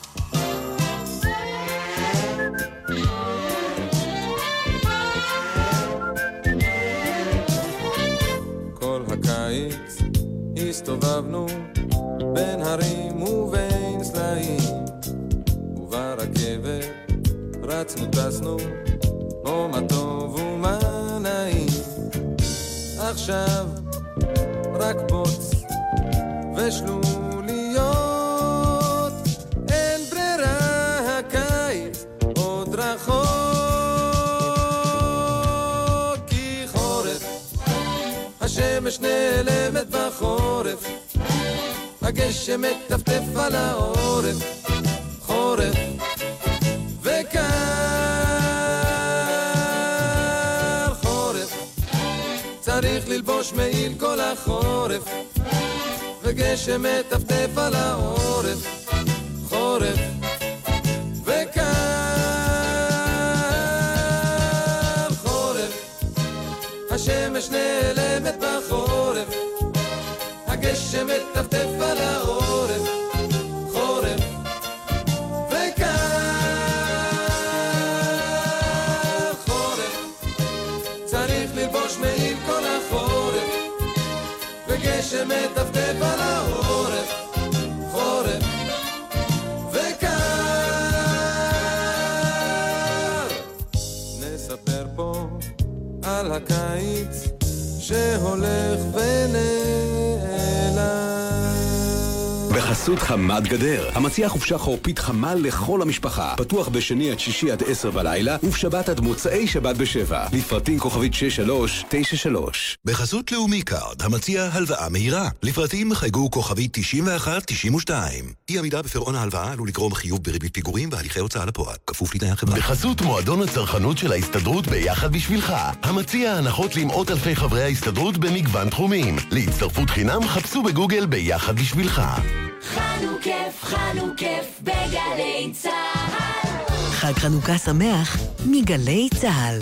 כל הקיץ הסתובבנו בין הרים ובין סלעים, וברכבת רצנו טסנו, או מה טוב ומה נעים. עכשיו רק בוץ ושלוליות, אין ברירה, הקיץ עוד רחוק, כי חורף, השמש נעלמת בחורף, הגשם מטפטף על העורף, חורף וקר חורף, צריך ללבוש מעיל כל החורף, וגשם מטפטף על העורף, חורף וקר חורף, השמש נעלמת בחורף, הגשם מטפטף על העורף, חורף וקר חורף, צריך ללבוש מעיל כל החורף, וגשם מטפטף על העורף, חורף וקר. נספר פה על הקיץ שהולך ונעלם. בחסות חמת גדר, המציע חופשה חורפית חמה לכל המשפחה. פתוח בשני עד שישי עד 10 בלילה, ובשבת עד מוצאי שבת ב7. לפרטים כוכבית 6393. בחסות לאומי קארד, המציע הלוואה מהירה. לפרטים חייגו כוכבית 9192. אי עמידה בפירעון ההלוואה עלול לגרום חיוב בריבית פיגורים והליכי הוצאה לפועל. כפוף לתנאי החברה. בחסות מועדון הצרכנות של ההסתדרות ביחד בשבילך. המציע הנחות למאות אלפי חברי ההסתדרות במגוון תחומים. להצטרפות חינם חפשו בגוגל ביחד בשבילך. חנו כיף בגלי צהל. חג חנוכה שמח מגלי צהל.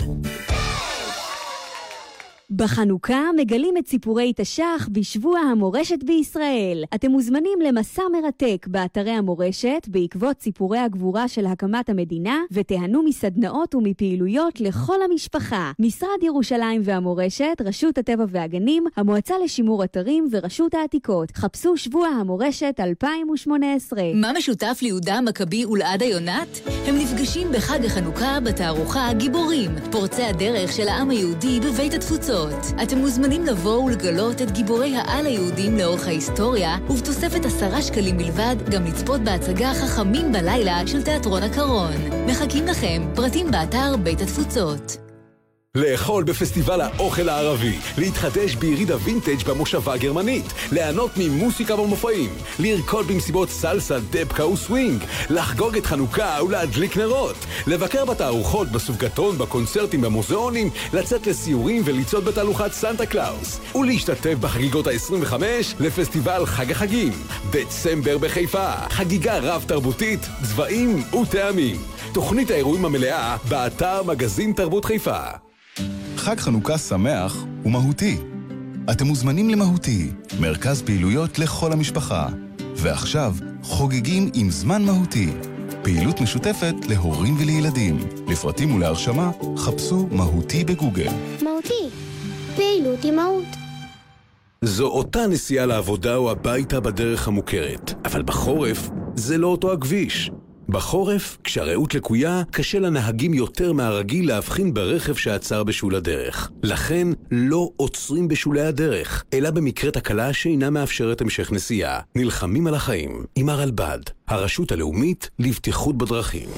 בחנוכה מגלים את סיפורי תש"ח בשבוע המורשת בישראל. אתם מוזמנים למסע מרתק באתרי המורשת בעקבות סיפורי הגבורה של הקמת המדינה, ותיהנו מסדנאות ומפעילויות לכל המשפחה. משרד ירושלים והמורשת, רשות הטבע והגנים, המועצה לשימור אתרים ורשות העתיקות. חפשו שבוע המורשת 2018. מה משותף ליהודה מכבי ולעדה יונת? הם נפגשים בחג החנוכה בתערוכה גיבורים, פורצי הדרך של העם היהודי בבית התפוצות. אתם מוזמנים לבוא ולגלות את גיבורי העל היהודים לאורך ההיסטוריה, ובתוספת 10 שקלים בלבד גם לצפות בהצגה חכמים בלילה של תיאטרון הקרון. מחכים לכם, פרטים באתר בית התפוצות. לאכול בפסטיבל האוכל הערבי, להתחדש ביריד הווינטג' במושבה הגרמנית, ליהנות ממוסיקה במופעים, לרקוד במסיבות סלסה, דבקה וסווינג, לחגוג את חנוכה ולהדליק נרות, לבקר בתערוכות, בסופגטון, בקונצרטים, במוזיאונים, לצאת לסיורים וליצות בתהלוכת סנטה קלאוס, ולהשתתף בחגיגות ה-25 לפסטיבל חג החגים, דצמבר בחיפה, חגיגה רב תרבותית, צבעים וטעמים. תוכנית האירועים המלאה באתר מגזין תרבות חיפה. חג חנוכה שמח ומהותי. אתם מוזמנים למהותי, מרכז פעילויות לכל המשפחה. ועכשיו חוגגים עם זמן מהותי. פעילות משותפת להורים ולילדים. לפרטים ולהרשמה חפשו מהותי בגוגל. מהותי, פעילות עם מהות. זו אותה נסיעה לעבודה או הביתה בדרך המוכרת, אבל בחורף זה לא אותו הכביש. בחורף, כשהראות לקויה, קשה לנהגים יותר מהרגיל להבחין ברכב שעצר בשול הדרך. לכן, לא עוצרים בשולי הדרך, אלא במקרה תקלה שאינה מאפשרת המשך נסיעה. נלחמים על החיים עם הרלב"ד, הרשות הלאומית לבטיחות בדרכים.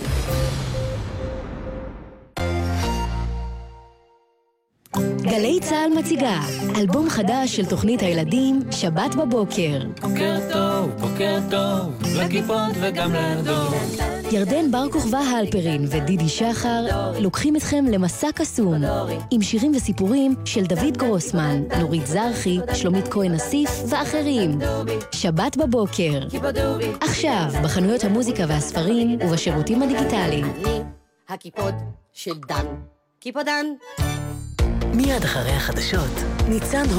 גלי צהל מציגה אלבום חדש של תוכנית הילדים שבת בבוקר. בוקר טוב, לכיפות וגם לדור. ירדן בר כוכבא הלפרין ודידי שחר לוקחים אתכם למסע קסום עם שירים וסיפורים של דוד גרוסמן, נורית זרחי, שלומית כהן אסיף ואחרים. שבת בבוקר, עכשיו בחנויות המוזיקה והספרים ובשירותים הדיגיטליים. הכיפות של דן. כיפות דן. מיד אחרי החדשות, ניצן